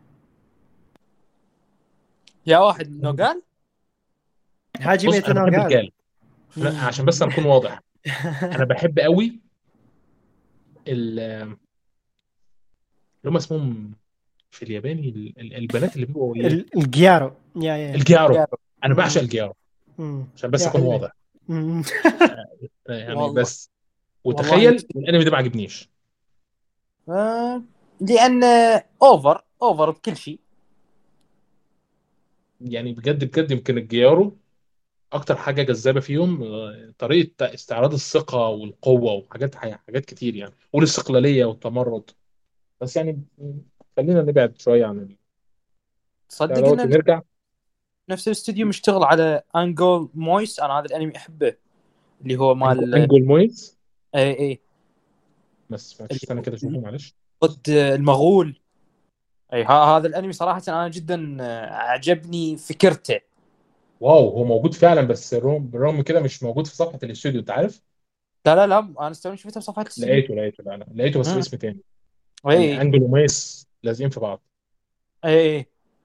يا واحد نقال. بص هاجمية انا بحب نوغال. رجال، عشان بس نكون واضح، انا بحب قوي ال- اللي هم اسمهم في الياباني ال- ال- البنات اللي بيبقوا ايه، ال- الجيارو يا يا الجيارو. انا بعشق مم. الجيارو، مم. عشان بس يا اكون حلوين. واضح. مم. يعني والله بس والله وتخيل نفسي. الانمي ده ما عجبنيش. آه. لان اوفر اوفر بكل شيء. يعني بجد بجد يمكن الجيارو اكتر حاجه جذابه فيهم آه، طريقه استعراض الثقه والقوه وحاجات حاجات كتير يعني، والاستقلاليه والتمرد. بس يعني خلينا نبعد شويه عن البتاع تصدق دوت ان ونرجع. نفس الاستوديو مشتغل على انجول مويس، انا هذا الانمي احبه، اللي هو انجو مال انجو المويز. اي اي بس معلش اللي استنى هو كده اشوفه معلش. ضد المغول. اي ها هذا الانمي صراحه انا جدا عجبني فكرته. واو هو موجود فعلا، بس بالرغم بالرغم من كده مش موجود في صفحه الاستوديو انت عارف. لا لا لا انا استوعبت شفته بصفحه الاستوديو. لقيته لقيته لا لا لقيته بس امم باسم تاني. يعني اي انجل وميس لازقين في بعض. اي اي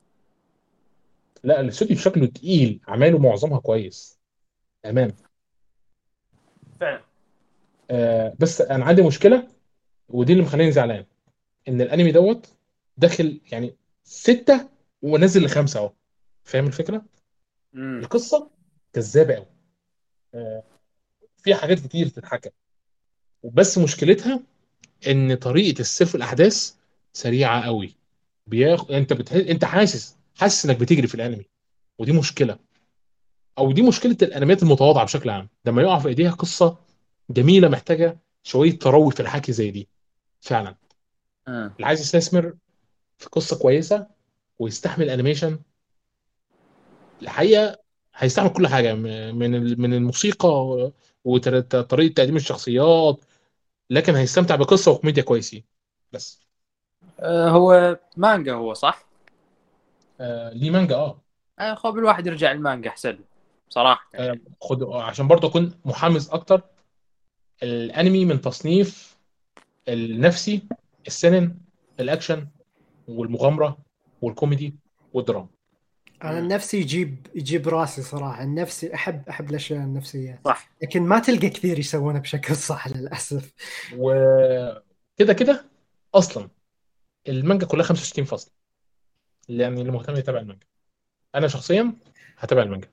لا الاستوديو شكله تقيل، اعماله معظمها كويس. تمام. فعلا. آه بس انا عندي مشكله، ودي اللي مخليني زعلان، ان الانمي دوت داخل يعني ستة ونزل لخمسة اهو. فاهم الفكرة؟ امم القصة جذابة قوي، آه، فيها حاجات كتير تتحكى، بس مشكلتها ان طريقة السير في الاحداث سريعة قوي. بياخ... انت بتح... انت حاسس حاسس انك بتجري في الانمي، ودي مشكلة. او دي مشكلة الانميات المتواضعة بشكل عام، لما يقع في ايديها قصة جميلة محتاجة شوية تروي في الحكي زي دي. فعلا امم اللي عايز يستثمر في قصة كويسة ويستحمل انيميشن، الحقيقه هيستعمل كل حاجه م- من ال- من الموسيقى وطريقه تقديم الشخصيات، لكن هيستمتع بقصه وكوميديا كويسين بس. آه هو مانجا هو صح؟ آه ليه مانجا اه. آه خب الواحد يرجع المانجا احسن له صراحه آه، يعني. خد عشان برضه اكون محمس اكتر، الانمي من تصنيف النفسي، السنن، الاكشن والمغامره والكوميدي والدراما. انا امم النفسي يجيب يجيب راسي صراحه. النفسي احب احب الاشياء النفسيه، صح. لكن ما تلقى كثير يسوونها بشكل صح للاسف. وكده كده اصلا المانجا كلها خمسة وستين فصل، يعني اللي مهتم يتابع المانجا. انا شخصيا هتابع المانجا.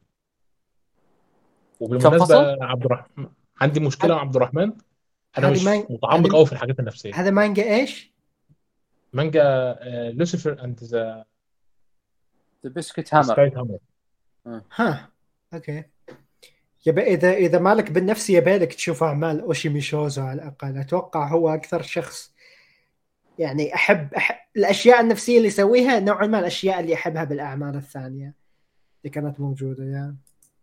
كم وبالمناسبه فصل؟ يا عبد الرحمن، عندي مشكله هذ- مع عبد الرحمن، انا هذه مش مان متعمق هذه قوي في الحاجات النفسيه. هذا مانجا ايش؟ مانجا لوسيفر اند ذا ذا بسكوت هامر. سكاي هامر. ها اوكي. يبقى اذا اذا مالك بالنفسي يبالك تشوف اعمال اوشيمي شوزو على الاقل. اتوقع هو اكثر شخص يعني احب, أحب الاشياء النفسيه اللي يسويها، نوعا ما الاشياء اللي احبها بالاعمال الثانيه اللي كانت موجوده يعني.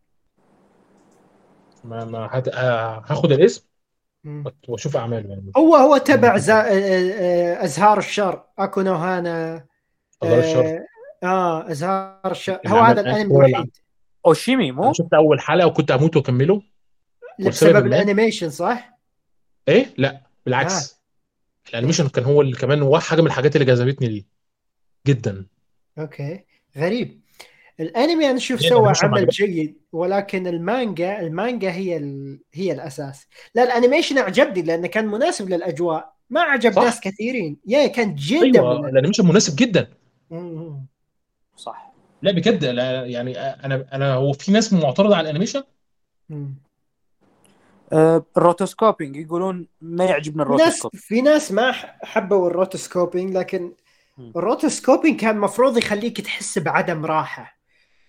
ما ما هت... آه، هاخد الاسم مم. واشوف اعماله يعني. هو هو تبع زا... آه، آه، ازهار الشر اكو نوهانا. ازار الشر اه, آه ازهار الشر اللي هو هذا عمل الانمي هو اللي عمل. الوحيد. اوشيمي انا مو؟ شفت اول حلقه وكنت هموت واكمله، اللي ولسبب بسبب ما. الانيميشن صح؟ ايه لا اه بالعكس، الانيميشن ايش؟ كان هو اللي كمان هو حاجه من الحاجات اللي جذبتني ليه جدا. اوكي غريب. الانمي انا اشوف ليه سوى الانيميشن ما عمل عجبكش؟ جيد، ولكن المانجا المانجا هي ال... هي الاساس. لا الانيميشن عجبني لانه كان مناسب للاجواء، ما عجب ناس صح. كثيرين. يا كان جدا ايوه مناسب. الانيميشن مناسب جدا. مم. صح. لا بجد لا يعني انا انا هو في ناس معترضه على الانيميشن. مم. آه الروتوسكوبينج يقولون ما يعجبنا في ناس الروتوسكوب. في ناس ما ح- حبوا الروتوسكوبينج، لكن الروتوسكوبينج كان مفروض يخليك تحس بعدم راحة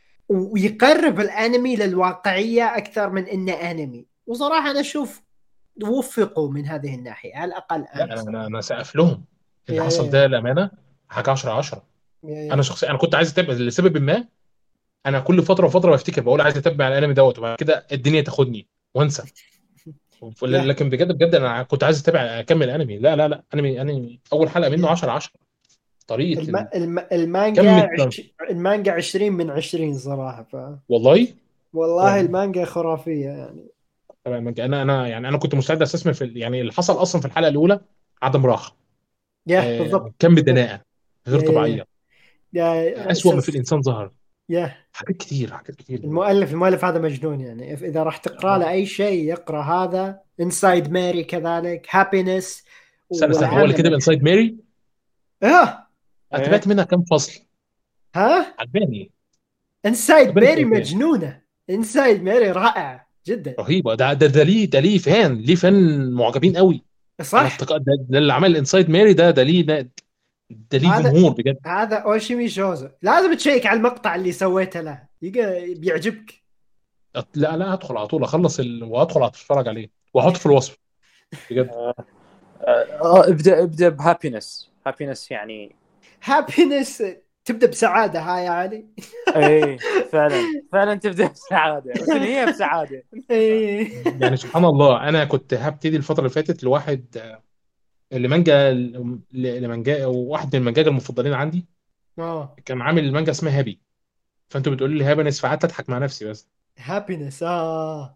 ويقرب الانمي للواقعية اكثر من انه انمي. وصراحة انا اشوف وفقوا من هذه الناحيه على الاقل. لا انا انا انا أنا سقف لهم اللي يا حصل يا ده الامانه، حاجه عشرة على عشرة. يا انا يا شخصيا انا كنت عايز اتابع لسبب ما. انا كل فتره وفتره بفتكر بقول عايز اتابع الانمي دوت، وبعد كده الدنيا تاخدني وانسى. يا لكن بجد بجد انا كنت عايز اتابع اكمل انمي. لا لا لا، انمي انمي اول حلقه منه يا عشرة على عشرة. طريقه الم... ال... الم... المانجا كم عش... الترانس. المانجا عشرين من عشرين صراحه. ف والله والله يعني المانجا خرافيه يعني. طبعاً انا انا يعني انا كنت مستعد استثمر في ال- يعني اللي حصل اصلا في الحلقه الاولى. عدم راحه. يا آه، بالضبط كم بالضبط. دناءه غير يا يا يا طبيعيه. يا اسوأ ما في اساس. الانسان ظهر. يا حاجات كتير حاجات كتير بجد. المؤلف المؤلف هذا مجنون يعني. إف- اذا راح تقرا له آه. اي شيء يقرا هذا. انسايد ماري كذلك، هابينس استنى استنى، هو اللي كتب والعمل. انسايد ماري. اه انا ايه تابعت منها كام فصل. ها عجباني. انسايد عجباني ماري شويتين. مجنونه. انسايد ماري رائع جدا. رهيبه. ده ده ده ليه ده ليه فان ليه فان معجبين قوي. انا صح. افتكرت ده, ده اللي عمل انسايد ماري ده ده ليه ده, ده ليه هذا جمهور بجد. هذا اوشيمي شوزو، لازم تشيك على المقطع اللي سويته له، يقى- بيعجبك. أت- لا لا، هدخل على طول اخلص ال... وادخل اتفرج عليه واحطه في الوصف. بجد. آه، آه، ابدا ابدا بهابينس. هابينس يعني هابينس تبدا بسعاده هاي عادي. ايه فعلا فعلا تبدا بسعاده وتنهيها بسعاده. إيه. يعني سبحان الله، انا كنت هبتدي الفتره اللي فاتت لواحد اللي مانجا لمانجا واحد من المانجاجا المفضلين عندي. اه كان عامل المانجا اسمها هابي. فانتوا بتقولوا لي هابنس، فقعدت اضحك مع نفسي بس. هابينس اه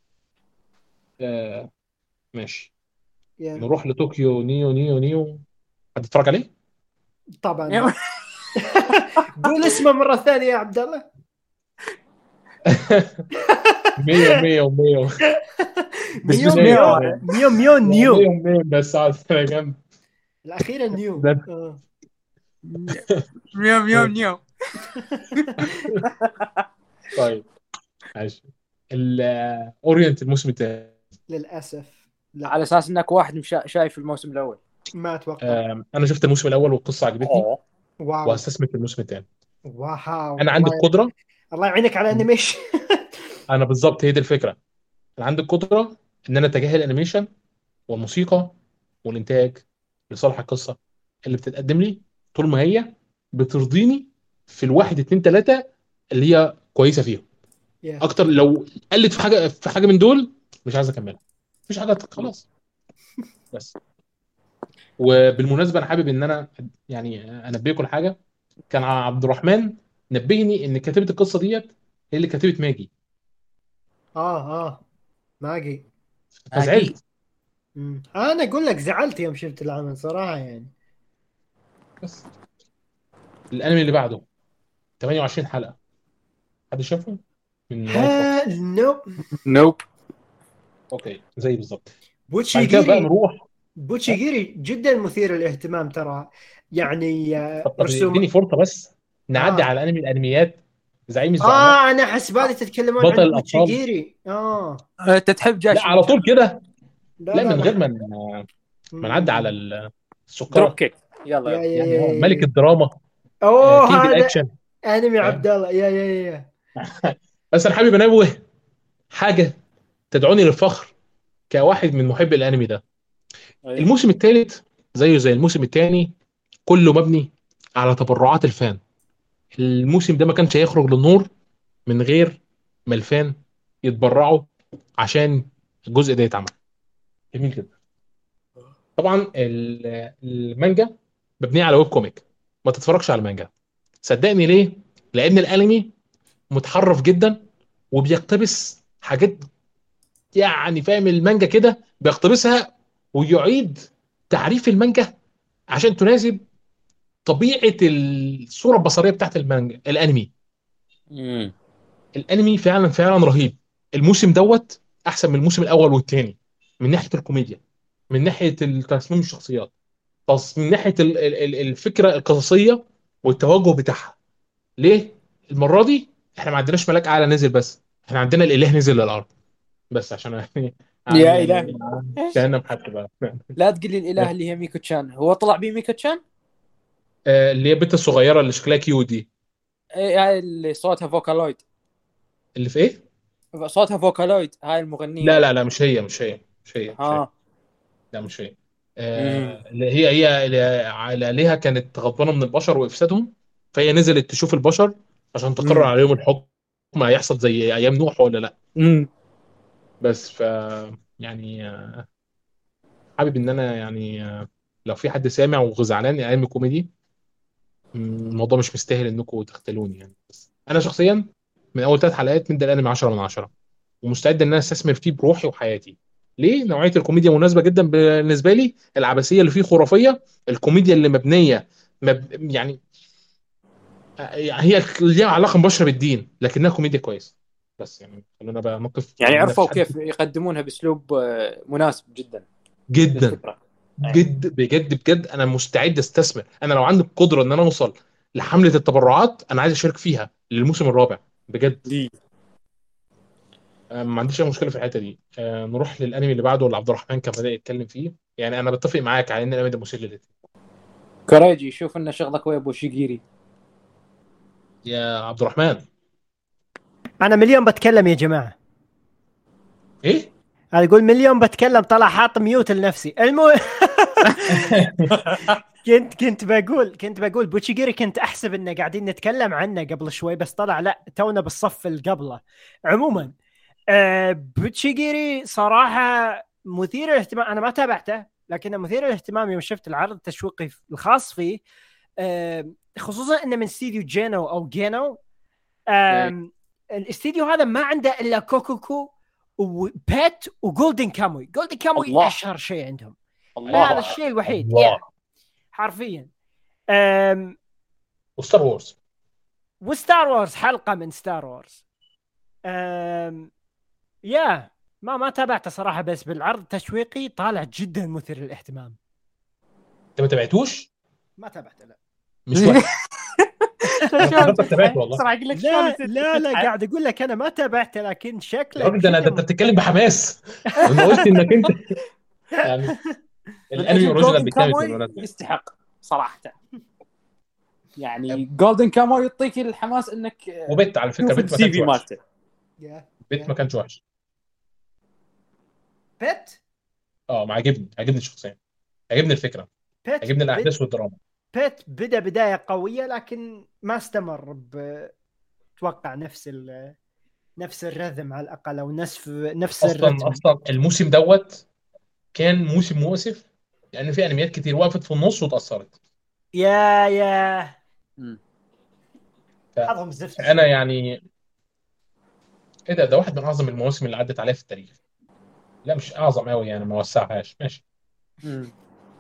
آه ماشي. يا نروح لطوكيو نيو نيو نيو. هتتفرج عليه؟ طبعا لا. قول اسمه مره ثانيه يا عبد الله. مية مية ومية. بس ميو مش مية مية ميو كمان. ميو ميو يعني نيو. مية ومية بس على السنة جنب. الاخيره نيو ده آه. ميو ميو ميو. طيب ماشي. الاورينت الموسم الثاني. للاسف لا، على اساس انك واحد مش شايف الموسم الاول. ما اتوقع. انا شفت الموسم الاول والقصه عجبتني، اوه واو وهستثمر في الموسم الثاني. واو انا عندي الله يعينك. القدره. الله يعينك على الانيميشن. انا بالظبط هي دي الفكره. انا عندي القدره ان انا اتجاهل الانيميشن والموسيقى والانتاج لصالح القصه اللي بتتقدم لي، طول ما هي بترضيني في الواحد اتنين تلاته اللي هي كويسه فيهم. يا اكتر لو قلت في حاجه في حاجه من دول مش عايز اكملها. مفيش حاجه خلاص. بس. وبالمناسبه انا حابب ان انا يعني انبهكم لحاجه. كان عبد الرحمن نبهني ان كاتبه القصه ديت هي اللي كاتبه ماجي. اه اه ماجي. باقي. فزعلت. مم. انا اقول لك زعلت يوم شفت العمل صراحه يعني. بس الانمي اللي بعده تمنية وعشرين حلقه. حد شافه من وايت ها فوكس؟ نو. نوب. اوكي زي بالظبط. بعد كده بقى بوتشيجيري. نروح. ها؟ بوتشيجيري جدا مثير للاهتمام ترى. يعني طب آه، طب رسوم. اديني فرصه بس نعدي اه على انمي الانميات. زعيم الزعماء. اه انا حسبالي تتكلمون بطل عن الابطال. بوتشيجيري اه. انت تحب لا جاشي على طول مشان كده. لا لا لا من غير لا. ما ما نعدي على مم. ال- دروب السكره. كيك. يلا يا يلا. يا يعني يا هو يا ملك يا. الدراما. آه، اوه كينج هذا الاكشن. انمي عبد فاهم. الله يا يا يا. بس انا حابب انوه حاجه تدعوني للفخر كواحد من محبي الانمي ده. ايه. الموسم الثالث زيه زي الموسم الثاني، كله مبني على تبرعات الفان. الموسم ده ما كانش هيخرج للنور من غير ما الفان يتبرعوا عشان الجزء ده يتعمل. جميل جدا. طبعا ال- المانجا مبنيه على ويب كوميك. ما تتفرجش على المانجا. صدقني ليه؟ لان الانمي متحرف جدا وبيقتبس حاجات. يعني فاهم المانجا كده بيقتبسها ويعيد تعريف المانجا عشان تناسب طبيعه الصوره البصريه بتاعت المانجا الانمي. امم الانمي فعلا فعلا رهيب. الموسم دوت احسن من الموسم الاول والثاني من ناحيه الكوميديا، من ناحيه تصميم الشخصيات، تص- من ناحيه ال- ال- ال- الفكره القصصيه والتوجه بتاعها. ليه؟ المره دي احنا ما عندناش ملاك اعلى نزل، بس احنا عندنا الاله نزل للارض. بس عشان يعني يا يعني الهي. يعني ايش؟ كأننا محدش بقى. لا تقول لي الاله اللي هي ميكو تشان، هو طلع بيه ميكو تشان؟ آه، اللي هي البنت الصغيره اللي شكلها كيو دي. ايه هاي اللي صوتها فوكالويد. اللي في ايه؟ صوتها فوكالويد هاي لا المغنيه. لا لا، مش هي مش هي. مش هي مش هي ها لا مش هي مم. آه، اللي هي هي اللي على عليها كانت غضبانه من البشر وافسادهم، فهي نزلت تشوف البشر عشان تقرر مم. عليهم الحكم، هيحصل زي ايام نوح ولا لا. مم. بس ف يعني آه، حابب ان انا يعني آه، لو في حد سامع وزعلان يا انمي كوميدي، مم، الموضوع مش مستاهل انكم تختلوني يعني. بس انا شخصيا من اول ثلاث حلقات مدي الانمي عشرة من عشرة، ومستعد ان انا استثمر فيه بروحي وحياتي. ليه؟ نوعيه الكوميديا مناسبه جدا بالنسبه لي، العبثيه اللي فيه خرافيه، الكوميديا اللي مبنيه مب... يعني هي ليها علاقه مباشره بالدين لكنها كوميديا كويسه. بس يعني خلونا بقى نقف يعني لان عرفوا مفيش حد. كيف يقدمونها باسلوب آه، مناسب جدا جدا للفكره. أي. جد بجد بجد انا مستعد استثمر. انا لو عندي القدره ان انا اوصل لحمله التبرعات انا عايز اشارك فيها للموسم الرابع بجد. دي آه، ما عنديش اي مشكله في الحته دي. آه، نروح للانمي اللي بعده اللي عبد الرحمن كان بدأ يتكلم فيه. يعني انا بتفق معاك على ان الانمي ده مثير للاهتمام. كوريجي شوف ان شغلك ويا بوشيجيري. يا عبد الرحمن. انا مليون بتكلم يا جماعه، ايه؟ انا اقول مليون بتكلم، طلع حاط ميوت لنفسي. المهم كنت كنت بقول كنت بقول بوتشيجيري، كنت احسب انه قاعدين نتكلم عنه قبل شوي، بس طلع لا، تونا بالصف اللي قبله. عموما آه بوتشيجيري صراحه مثير للاهتمام، انا ما تابعته لكنه مثير للاهتمام يوم شفت العرض التشويقي الخاص فيه. آه خصوصا انه من استديو جينو او جينو. إيه. آم، الاستديو هذا ما عنده الا كوكوكو وبيت وجولدن كاموي. جولدن كاموي الله اشهر شيء عندهم، الله هذا الشيء الوحيد الله. يا حرفيا. أم وستار وورز. وستار وورز حلقة من ستار وورز. أم يا ما ما تابعته صراحة، بس بالعرض التشويقي طالع جدا مثير للاهتمام. انت ما تابعتوش؟ ما تابعته لا. مش وحش. انا افتكرتك تابعته والله. صراحه اقول لك شلون لا نسيت لا لا تضحك. قاعد اقول لك انا ما تابعته، لكن يا شكله راجل ده انا ده جدا انت م... بتتكلم بحماس. انا قلت انك انت يعني من الانمي اجل اوريجينال جولدن بالكامل كاموي بالمناسبه. يستحق صراحه. يعني جولدن كاموي يعطيك الحماس انك آه، وبت على فكره تشوف بت ما السي كانش في وحش. مالته. يا بت ما يا كانش وحش. بيت اه ما عجبني عجبني الشخصيه، عجبني الفكره، بيت عجبني بد الاحداث والدراما. بيت بدا بداية قوية لكن ما استمر، بتوقع نفس ال... نفس الرذم على الاقل، او نفس نفس اصلا الرتم. اصلا الموسم دوت كان موسم مؤسف لان في انميات كتير وقفت في النص واتاثرت. يا يا مم. ف- حظهم زفت فانا شوي. يعني ايه ده ده واحد من اعظم المواسم اللي عدت عليها في التاريخ. لا مش اعظم قوي يعني ما وسعهاش ماشي. مم.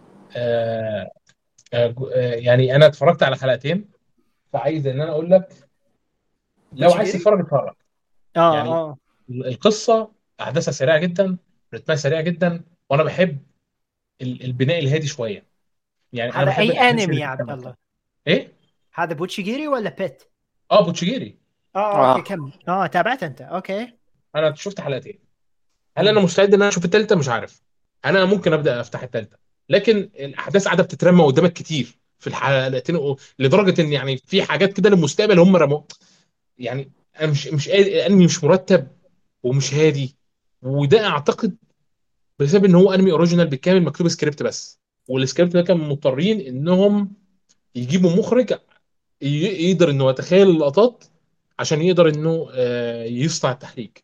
آه آه جو- آه يعني انا اتفرجت على حلقتين، فعايز ان انا اقول لك لو عايز بوتشيجيري تتفرج اتفرج. اه يعني اه القصه احداثها سريعه جدا، رتمها سريع جدا، وانا بحب ال- البناء الهادي شويه. يعني انا هذا بحب اي الاحداث انمي اللي يا فيها عبد تمثيل. الله؟ ايه؟ هذا بوتشيجيري ولا بيت؟ اه بوتشيجيري. اه اوكي اه كم اه تابعت انت اوكي. انا شفت حلقتين. هل انا امم مستعد ان انا اشوف الثالثه؟ مش عارف. انا ممكن ابدا افتح الثالثه، لكن الاحداث قاعده بتترمى قدامك كتير في الحلقتين لدرجه ان يعني في حاجات كده للمستقبل هم رموا. يعني انا مش مش قادر- الانمي مش مرتب ومش هادي. وده اعتقد بسبب ان هو انمي اوريجينال بالكامل مكتوب سكريبت بس، والسكريبت ده كان مضطرين انهم يجيبوا مخرج ي- يقدر انه يتخيل اللقطات عشان يقدر انه آه، يصنع التحريك.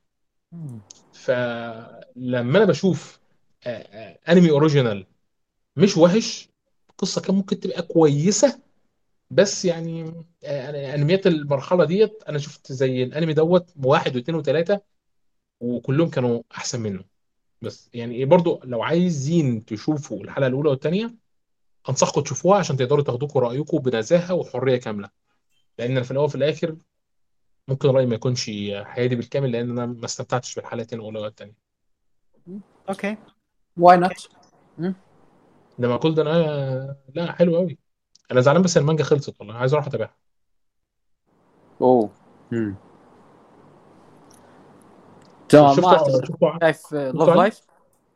فلما انا بشوف آه، آه، انمي اوريجينال مش وحش، القصه كان ممكن تبقى كويسه. بس يعني آه، أنا- انميات المرحله ديت انا شفت زي الانمي دوت واحد واثنين وثلاثه وكلهم كانوا احسن منه. بس يعني ايه برضو لو عايزين تشوفوا الحلقه الاولى والثانيه انصحكم تشوفوها عشان تقدروا تاخدوكوا رايكم بنزاهه وحريه كامله. لان في الاول وفي الاخر ممكن رايي ما يكونش حيادي بالكامل لان انا ما استمتعتش بالحلقتين الاولى والثانيه. اوكي واي اوكي. نوت. انما كل ده انا لا حلو قوي. انا زعلان بس المانجا خلصت والله عايز اروح اتابعها. اوه مم. تمام. ما شفتوا اعتقد شفتوا شايف شفتوا لوف علي؟ لايف.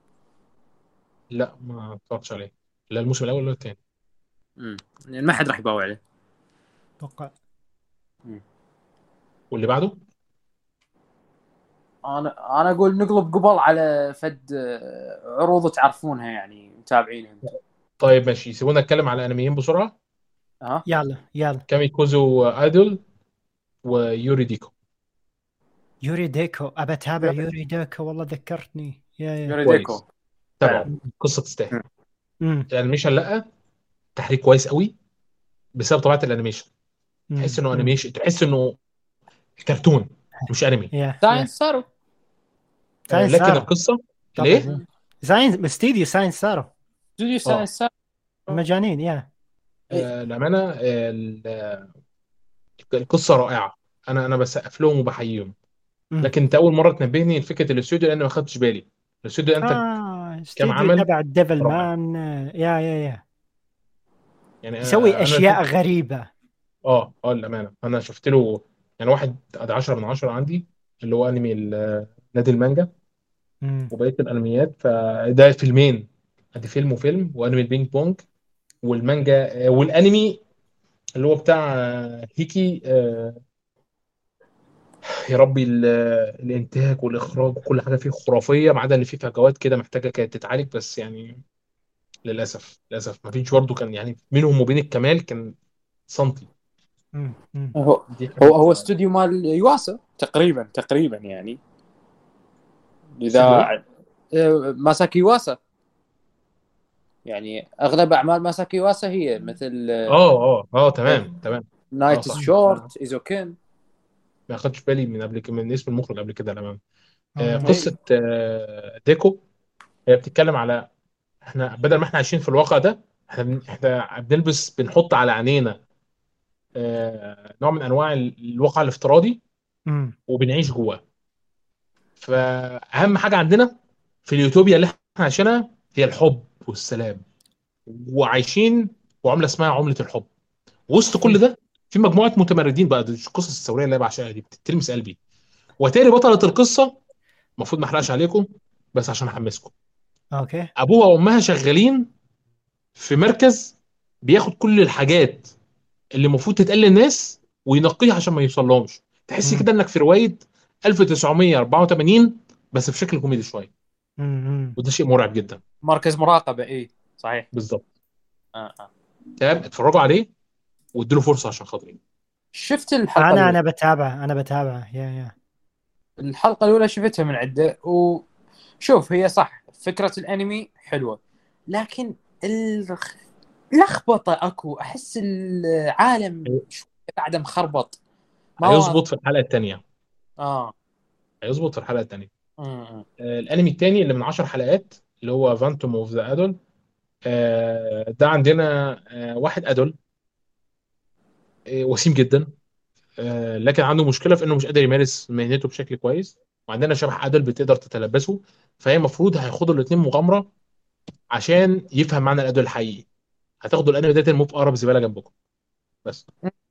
لا ما اتفرجتش عليه. لا الموسم الاول ولا الثاني. يعني ما حد راح يباوع عليه. اتوقع واللي بعده انا انا اقول نقلب قبل على فد آه، عروض تعرفونها يعني متابعينها انتم. طيب ماشي، سيبونا نتكلم على انميين بسرعه. ها يلا يلا. كاميكوزو ايدول ويوري ديكو. يوري ديكو ابى اتابع يوري ديكو والله ذكرتني يا يا يوري ديكو كويس، تابعوا، فعلا. قصه تستاهل. مم. امم الانيميشن لا، تحريك كويس قوي بسبب طبيعه الانيميشن. تحس انه امم انيميشن، تحس انه كرتون مش انمي. يا يا ساينس سارو. آه، ساينس لكن سارو القصه ليه؟ طبعا. ساينس استديو ساينس سارو استوديو اه ساينس سارو. مجانين يا. إيه. آه، الامانه آه، ال- القصه رائعه. انا انا بسقف لهم وبحييهم. امم لكن انت اول مره تنبهني لفكره الاستوديو لان ما خدتش بالي. الاستوديو ده انت اه كام استديو عمل تبع الديفل رائع. مان، آه، يا يا يا يعني يسوي آه، انا شفت، اشياء غريبه. اه اه الامانه انا شفت له يعني واحد ادي عشرة من عشرة عندي، اللي هو انمي ال- نادي المانجا امم وبقيه الانميات. فده فيلمين، ادي فيلم وفيلم، وانمي البينج بونج والمانجا آه، والانمي اللي هو بتاع آه، هيكي آه، يا ربي ال- الانتاج والاخراج وكل حاجه فيه خرافيه، ما عدا ان فيه فجوات كده محتاجه كانت تتعالج، بس يعني للاسف للاسف ما فيش برضه، كان يعني بينهم وبين الكمال كان سنتي. امم امم هو دي هو حاجه هو بتزعل. استوديو مال يواسا تقريبا تقريبا يعني. استوديو ايه؟ اذا آه، ماساكي يواسا يعني اغلب اعمال ماساكي يواسا هي مثل اه اه اه تمام تمام. اه نايت صح، شورت ايزوكين. ما خدتش بالي من قبل كده من اسم المخرج قبل كده الامانه. آه، أمم. اي قصه آه، ديكو هي بتتكلم على، احنا بدل ما احنا عايشين في الواقع ده، احنا بن- احنا بنلبس بنحط على عينينا آه، نوع من انواع ال- الواقع الافتراضي أمم. وبنعيش جواه. فاهم حاجه عندنا في اليوتوبيا اللي احنا عايشينها هي الحب والسلام، وعايشين وعمله اسمها عمله الحب. وسط كل ده في مجموعه متمردين بقى، دي القصص الثوريه اللي انا بعشقها دي بتلمس قلبي. وتاني بطله القصه، المفروض ما احرقش عليكم بس عشان احمسكم، اوكي. ابوها وامها شغالين في مركز بياخد كل الحاجات اللي المفروض تتقال للناس وينقيها عشان ما يوصلهمش. تحس أمم. كده انك في روايه ألف وتسعمية وأربعة وثمانين بس بشكل كوميدي شويه، أمم. وده شيء مرعب جدا. مركز مراقبه. اي صحيح. بالظبط. آه آه. تمام، اتفرجوا عليه وادوا له فرصه عشان خاطري. شفت الحلقه انا الاولى. انا بتابع انا بتابع يا يا الحلقه الاولى شفتها من عده. وشوف هي صح فكره الانمي حلوه، لكن الخ- لخبطه اكو. احس العالم شوية قاعده مخربط، ما واضح. هيظبط في الحلقه الثانيه. اه هيظبط في الحلقه الثانيه. امم الانمي الثاني اللي من عشر حلقات اللي هو فانتوم اوف ذا ادول. ده عندنا آه، واحد ادول آه، وسيم جدا، آه، لكن عنده مشكله في انه مش قادر يمارس مهنته بشكل كويس. وعندنا شبح ادل بتقدر تتلبسه. فهي المفروض هياخدوا الاثنين مغامره عشان يفهم معنى الادب الحقيقي. هتاخدوا الانمي ده ترموه في اقرب زباله جنبكم بس.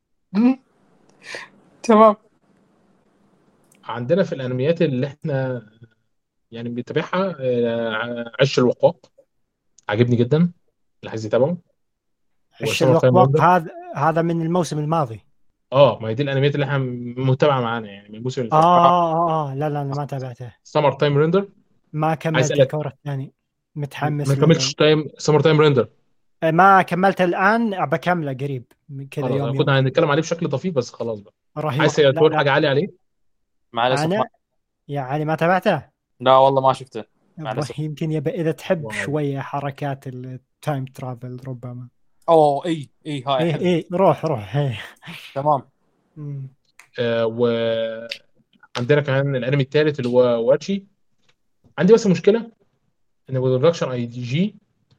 تمام. عندنا في الانميات اللي احنا يعني بنتابعها آه، عش الوقاق، عاجبني جدا اللي عايز يتابعه. عش وسمر تايم الوقواق وندر. هذا هذا من الموسم الماضي. اه ما هي دي الانميات اللي احنا متابعه معانا يعني من الموسم اللي آه, فات. آه, اه لا لا انا ما تابعته. سمر تايم ريندر. ما عايز كملت اسالك، الكورة الثاني. ما متحمس له. كملتش تايم سمر تايم ريندر؟ آه، ما كملت الان بكمله قريب كذا خلاص يوم كنا يومين. هنتكلم عليه بشكل طفيف بس خلاص بقى. رهيب عايز لا تقول لا. حاجه عاليه عليه؟ مع الاسف ما. انا يعني ما تابعته. لا والله ما شفته مع يبا الاسف. يمكن يبقى اذا تحب واو. شويه حركات التايم ترافل ربما. اوه اي اي هاي ايه احبها. ايه روح روح ايه. تمام. مم. آه وعندنا كمان الانمي الثالث اللي هو واتشي. عندي بس مشكله ان برودكشن اي دي جي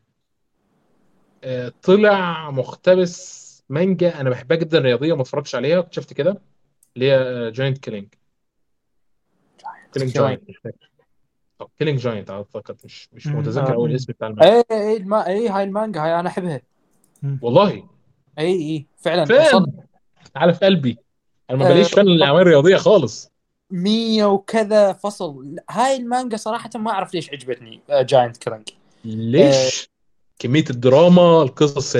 آه طلع مقتبس مانجا انا بحبها جدا رياضيه ما اتفرجتش عليها، اكتشفت كده، اللي هي جاينت كيلينج. كيلينج كيلينج. جاينت مش فاكر، او كيلينج جاينت اعتقد، مش مش مم. متذكر آه. اول مم. الاسم بتاع المانجا. اي اي الما... اي هاي المانجا هاي انا احبها. مم. والله اي اي فعلا وصل. فان على في قلبي. انا ما آه، بليش فان للاعمال الرياضيه خالص. مية وكذا فصل. هاي المانجا صراحة ما أعرف ليش عجبتني. جاينت كرنج. آه ليش؟ كمية الدراما، القصص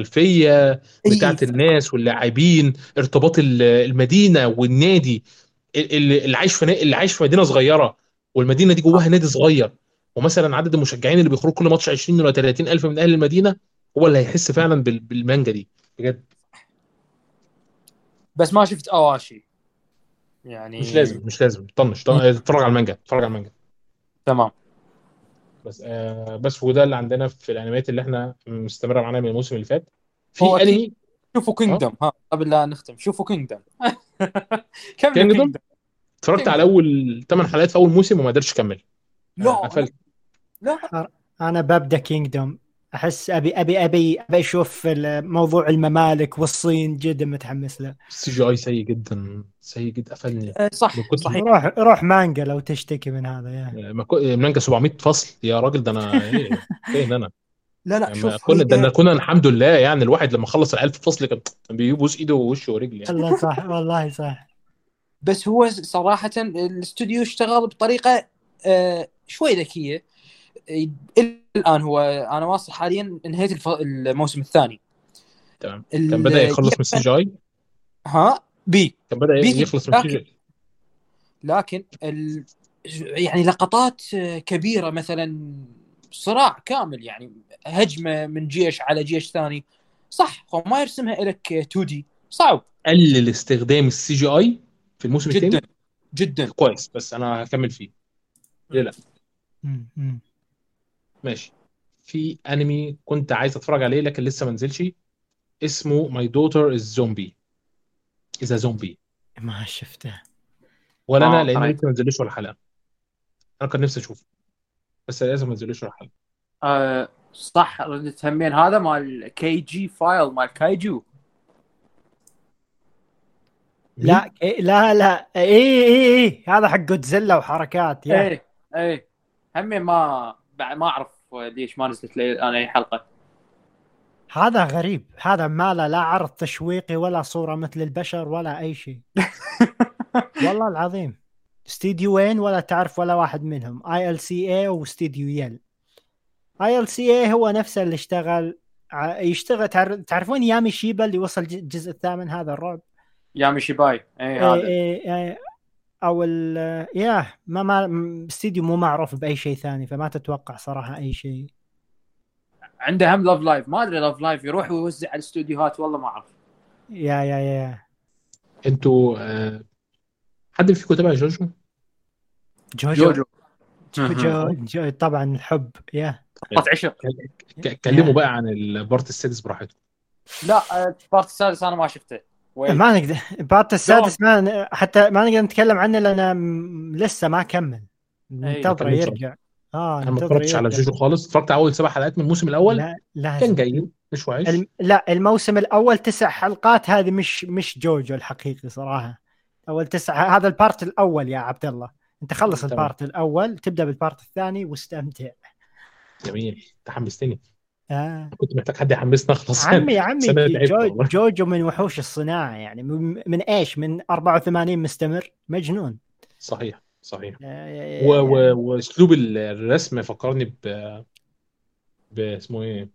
الخلفية إيه بتاعت الناس واللاعبين، ارتباط ال- المدينة والنادي، اللي اللي عايش في نا- اللي عايش في مدينه صغيره، والمدينه دي جواها نادي صغير، ومثلا عدد المشجعين اللي بيخرجوا كل ماتش عشرين ولا ثلاثين الف من اهل المدينه، هو اللي هيحس فعلا بال- بالمانجا دي بجد. بس ما شفت اواشي يعني. مش لازم مش لازم طنش طن- اتفرج على المانجا، اتفرج على المانجا تمام. بس. آه بس وده اللي عندنا في الانميات اللي احنا مستمره معانا من الموسم اللي فات. هو في اكيد انمي شوفوا اه كينجدم، ها قبل لا نختم شوفوا كينجدم. كملوا كينجدوم. كينجدم. اتفرجت على كينجدم اول ثمان حلقات في اول موسم وما قدرتش اكمل. آه لا لا قفلت. لا. انا ببدا كينجدوم، احس ابي ابي ابي ابي اشوف موضوع الممالك والصين، جدا متحمس له. السي جي اي سيء جدا، سيء جدا، قفلني آه، من صح كتر. صحيح. روح روح مانجا لو تشتكي من هذا يا. ما كو- مانجا سبعمية فصل يا راجل، ده انا ايه فين انا؟ لا لا يعني ما شوف كنا ده هي. أنا كنا الحمد لله، يعني الواحد لما خلص الألف فصل كان كان بيبوس ايده ووشه ورجله يعني. والله صح، والله صح. بس هو صراحة الاستوديو اشتغل بطريقة آه، شوي ذكية. إلى الآن هو أنا واصل حاليا انهيت الف... الموسم الثاني. تمام. كان بدأ ال... يخلص من السي جي اي. ها بي كان بدأ بي في يخلص من السي جي لكن اي. لكن ال... يعني لقطات كبيرة، مثلا صراع كامل، يعني هجمة من جيش على جيش ثاني. صح هو ما يرسمها لك تو دي، صعب قلل استخدام السي جي اي في الموسم جدا الثاني جدا. كويس، بس انا هكمل فيه. ليه لا؟ مم، مم. ماشي. في انمي كنت عايز اتفرج عليه لكن لسه ما نزلش، اسمه ماي دوتر از زومبي اذا زومبي. ما شفته. ولا انا ما لان قريت. لسه ما نزلش ولا حلقه. انا كان نفسي اشوفه بس لازم ما نزلش ولا حلقه. أه صح، ردت همين هذا مال كي جي فايل مال كايجو. مين؟ لا إيه، لا لا اي اي اي هذا حق جودزيلا وحركات يا. ايه ايه همين ما بعد ما اعرف ليش ما نزلت لي انا اي حلقه. هذا غريب، هذا ما له لا عرض تشويقي ولا صورة مثل البشر ولا أي شيء. والله العظيم. استديوين ولا تعرف ولا واحد منهم، اي ال سي اي واستديو يل. اي ال سي اي هو نفسه اللي اشتغل ع- يشتغل تعر- تعرفون يامي شيبا اللي وصل ج- الجزء الثامن، هذا الرعب. يا ميشيباي ايه اي هذا. اي اي او ال يا ما ما م- استديو مو معروف باي شيء ثاني، فما تتوقع صراحة اي شيء. عنده هم لاف لايف، ما ادري لاف لايف يروح ويوزع على الاستوديوهات والله ما اعرف. يا يا يا انتوا آه، حد فيكم تابع جوجو؟ جوجو جوجو جوجو, جو طبعا الحب يا قطع عشق. ك- اتكلموا يا بقى عن البارت السادس براحتكم. لا البارت السادس انا ما شفته. وين ما نقدر بارت السادس ما ن- حتى ما نقدر نتكلم عنه لان م- لسه ما كمل، ما ننتظره كملش. يرجع. اه انا ما ننتظره اتفرجتش على يرجع. جوجو خالص، اتفرجت على اول سبع حلقات من الموسم الاول. لا كان لازم. جيد مش وحش. الم... لا الموسم الاول تسع حلقات، هذه مش مش جوجو الحقيقي صراحه. اول تسع هذا البارت الاول يا عبد الله، انت خلص تمام. البارت الاول تبدا بالبارت الثاني واستمتع. جميل، تحمستني. آه. كنت محتاج حد يحمسنا خلاص. عمي عمي سنة تعبت جو... والله. جوجو من وحوش الصناعه يعني، من, من ايش من أربعة وثمانين مستمر، مجنون. صحيح صحيح. آه، و... يعني و... واسلوب الرسم فكرني ب... ب... اسمه ايه؟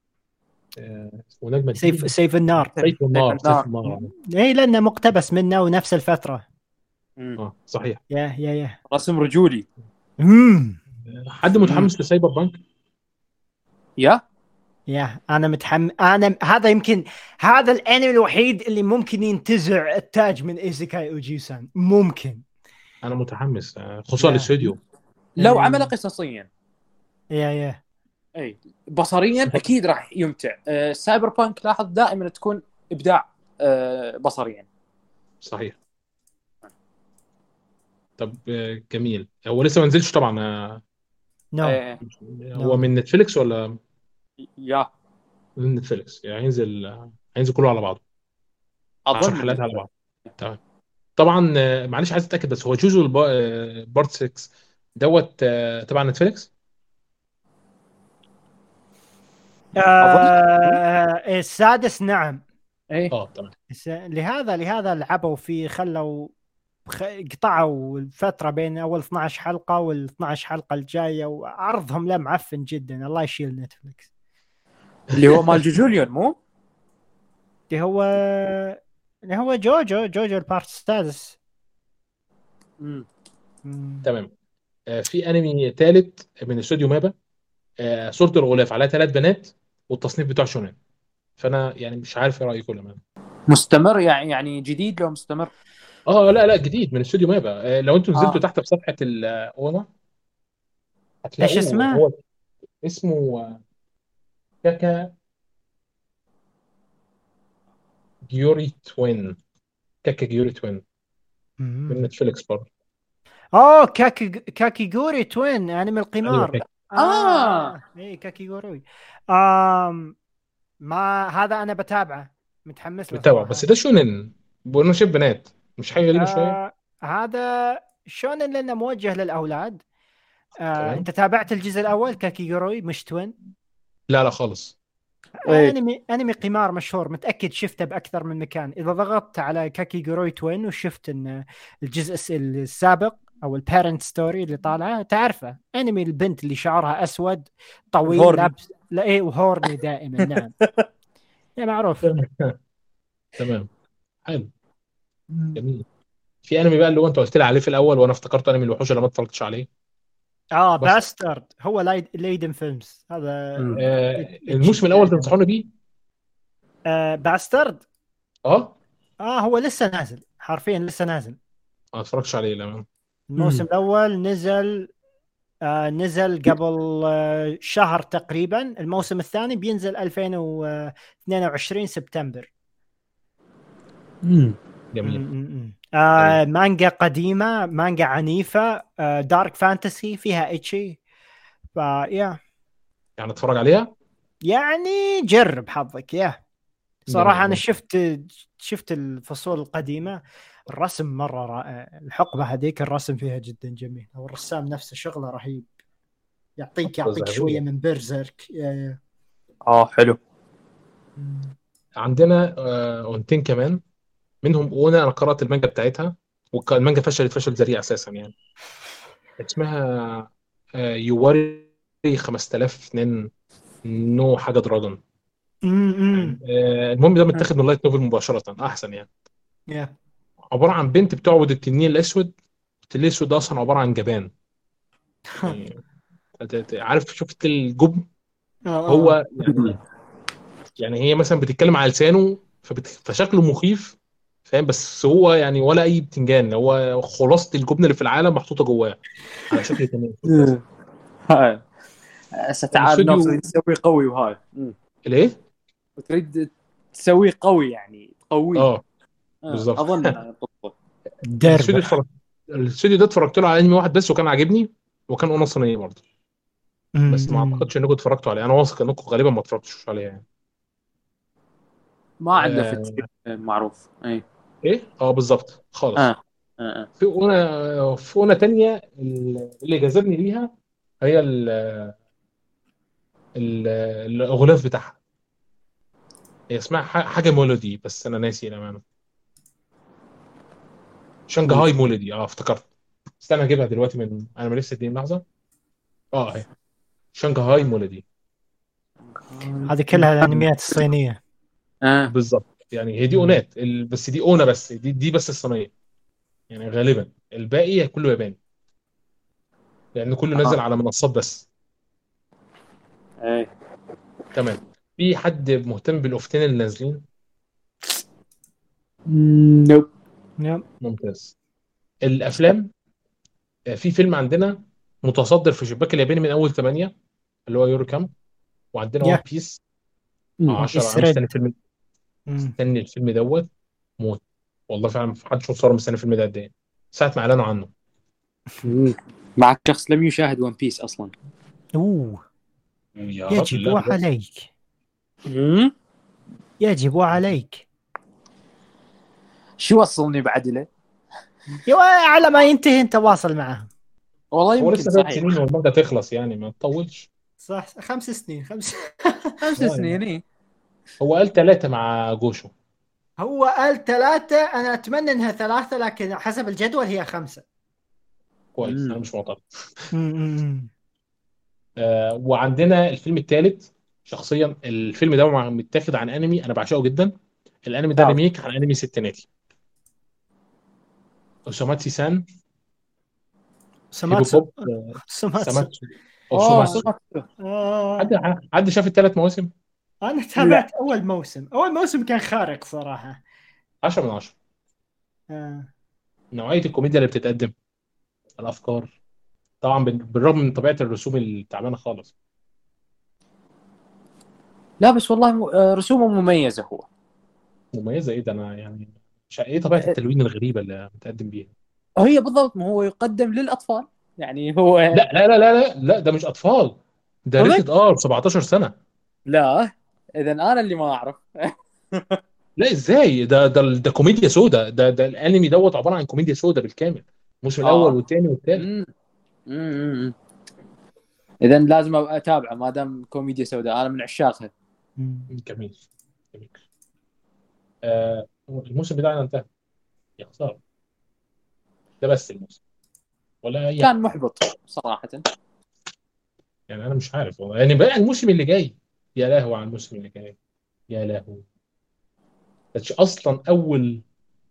آه، اسمه نجمة سيف الدين. سيف النار. سيف النار، سيف النار. النار. اي لانه مقتبس منه ونفس الفتره. مم. اه صحيح. يا يا يا رسم رجولي. امم حد متحمس لسايبر بانك؟ يا يا انا متحمس. انا هذا يمكن هذا الانمي الوحيد اللي ممكن ينتزع التاج من ايزيكاي اوجيسان، ممكن. انا متحمس آه، خصوصا يا. الاستوديو. لو إيه. عمله قصصيا يا يا اي بصريا اكيد راح يمتع. آه سايبر بانك لاحظ دائما تكون ابداع آه بصريا. صحيح. طب آه، جميل. هو لسه ما نزلش طبعا. آه، نو آه هو من نتفليكس ولا يا من نتفليكس؟ يعني هينزل آه، هينزل كله على بعضه. عشر اظن حلقات على بعض. تمام. طبعا آه، معلش عايز اتاكد بس، هو جوجو الب- آه، بارت ستة دوت آه، تبع نتفليكس؟ آه السادس نعم. اي اه تمام. الس- لهذا لهذا لعبوا فيه، خلوا خ- قطعوا الفترة بين أول اثناشر حلقة وال اثناشر حلقة الجاية، وعرضهم لا معفن جدا، الله يشيل نتفلكس. اللي هو مال جوجوليون مو اللي هو اللي هو جوجو جوجو البارت السادس. مم. مم. تمام. آه، في انمي ثالث من استوديو مابا، آه، سورة الغلاف، عليها ثلاث بنات والتصنيف بتاع شونان. فانا يعني مش عارف ايه رايكم لما. مستمر يعني يعني جديد لو مستمر. اه لا لا، جديد من استوديو مابا. آه، لو انتم نزلتوا اه تحت في صفحه الاونا ايش هتلاقوه. اسمه؟ هو اسمه آه، كاكا جيوري توين. كاكا جيوري توين من مم. نتفليكس برضه. اوه كاكي كاكيغوري توين انمي ايوه القمار. كاكا. اه اه اي كاكيغوري. آم ما هذا انا بتابعه، متحمس له بتابع، بس ده صراحه. شونن بونوشيب بنات، مش حاجه غريبه شويه؟ آه هذا شونن لانه موجه للاولاد. آه تمام. انت تابعت الجزء الاول كاكيغوري مش توين؟ لا لا خالص. آه ايه انمي انمي قمار مشهور، متاكد شفته باكثر من مكان. اذا ضغطت على كاكيغوري توين وشفت ان الجزء الس- السابق او البيرنت ستوري اللي طالعه، تعرفه انمي البنت اللي شعرها اسود طويل الهورني. لابس، لا ايه وهورني دائما. نعم يا معروف. تمام. حلو. جميل. في انمي بقى اللي هو انت قلت لي عليه في الاول وانا افتكرت انمي الوحوش اللي ما اتفرجتش عليه. اه بس باسترد، هو لايد ليدن فيلمز هذا. مم. آه اتشي الموسم الاول تنصحوني بيه؟ آه باسترد. اه. اه هو لسه نازل، حرفيا لسه نازل. ما اتفرجش عليه لا. الموسم الاول نزل آه نزل قبل آه شهر تقريبا. الموسم الثاني بينزل ألفين واثنين وعشرين سبتمبر. مم. جميل. م-م-م. حلو. آه مانجا قديمة، مانجا عنيفة، آه دارك فانتسي فيها اتشي. فيا يعني اتفرج عليها. يعني جرب حظك يا. صراحة جميل أنا ممكن. شفت شفت الفصول القديمة. الرسم مرة رائع، الحقبة هذيك الرسم فيها جدا جميل، أو الرسام نفسه شغله رهيب. يعطيك حقبة يعطيك شوية ذهبية. من بيرزيرك. يا يا. اه حلو. عندنا آه اونتين كمان، منهم اونا انا قرأت المانجا بتاعتها، والمانجا فشلت فشل ذريع اساسا يعني. اسمها آه يواري خمسة آلاف اتنين نو حاجه دراجون. م-م. آه المهم ده متاخد من لايت نوفل مباشره احسن يعني. يا عباره عن بنت بتعبد التنين الاسود. التنين الاسود ده اصلا عباره عن جبان يعني. ت- ت- عارف شفت الجبن؟ آه آه. هو يعني، يعني هي مثلا بتتكلم على لسانه فبت... فشكله مخيف، فاهم؟ بس هو يعني ولا اي بتنجان، هو خلاصه الجبن اللي في العالم محطوطه جواه على شكل تنين. هاي ستعال نفسك الاستوديو تسوي قوي وهاي. مم. الايه؟ وتريد تسويه قوي يعني تقويه. اه آه. بالظبط. اظن القصه. الاستوديو دربخ. اتفرج الاستوديو ده اتفرجت له على انمي واحد بس وكان عاجبني، وكان اونو صينيه برضه. بس ما م-م. اعتقدش انكم اتفرجتوا عليه، انا واثق انكم غالبا ما اتفرجتوش عليه يعني. ما عنده في آه... التشيك معروف. اي ايه اه بالظبط اه خالص. اه, آه. في اونة في اونة تانية اللي جذبني ليها هي ال... ال... الغلاف بتاعها. هي اسمها ح- حاجه مولودي بس انا ناسي الامانه. شنغهاي مولودي، اه افتكرت. استنى اجيبها دلوقتي من انا ما لسه دي لحظه. اه اهي شنغهاي مولودي. هذه كلها الأنميات الصينية. اه بالظبط، يعني هي دي م. اونات ال... بس دي اونا، بس دي دي بس الصينيه يعني. غالبا الباقي كله ياباني لان كله نازل اه على منصات بس. اي تمام. في حد مهتم بالاوفتين اللي نازلين؟ نوب. يب. ممتاز. الافلام، آه، في فيلم عندنا متصدر في شباك الياباني من اول ثمانية اللي هو يورو كام. وعندنا وان يا بيس ون عشرة. بيس. انا مستني يسرد. الفيلم، م. مستني الفيلم دوت موت. والله فعلا ما حدش مصور مستني الفيلم ده قد ايه ساعه ما اعلنوا عنه. معك شخص لم يشاهد ون بيس اصلا. أوه يا راجل يجب لا بجد. عليك، مم. يجب عليك. شو وصلني بعد له؟ يا على ما ينتهي انت واصل معه. والله هو يمكن لسه ثلاث صحيح. سنين والمانجا تخلص يعني، ما تطولش. صح خمس سنين خمس. خمس آه يعني. سنين ايه. هو قال ثلاثه مع جوشو. هو قال ثلاثة، أنا أتمنى إنها ثلاثة لكن حسب الجدول هي خمسة. كويس انا مم. مش معترض. م-م-م. آه وعندنا الفيلم الثالث. شخصيا الفيلم ده مع- متاخد عن انمي انا بعشقه جدا. الانمي ده آه. ريميك عن انمي ستيناتي، اوساماتسي سان. سماتسو بوب آه، سماتسو ساماتسو او اه سوماتسو. سمعت. آه. حد حد شاف الثلاث مواسم؟ انا تابعت اول موسم اول موسم كان خارق صراحه. عشرة من عشرة. آه. نوعيه الكوميديا اللي بتتقدم، الافكار، طبعا بال- بالرغم من طبيعه الرسوم التعبانه خالص. لا بس والله م- آه، رسومه مميزه هو. مميزه ايه ده؟ انا يعني مش ع- ايه طبيعه آه، التلوين الغريبه اللي متقدم بيها؟ هي بالضبط، ما هو يقدم للاطفال يعني هو. لا لا لا لا لا لا، ده مش اطفال، ده صدق؟ ريتد ار سبعتاشر سنه. لا اذا انا اللي ما اعرف. لا ازاي؟ ده ده ده كوميديا سودا، ده ده الانمي دوت عباره عن كوميديا سودا بالكامل، الموسم الاول اه. والثاني والثالث. امم امم اذا لازم أبقى اتابعه ما دام كوميديا سوداء، انا من عشاقها. جميل جميل. آه الموسم بتاعنا انتهى، يا خساره. ده بس الموسم ولا اي كان حاجه؟ محبط صراحه. يعني انا مش عارف والله، يعني بقى الموسم اللي جاي، يا لهوي على الموسم اللي جاي، يا لهوي. بس اصلا اول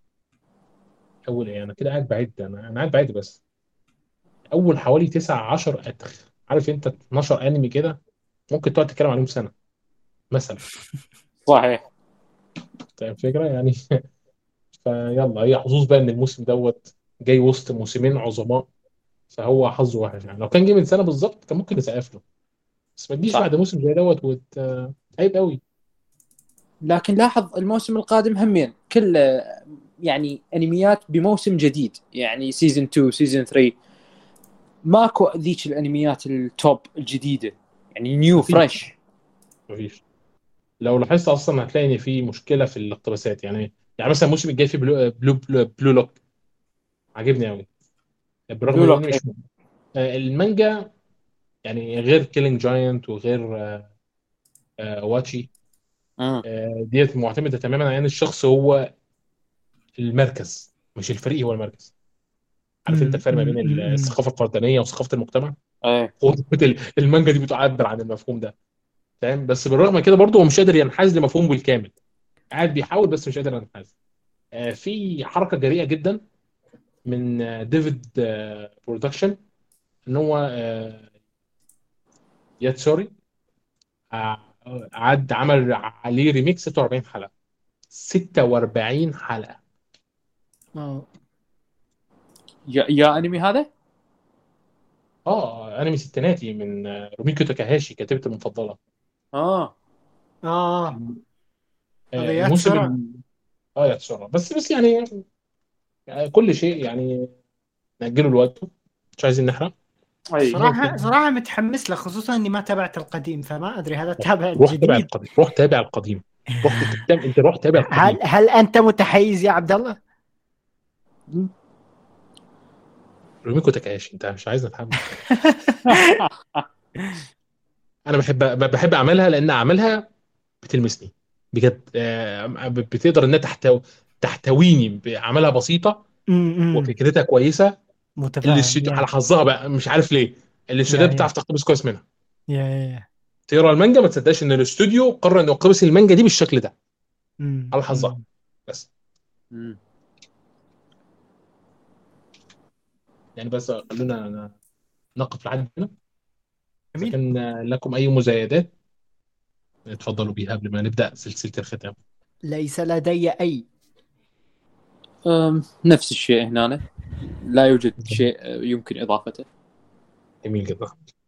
اول ايه، انا كده قاعد بعد، انا انا قاعد بعد بس اول حوالي تسعة عشر اتخ، عارف انت اتناشر انمي كده ممكن تقعد تتكلم عليهم سنه مثلا. صحيح. فاهم الفكره يعني؟ فيلا، هي حظوظ بقى ان الموسم دوت جاي وسط موسمين عظماء، فهو حظه وحش. يعني لو كان جه من سنه بالظبط كان ممكن نسقف له، بس ما تجيش صح. بعد موسم زي دوت وت... عيب قوي. لكن لاحظ الموسم القادم همين كل يعني انميات بموسم جديد، يعني سيزون اثنين سيزون ثلاثة، ماكو ذيك الانميات التوب الجديده، يعني نيو مفيش فريش. مفيش لو لاحظت اصلا هتلاقي ان في مشكله في الاقتباسات. يعني يعني مثلا الموسم الجاي في بلو بلو, بلو, بلو لوك، عاجبني قوي بالرغم بلو ان لوك. الانمي مش مهم. آه، المانجا يعني غير كيلينج جاينت وغير آه، آه، واتشي، امم آه، ديت معتمده تماما على ان الشخص هو المركز، مش الفريق هو المركز. عارف انت الفرق ما بين الثقافه الفردانيه وثقافه المجتمع؟ ايه. هو المانجا دي بتعبر عن المفهوم ده، فاهم؟ بس بالرغم من كده برضه هو مش قادر ينحاز لمفهومه بالكامل، قاعد بيحاول بس مش قادر ينحاز. آه، في حركه جريئه جدا من آه، ديفيد آه، برودكشن، ان هو آه، ياتسوري آه، عد عمل عليه ريميكس ستة واربعين حلقه، ستة واربعين حلقه. اه يا, يا انمي هذا. اه انمي ستيناتي من آه، روميكو تاكاهاشي، كاتبتي المفضله. اه. اه هذا آه، الموسم ياتسورا. ال... اه ياتسورا، بس بس يعني آه، كل شيء يعني نأجله لوقته، مش عايزين نحرق. اي. صراحة ممكن صراحة متحمس له، خصوصا اني ما تابعت القديم، فما ادري هذا تابع روح تابع الجديد. القديم، روح تابع القديم، روح انت انت روح تابع القديم. هل هل انت متحيز يا عبد الله؟ روميكو تاكاهاشي، انت مش عايز نتحمس. انا بحب بحب اعملها لان اعمالها بتلمسني بجد. آه، بتقدر انها تحتوي تحتويني باعمالها بسيطه امم وفكرتها كويسه. متفاهم. الاستوديو على يا حظها بقى مش عارف ليه يا الاستوديوهات يا بتعرف تقتبس كويس منها. يا يا تقرا المانجا ما تصدقش ان الاستوديو قرر انه يقتبس المانجا دي بالشكل ده، امم على حظها أمم. بس. مم. يعني بس خلونا نقف لحد هنا. اذا جميل. كان لكم اي مزايدات اتفضلوا بيها قبل ما نبدا سلسله الختام. ليس لدي اي. أم، نفس الشيء هنا، لا يوجد شيء آه، يمكن اضافته. جميل جدا.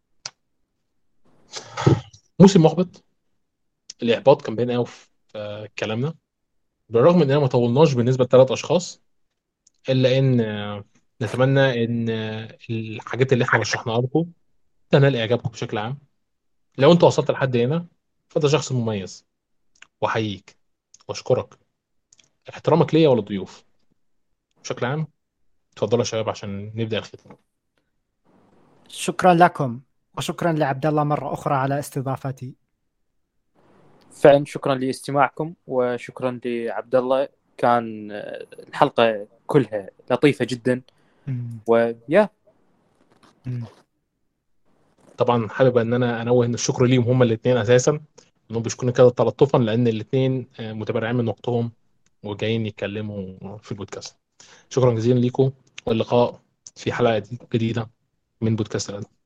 موسم محبط، الاحباط كان باين قوي في في كلامنا، بالرغم اننا ما طولناش بالنسبه لثلاث اشخاص، الا ان آه، نتمنى ان آه، الحاجات اللي احنا رشحناها لكم تنال اعجابكم بشكل عام. لو انت وصلت لحد هنا فانت شخص مميز، واحييك واشكرك. احترامك ليا وللضيوف بشكل عام. اتفضلوا يا شباب عشان نبدا الختام. شكرا لكم، وشكرا لعبد الله مرة أخرى على استضافتي. فعلا شكرا لاستماعكم، وشكرا لعبد الله. كان آه، الحلقه كلها لطيفه جدا. أمم. ويا أمم. طبعا حابب ان انا انوه ان الشكر ليهم هما الاثنين اساسا، انهم بيشكروني كده تلطفا لان الاثنين متبرعين من وقتهم وجايين يتكلموا في البودكاست. شكرا جزيلا ليكم، واللقاء في حلقة جديدة من بودكاست الأدب.